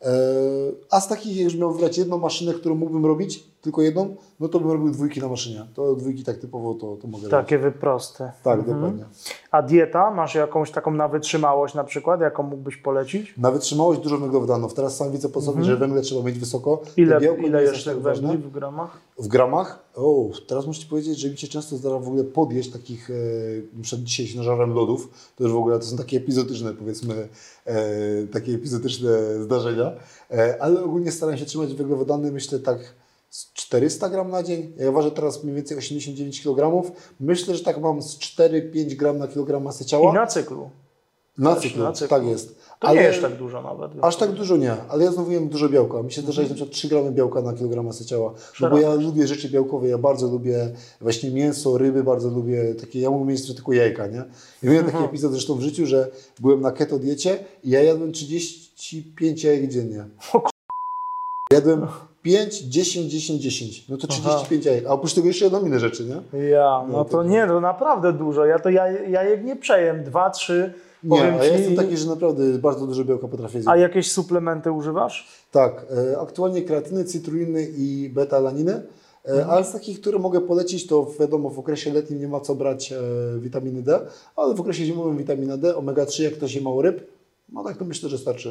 A z takich, jak już miał wybrać jedną maszynę, którą mógłbym robić, tylko jedną, no to bym robił dwójki na maszynie. To dwójki tak typowo to, to mogę Takie robić. wyproste. Tak, mhm. dokładnie. A dieta? Masz jakąś taką na wytrzymałość na przykład, jaką mógłbyś polecić? Na wytrzymałość dużo węglowodanów. Teraz sam widzę po sobie, mhm. że węgle trzeba mieć wysoko. Ile, ile jeszcze węgli w gramach? W gramach? O, teraz muszę Ci powiedzieć, że mi się często zdarza w ogóle podjeść takich, e, na przykład dzisiaj się nażarłem lodów, to już w ogóle to są takie epizodyczne, powiedzmy, e, takie epizodyczne zdarzenia, e, ale ogólnie staram się trzymać węglowodany, myślę tak z czterysta gram na dzień. Ja ważę teraz mniej więcej osiemdziesiąt dziewięć kilogramów. Myślę, że tak mam z cztery pięć gram na kilogram masy ciała. I na cyklu? Na cyklu, na cyklu. Tak jest. To ale nie jest tak dużo nawet. Aż tak dużo nie, ale ja znowu jem dużo białka. Mi się zdarza mhm. na przykład trzy gramy białka na kilogram masy ciała. No bo ja lubię rzeczy białkowe, ja bardzo lubię właśnie mięso, ryby, bardzo lubię takie, ja mógłbym jeść tylko jajka, nie? I miałem taki mhm. epizod zresztą w życiu, że byłem na keto diecie i ja jadłem trzydzieści pięć jajek dziennie. O k***. Jadłem pięć, dziesięć, dziesięć, dziesięć. No to trzydzieści pięć Aha. jajek. A oprócz tego jeszcze jadłem inne rzeczy, nie? Ja, no, no to, to nie, to naprawdę dużo. Ja to jaj, jajek nie przejem. Dwa, trzy. Nie, a ja jestem taki, że naprawdę bardzo dużo białka potrafię zjeść. A jakieś suplementy używasz? Tak, e, aktualnie kreatyny, cytruiny i beta-alaniny, e, mhm. ale z takich, które mogę polecić, to wiadomo, w okresie letnim nie ma co brać e, witaminy D, ale w okresie zimowym witamina D, omega trzy, jak ktoś je mało ryb, no tak to myślę, że starczy.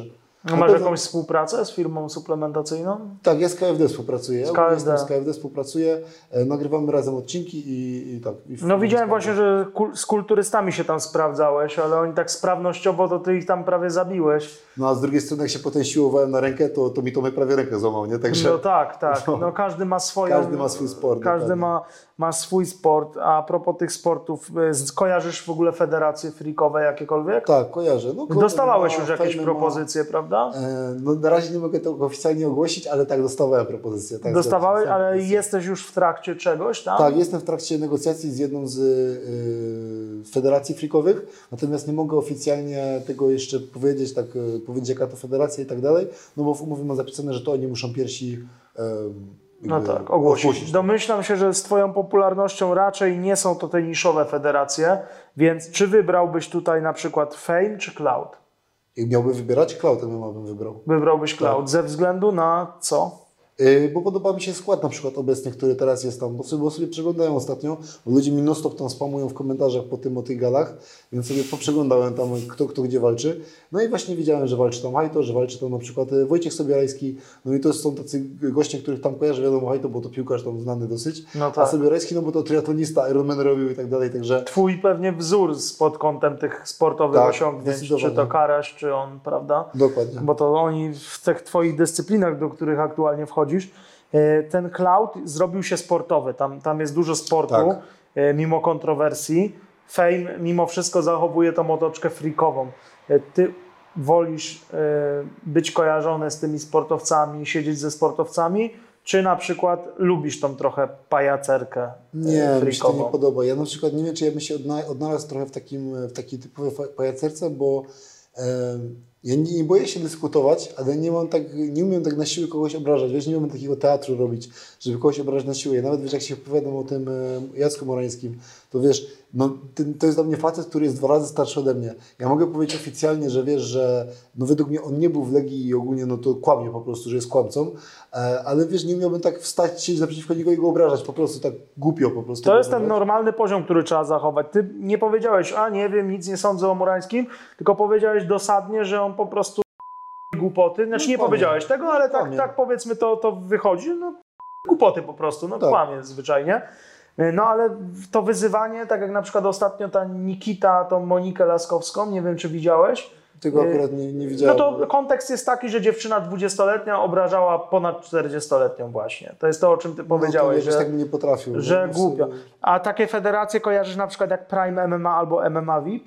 No masz jakąś współpracę z firmą suplementacyjną? Tak, ja z K F D współpracuję. Z Ja K F D. jestem z K F D, współpracuję, e, nagrywamy razem odcinki i, i tak. I w- No widziałem z właśnie, że kul- z kulturystami się tam sprawdzałeś, ale oni tak sprawnościowo, to ty ich tam prawie zabiłeś. No a z drugiej strony, jak się potem siłowałem na rękę, to, to mi Tomek prawie rękę złamał, nie? Także No tak, tak. No. No każdy ma swoją... Każdy ma swój sport, Każdy dokładnie. ma, ma swój sport. A propos tych sportów, y, z- kojarzysz w ogóle federacje freakowe jakiekolwiek? tak, kojarzę. No, ko- Dostawałeś ma- już jakieś fajne ma- propozycje, prawda? E, no na razie nie mogę tego oficjalnie ogłosić, ale tak, dostawałem propozycję. Tak, Dostawałeś, tak, ale tak. jesteś już w trakcie czegoś tam? Tak, jestem w trakcie negocjacji z jedną z y, federacji freakowych, natomiast nie mogę oficjalnie tego jeszcze powiedzieć, tak, y, powiedzieć jaka to federacja i tak dalej, no bo w umowie ma zapisane, że to oni muszą pierwsi y, No jakby tak, ogłosić. Domyślam się, że z twoją popularnością raczej nie są to te niszowe federacje, więc czy wybrałbyś tutaj na przykład Fame czy Cloud? I miałbym wybierać, Cloud M M A bym wybrał. Wybrałbyś Cloud Tak. ze względu na co? Yy, bo podoba mi się skład na przykład obecny, który teraz jest tam, bo sobie, bo sobie przeglądają ostatnio, bo ludzie mi non-stop tam spamują w komentarzach po tym, o tych galach, więc sobie poprzeglądałem tam, kto, kto gdzie walczy. No i właśnie widziałem, że walczy tam Hajto, że walczy tam na przykład e, Wojciech Sobierajski, no i to są tacy goście, których tam kojarzę, wiadomo Hajto, bo to piłkarz tam znany dosyć, No a tak. Sobierajski, no bo to triatlonista, Ironman robił i tak dalej, także Twój pewnie wzór pod kątem tych sportowych Tak, osiągnięć, zdecydowanie. czy to Karaś, czy on, prawda? dokładnie. Bo to oni w tych twoich dyscyplinach, do których aktualnie wchodzisz, e, ten Cloud zrobił się sportowy, tam, tam jest dużo sportu, Tak. e, mimo kontrowersji. Fame mimo wszystko zachowuje tą otoczkę freakową. E, Ty wolisz e, być kojarzony z tymi sportowcami, siedzieć ze sportowcami, czy na przykład lubisz tą trochę pajacerkę e, Nie, mi się to freakową? nie podoba. Ja na przykład nie wiem, czy ja bym się odna- odnalazł trochę w, takim, w takiej typowej fa- pajacerce, bo e, ja nie, nie boję się dyskutować, ale nie mam tak, nie umiem tak na siłę kogoś obrażać. Wiesz, nie umiem takiego teatru robić, żeby kogoś obrażać na siłę. Ja nawet wiesz, jak się opowiadam o tym e, Jacku Morańskim, to wiesz, no, ten, to jest dla mnie facet, który jest dwa razy starszy ode mnie. Ja mogę powiedzieć oficjalnie, że wiesz, że no według mnie on nie był w Legii i ogólnie no to kłamie po prostu, że jest kłamcą, e, ale wiesz, nie miałbym tak wstać, siedzieć naprzeciwko niego i go obrażać, po prostu tak głupio po prostu. To jest ten obrażać. normalny poziom, który trzeba zachować. Ty nie powiedziałeś, a nie wiem, nic nie sądzę o Murańskim, tylko powiedziałeś dosadnie, że on po prostu głupoty. Znaczy nie kłamie. powiedziałeś tego, ale tak, Kłamie. tak powiedzmy to, to wychodzi. No głupoty po prostu, no Tak. kłamie zwyczajnie. No ale to wyzywanie, tak jak na przykład ostatnio ta Nikita, tą Monikę Laskowską, nie wiem czy widziałeś. Tego y, akurat nie, nie No widziałem. to kontekst jest taki, że dziewczyna dwudziestoletnia obrażała ponad czterdziestoletnią właśnie. To jest to, o czym ty powiedziałeś, no to, że... tak bym nie potrafił. Że No, głupio. sobie- A takie federacje kojarzysz na przykład jak Prime M M A albo M M A V I P?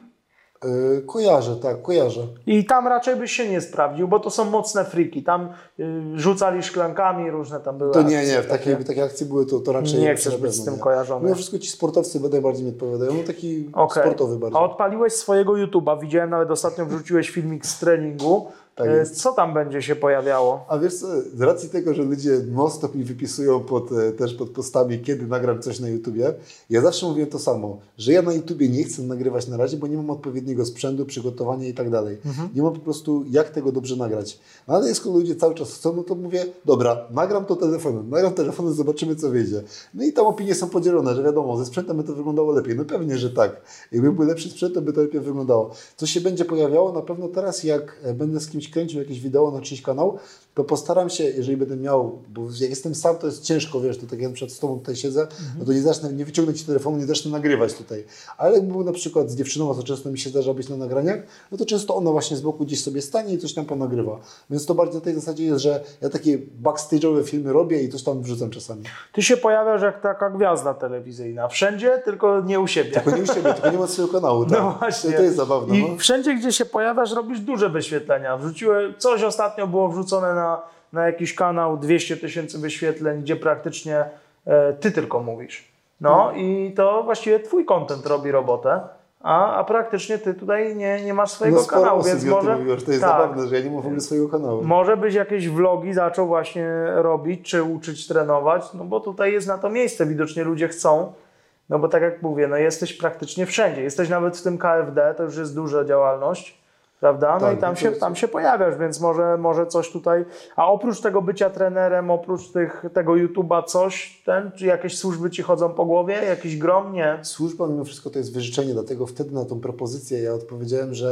Yy, kojarzę, tak, kojarzę. I tam raczej byś się nie sprawdził, bo to są mocne friki. Tam y, rzucali szklankami, różne tam były To nie, akcje nie, w takiej, takie. takie akcje były, to, to raczej... Nie raczej chcesz na być z pewno tym nie. kojarzony. Mimo wszystko ci sportowcy najbardziej mi odpowiadają, no taki Okej. sportowy A bardziej. odpaliłeś swojego YouTube'a, widziałem nawet ostatnio wrzuciłeś filmik z treningu. Tak Y, jest. Co tam będzie się pojawiało? A wiesz co, z racji tego, że ludzie non-stop mi wypisują pod, e, też pod postami, kiedy nagram coś na YouTubie, ja zawsze mówię to samo, że ja na YouTubie nie chcę nagrywać na razie, bo nie mam odpowiedniego sprzętu, przygotowania i tak dalej. Nie mam po prostu jak tego dobrze nagrać. No ale skoro ludzie cały czas chcą, no to mówię, dobra, nagram to telefonem, nagram telefonem, zobaczymy co wyjdzie. No i tam opinie są podzielone, że wiadomo, ze sprzętem by to wyglądało lepiej. No pewnie, że tak. Jakby był lepszy sprzęt, to by to lepiej wyglądało. Co się będzie pojawiało? Na pewno teraz, jak e, będę z kimś kręcił jakieś wideo na czyjś kanał, to postaram się, jeżeli będę miał, bo jak jestem sam, to jest ciężko, wiesz, to tak jak na przykład z Tobą tutaj siedzę, no to nie zacznę, nie wyciągnę Ci telefonu, nie zacznę nagrywać tutaj. Ale jakby był na przykład z dziewczyną, a to często mi się zdarza być na nagraniach, no to często ona właśnie z boku gdzieś sobie stanie i coś tam ponagrywa. Więc to bardziej na tej zasadzie jest, że ja takie backstage'owe filmy robię i coś tam wrzucam czasami. Ty się pojawiasz jak taka gwiazda telewizyjna. Wszędzie, tylko nie u siebie. Tylko nie u siebie, tylko nie ma swojego kanału, tak? No właśnie. To, to jest zabawne, I no. wszędzie, gdzie się pojawiasz, robisz duże wyświetlenia. Wrzuciłem, coś ostatnio było wrzucone na, na jakiś kanał, dwieście tysięcy wyświetleń, gdzie praktycznie e, ty tylko mówisz. No i to właściwie twój content robi robotę, a, a praktycznie ty tutaj nie, nie masz swojego No sporo kanału, osób więc mi o tym może, mówiło, że to jest tak, zabawne, że ja nie mam w ogóle swojego kanału. może byś jakieś vlogi zaczął właśnie robić, czy uczyć trenować, no bo tutaj jest na to miejsce, widocznie ludzie chcą. No bo tak jak mówię, no jesteś praktycznie wszędzie. Jesteś nawet w tym K F D, to już jest duża działalność, prawda? No Tak, i tam no to się, jest- tam się pojawiasz, więc może, może coś tutaj... A oprócz tego bycia trenerem, oprócz tych, tego YouTube'a coś, ten, czy jakieś służby ci chodzą po głowie? Jakiś grom? Nie. Służba mimo wszystko to jest wyrzeczenie, dlatego wtedy na tą propozycję ja odpowiedziałem, że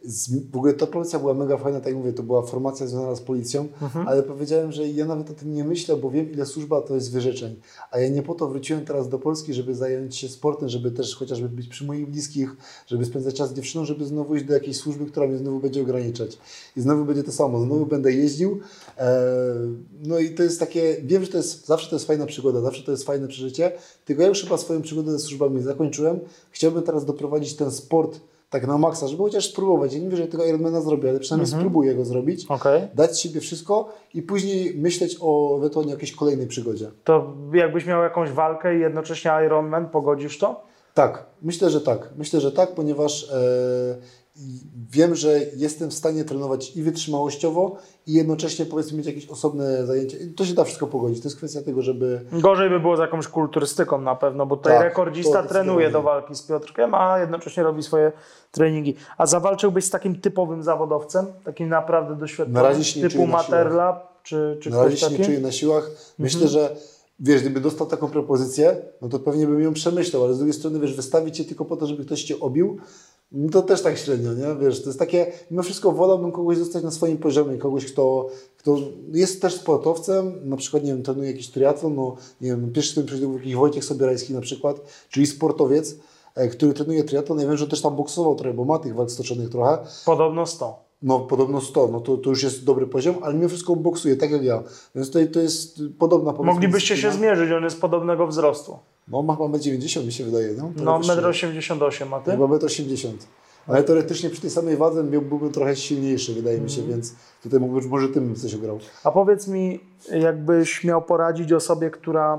Z, w ogóle ta promocja była mega fajna, tak jak mówię, to była formacja związana z policją, Mhm. ale powiedziałem, że ja nawet o tym nie myślę, bo wiem, ile służba to jest wyrzeczeń. A ja nie po to wróciłem teraz do Polski, żeby zająć się sportem, żeby też chociażby być przy moich bliskich, żeby spędzać czas z dziewczyną, żeby znowu iść do jakiejś służby, która mnie znowu będzie ograniczać. I znowu będzie to samo, znowu będę jeździł. E, no i to jest takie, wiem, że to jest, zawsze to jest fajna przygoda, zawsze to jest fajne przeżycie, tylko ja już chyba swoją przygodę ze służbami zakończyłem. Chciałbym teraz doprowadzić ten sport tak na maksa, żeby chociaż spróbować. Ja nie wiem, że tego Ironmana zrobię, ale przynajmniej Mhm. spróbuję go zrobić, Okej. dać z siebie wszystko i później myśleć o ewentualnie jakiejś kolejnej przygodzie. To jakbyś miał jakąś walkę i jednocześnie Ironman, pogodzisz to? Tak, myślę, że tak. Myślę, że tak, ponieważ e, wiem, że jestem w stanie trenować i wytrzymałościowo i jednocześnie powiedzmy mieć jakieś osobne zajęcia. I to się da wszystko pogodzić. To jest kwestia tego, żeby... Gorzej by było z jakąś kulturystyką na pewno, bo tutaj Tak, rekordzista to trenuje zdecydowanie. do walki z Piotrkiem, a jednocześnie robi swoje treningi. A zawalczyłbyś z takim typowym zawodowcem? Takim naprawdę doświadczonym? Na razie się nie typu czuję na Materla? Czy, czy Na razie ktoś się taki? nie czuję na siłach. Myślę, że wiesz, gdyby dostał taką propozycję, no to pewnie bym ją przemyślał, ale z drugiej strony, wiesz, wystawić cię tylko po to, żeby ktoś cię obił, no to też tak średnio, nie? Wiesz, to jest takie, mimo wszystko wolałbym kogoś zostać na swoim poziomie, kogoś, kto, kto jest też sportowcem, na przykład, nie wiem, trenuje jakiś triatlon, no, nie wiem, pierwszy ten przykład był jakiś Wojciech Sobierajski na przykład, czyli sportowiec, e, który trenuje triatlon, ja wiem, że też tam boksował trochę, bo ma tych walk stoczonych trochę, Podobno sto. no podobno sto, no to, to już jest dobry poziom, ale mimo wszystko boksuje, tak jak ja, więc tutaj to jest podobna powiedzmy Moglibyście się dyscyplina. zmierzyć, on jest podobnego wzrostu. No ma chyba metr dziewięćdziesiąt mi się wydaje, no? Trochę No, wyższy. metr osiemdziesiąt osiem ma ty? Chyba metr osiemdziesiąt. Ale teoretycznie przy tej samej wadze był- byłbym trochę silniejszy, wydaje mi się, więc tutaj mógłbym, może tym bym coś grał. A powiedz mi, jakbyś miał poradzić osobie, która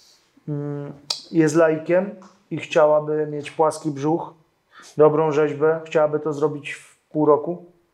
mm, jest laikiem i chciałaby mieć płaski brzuch, dobrą rzeźbę, chciałaby to zrobić w pół roku?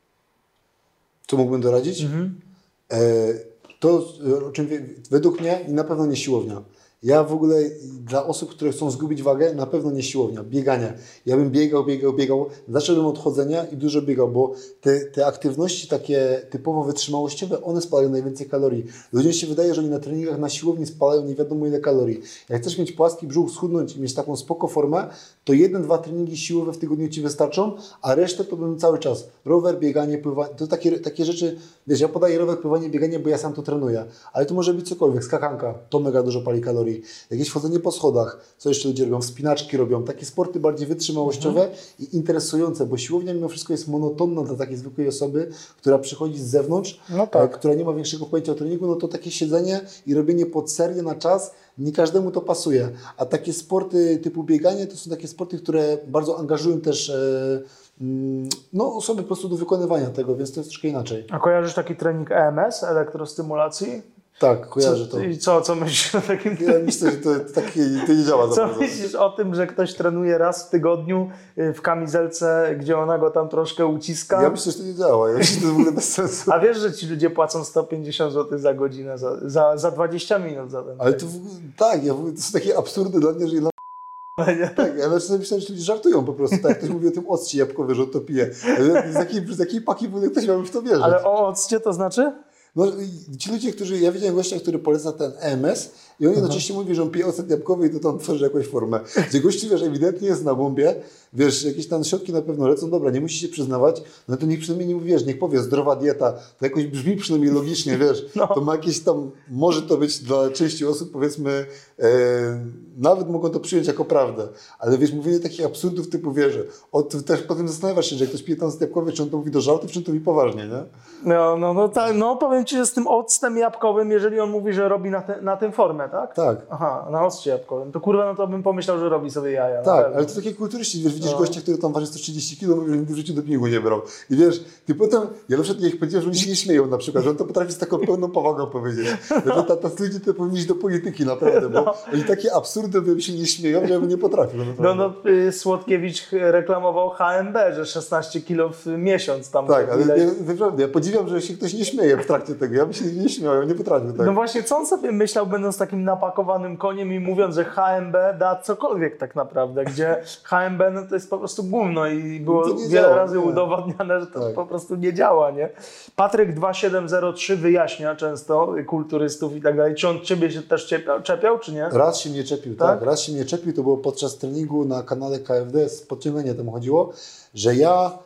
Co mógłbym doradzić? Mhm. E, to, e, o czym wie, według mnie na pewno nie siłownia. Ja w ogóle dla osób, które chcą zgubić wagę, na pewno nie siłownia, bieganie. Ja bym biegał, biegał, biegał, zacząłbym od chodzenia i dużo biegał, bo te, te aktywności takie typowo wytrzymałościowe, one spalają najwięcej kalorii. Ludziom się wydaje, że oni na treningach na siłowni spalają nie wiadomo ile kalorii. Jak chcesz mieć płaski brzuch, schudnąć i mieć taką spoko formę, to jeden, dwa treningi siłowe w tygodniu Ci wystarczą, a resztę to bym cały czas. Rower, bieganie, pływanie, to takie, takie rzeczy, wiesz, ja podaję rower, pływanie, bieganie, bo ja sam to trenuję, ale to może być cokolwiek, skakanka, to mega dużo pali kalorii, jakieś chodzenie po schodach, co jeszcze ludzie robią, wspinaczki robią, takie sporty bardziej wytrzymałościowe Mhm. i interesujące, bo siłownia mimo wszystko jest monotonna dla takiej zwykłej osoby, która przychodzi z zewnątrz, No tak. e, która nie ma większego pojęcia o treningu, no to takie siedzenie i robienie pod serię na czas, nie każdemu to pasuje. A takie sporty typu bieganie to są takie sporty, które bardzo angażują też e, mm, no, osoby po prostu do wykonywania tego, więc to jest troszkę inaczej. A kojarzysz taki trening E M S, elektrostymulacji? Tak, kojarzę co, to. I co, co myślisz o takim Ja myślę, że to, to, takie, to nie działa za Co bardzo. myślisz o tym, że ktoś trenuje raz w tygodniu y, w kamizelce, gdzie ona go tam troszkę uciska? Ja myślę, że to nie działa. Ja myślę, że to w ogóle bez sensu. A wiesz, że ci ludzie płacą sto pięćdziesiąt złotych za godzinę, za, za, za dwadzieścia minut za ten Ale to w ogóle, tak, ja w ogóle, to są takie absurdy dla mnie, że dla trening. tak, ja sobie myślałem, że ludzie żartują po prostu, tak jak ktoś mówi o tym occie jabłkowy, że on to pije. Ale z jakiej, z jakiej paki w ogóle ktoś miałby w to wierzyć? Ale o occie to znaczy? No, i ci ludzie, którzy, ja widziałem gościa, który poleca ten E M S i on jednocześnie mówi, że on pije ocet jabłkowy i to tam tworzy jakąś formę. Gdzie gościu, wiesz, ewidentnie jest na bombie, wiesz, jakieś tam środki na pewno lecą, dobra, nie musi się przyznawać, no to niech przynajmniej nie mówi, wiesz, niech powie zdrowa dieta, to jakoś brzmi przynajmniej logicznie, wiesz, No. to ma jakieś tam, może to być dla części osób, powiedzmy, e, nawet mogą to przyjąć jako prawdę, ale wiesz, mówienie takich absurdów typu, wiesz, o, ty też potem zastanawiasz się, że jak ktoś pije tam ocet jabłkowy, czy on to mówi do żartów, czy on to mówi poważnie, nie? No, no, no, tak, no powiem ci, że z tym octem jabłkowym, jeżeli on mówi, że robi na, te, na tym formę, tak? Tak. Aha, na occie jabłkowym, to kurwa, no to bym pomyślał, że robi sobie jaja. na Tak, pewno. ale to takie kulturyści, wiesz, widzisz No. gościa, który tam waży sto trzydzieści kilo, mówi, że nigdy w życiu dopingu nie brał. I wiesz, ty potem, ja na przykład nie ich powiedziałem, że oni się nie śmieją na przykład, że on to potrafi z taką pełną powagą powiedzieć. Że ta, ta ludzie to powinni iść do polityki naprawdę, bo oni takie absurdy by się nie śmieją, że ja bym nie potrafił. No, no, y, Słodkiewicz reklamował H M B, że szesnaście kilo w miesiąc tam. Tak, ale ile- ja, naprawdę, ja podziwiam, że się ktoś nie śmieje w trakcie tego. Ja bym się nie śmiał, ja bym nie potrafił tak. No właśnie, co on sobie myślał, będąc takim napakowanym koniem i mówiąc, że H M B da cokolwiek tak naprawdę, gdzie H M B no to jest po prostu gówno i było To nie wiele działa, razy nie. udowodnione, że to Tak. po prostu nie działa, nie? Patryk dwa siedem zero trzy wyjaśnia często y, kulturystów i tak dalej. Czy on ciebie się też czepiał, czepiał czy nie? Raz się mnie czepił, Tak? tak? Raz się mnie czepił, to było podczas treningu na kanale K F D, z podciągania tam chodziło, że ja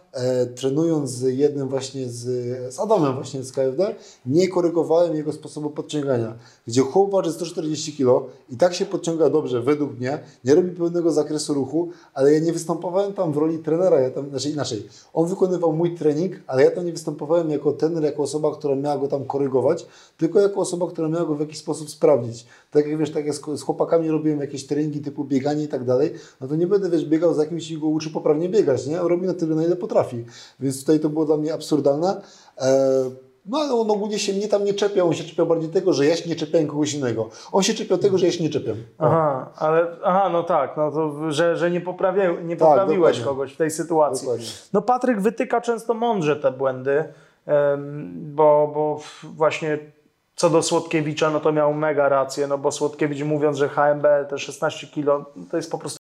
e, trenując z jednym właśnie z, z Adamem właśnie z K F D, nie korygowałem jego sposobu podciągania. Gdzie chłop waży sto czterdzieści kilo i tak się podciąga dobrze, według mnie, nie robi pełnego zakresu ruchu, ale ja nie występowałem tam w roli trenera, ja tam, znaczy inaczej, on wykonywał mój trening, ale ja tam nie występowałem jako trener, jako osoba, która miała go tam korygować, tylko jako osoba, która miała go w jakiś sposób sprawdzić. Tak jak wiesz, tak jak z, z chłopakami robiłem jakieś treningi typu bieganie i tak dalej, no to nie będę wiesz, biegał za kimś i go uczył poprawnie biegać, nie? On robi na tyle, na ile potrafi. Więc tutaj to było dla mnie absurdalne. E, no ale on ogólnie się mnie tam nie czepiał, on się czepiał bardziej tego, że ja się nie czepiałem kogoś innego. On się czepiał tego, że ja się nie czepiam. Aha, ale aha, no tak, no to, że, że nie, poprawia, nie poprawiłeś dokładnie. kogoś w tej sytuacji. Dokładnie. No Patryk wytyka często mądrze te błędy, em, bo, bo właśnie co do Słodkiewicza, no to miał mega rację, no bo Słodkiewicz mówiąc, że H M B te szesnaście kilo, to jest po prostu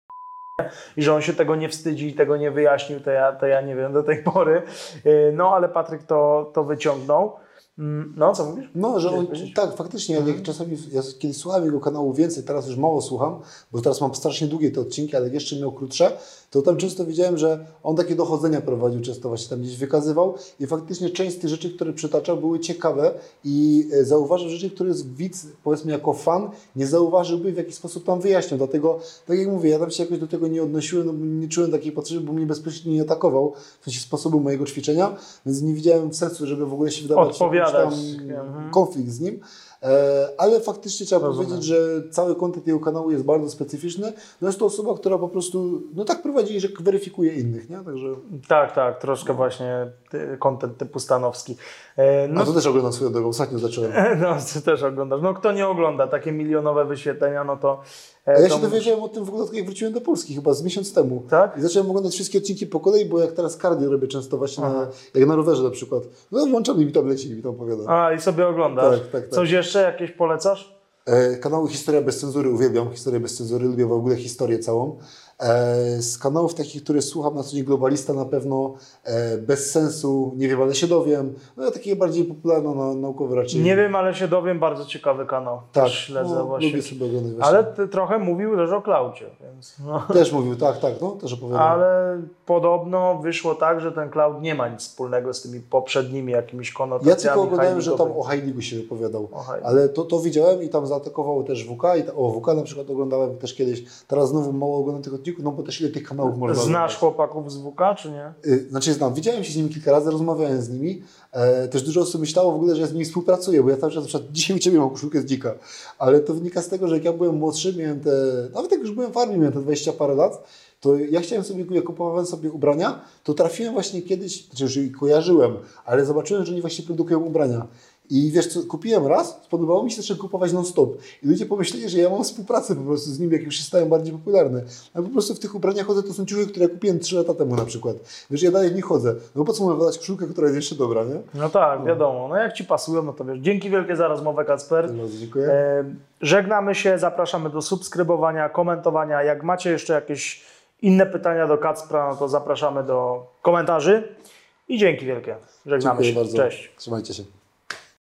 i że on się tego nie wstydzi i tego nie wyjaśnił, to ja, to ja nie wiem do tej pory. Yy, No ale Patryk to, to wyciągnął. Mm, No, co mówisz? No, że on, Chciałeś powiedzieć? tak, faktycznie, ale czasami, ja kiedyś słuchałem jego kanału więcej, teraz już mało słucham, bo teraz mam strasznie długie te odcinki, ale jeszcze miał krótsze, to tam często widziałem, że on takie dochodzenia prowadził, często właśnie tam gdzieś wykazywał i faktycznie część z tych rzeczy, które przytaczał, były ciekawe i e, zauważył rzeczy, które widz, powiedzmy jako fan, nie zauważyłby, w jaki sposób tam wyjaśniał. Dlatego, tak jak mówię, ja tam się jakoś do tego nie odnosiłem, no, bo nie czułem takiej potrzeby, bo mnie bezpośrednio nie atakował, w sensie sposobu mojego ćwiczenia, więc nie widziałem sensu, żeby w ogóle się wydawać Odpowiadać. tam Mhm. konflikt z nim. E, ale faktycznie trzeba Rozumiem. powiedzieć, że cały kontent jego kanału jest bardzo specyficzny. No jest to osoba, która po prostu no tak prowadzi, że weryfikuje innych, nie? Także... Tak, tak, troszkę właśnie ty- content typu stanowski. E, No No, to też oglądam swoją drogą, ostatnio zacząłem. no ty też oglądasz. No kto nie ogląda takie milionowe wyświetlenia, no to... e, A ja to się dowiedziałem o tym w ogóle, jak wróciłem do Polski, chyba z miesiąc temu. Tak? I zacząłem oglądać wszystkie odcinki po kolei, bo jak teraz cardio robię często właśnie, na, Aha. jak na rowerze na przykład, no włączam i mi tam leci i mi tam opowiada. A, i sobie oglądasz. Tak, tak, tak. Coś jeszcze? Jakieś polecasz? E, kanały Historia bez cenzury uwielbiam, Historię bez cenzury, lubię w ogóle historię całą. E, z kanałów takich, które słucham na co dzień, Globalista na pewno, e, Bez sensu, nie wiem, ale się dowiem. No takie bardziej popularno-naukowe raczej. Nie wiem, ale się dowiem, bardzo ciekawy kanał. tak, Też śledzę no, właśnie. lubię sobie oglądać właśnie. Ale ty trochę mówił też o Klaudzie, więc no. Też mówił, tak, tak, no, też opowiadał. Ale podobno wyszło tak, że ten Cloud nie ma nic wspólnego z tymi poprzednimi jakimiś konotacjami. Ja tylko oglądałem, że tam high-league'owymi. o High League się wypowiadał, O High League. ale to, to widziałem i tam zaatakował też W K i ta, o W K na przykład oglądałem też kiedyś, teraz znowu mało oglądam tych odcinków, no bo też ile tych kanałów można Znasz oglądać. chłopaków z W K, czy nie? Y, Znaczy znam, widziałem się z nimi kilka razy, rozmawiałem z nimi. E, też dużo osób myślało w ogóle, że ja z nimi współpracuję, bo ja cały czas na przykład dzisiaj u Ciebie mam koszulkę z dzika. Ale to wynika z tego, że jak ja byłem młodszy, miałem te, nawet jak już byłem w armii, miałem te dwadzieścia parę lat, to ja chciałem sobie, jak kupowałem sobie ubrania, to trafiłem właśnie kiedyś, znaczy już ich kojarzyłem, ale zobaczyłem, że oni właśnie produkują ubrania. I wiesz co, kupiłem raz, spodobało mi się, zacząłem kupować non-stop. I ludzie pomyśleli, że ja mam współpracę po prostu z nimi, jak już się stałem bardziej popularny. A po prostu w tych ubraniach chodzę, to są ciuchy, które ja kupiłem trzy lata temu na przykład. Wiesz, ja dalej w nich chodzę. No po co mam wydać koszulkę, która jest jeszcze dobra, nie? No tak, wiadomo. No jak Ci pasują, no to wiesz. Dzięki wielkie za rozmowę, Kacper. Bardzo dziękuję. E, żegnamy się, zapraszamy do subskrybowania, komentowania. Jak macie jeszcze jakieś inne pytania do Kacpra, no to zapraszamy do komentarzy. I dzięki wielkie. Żegnamy Dziękuję się. bardzo. Cześć. Trzymajcie się.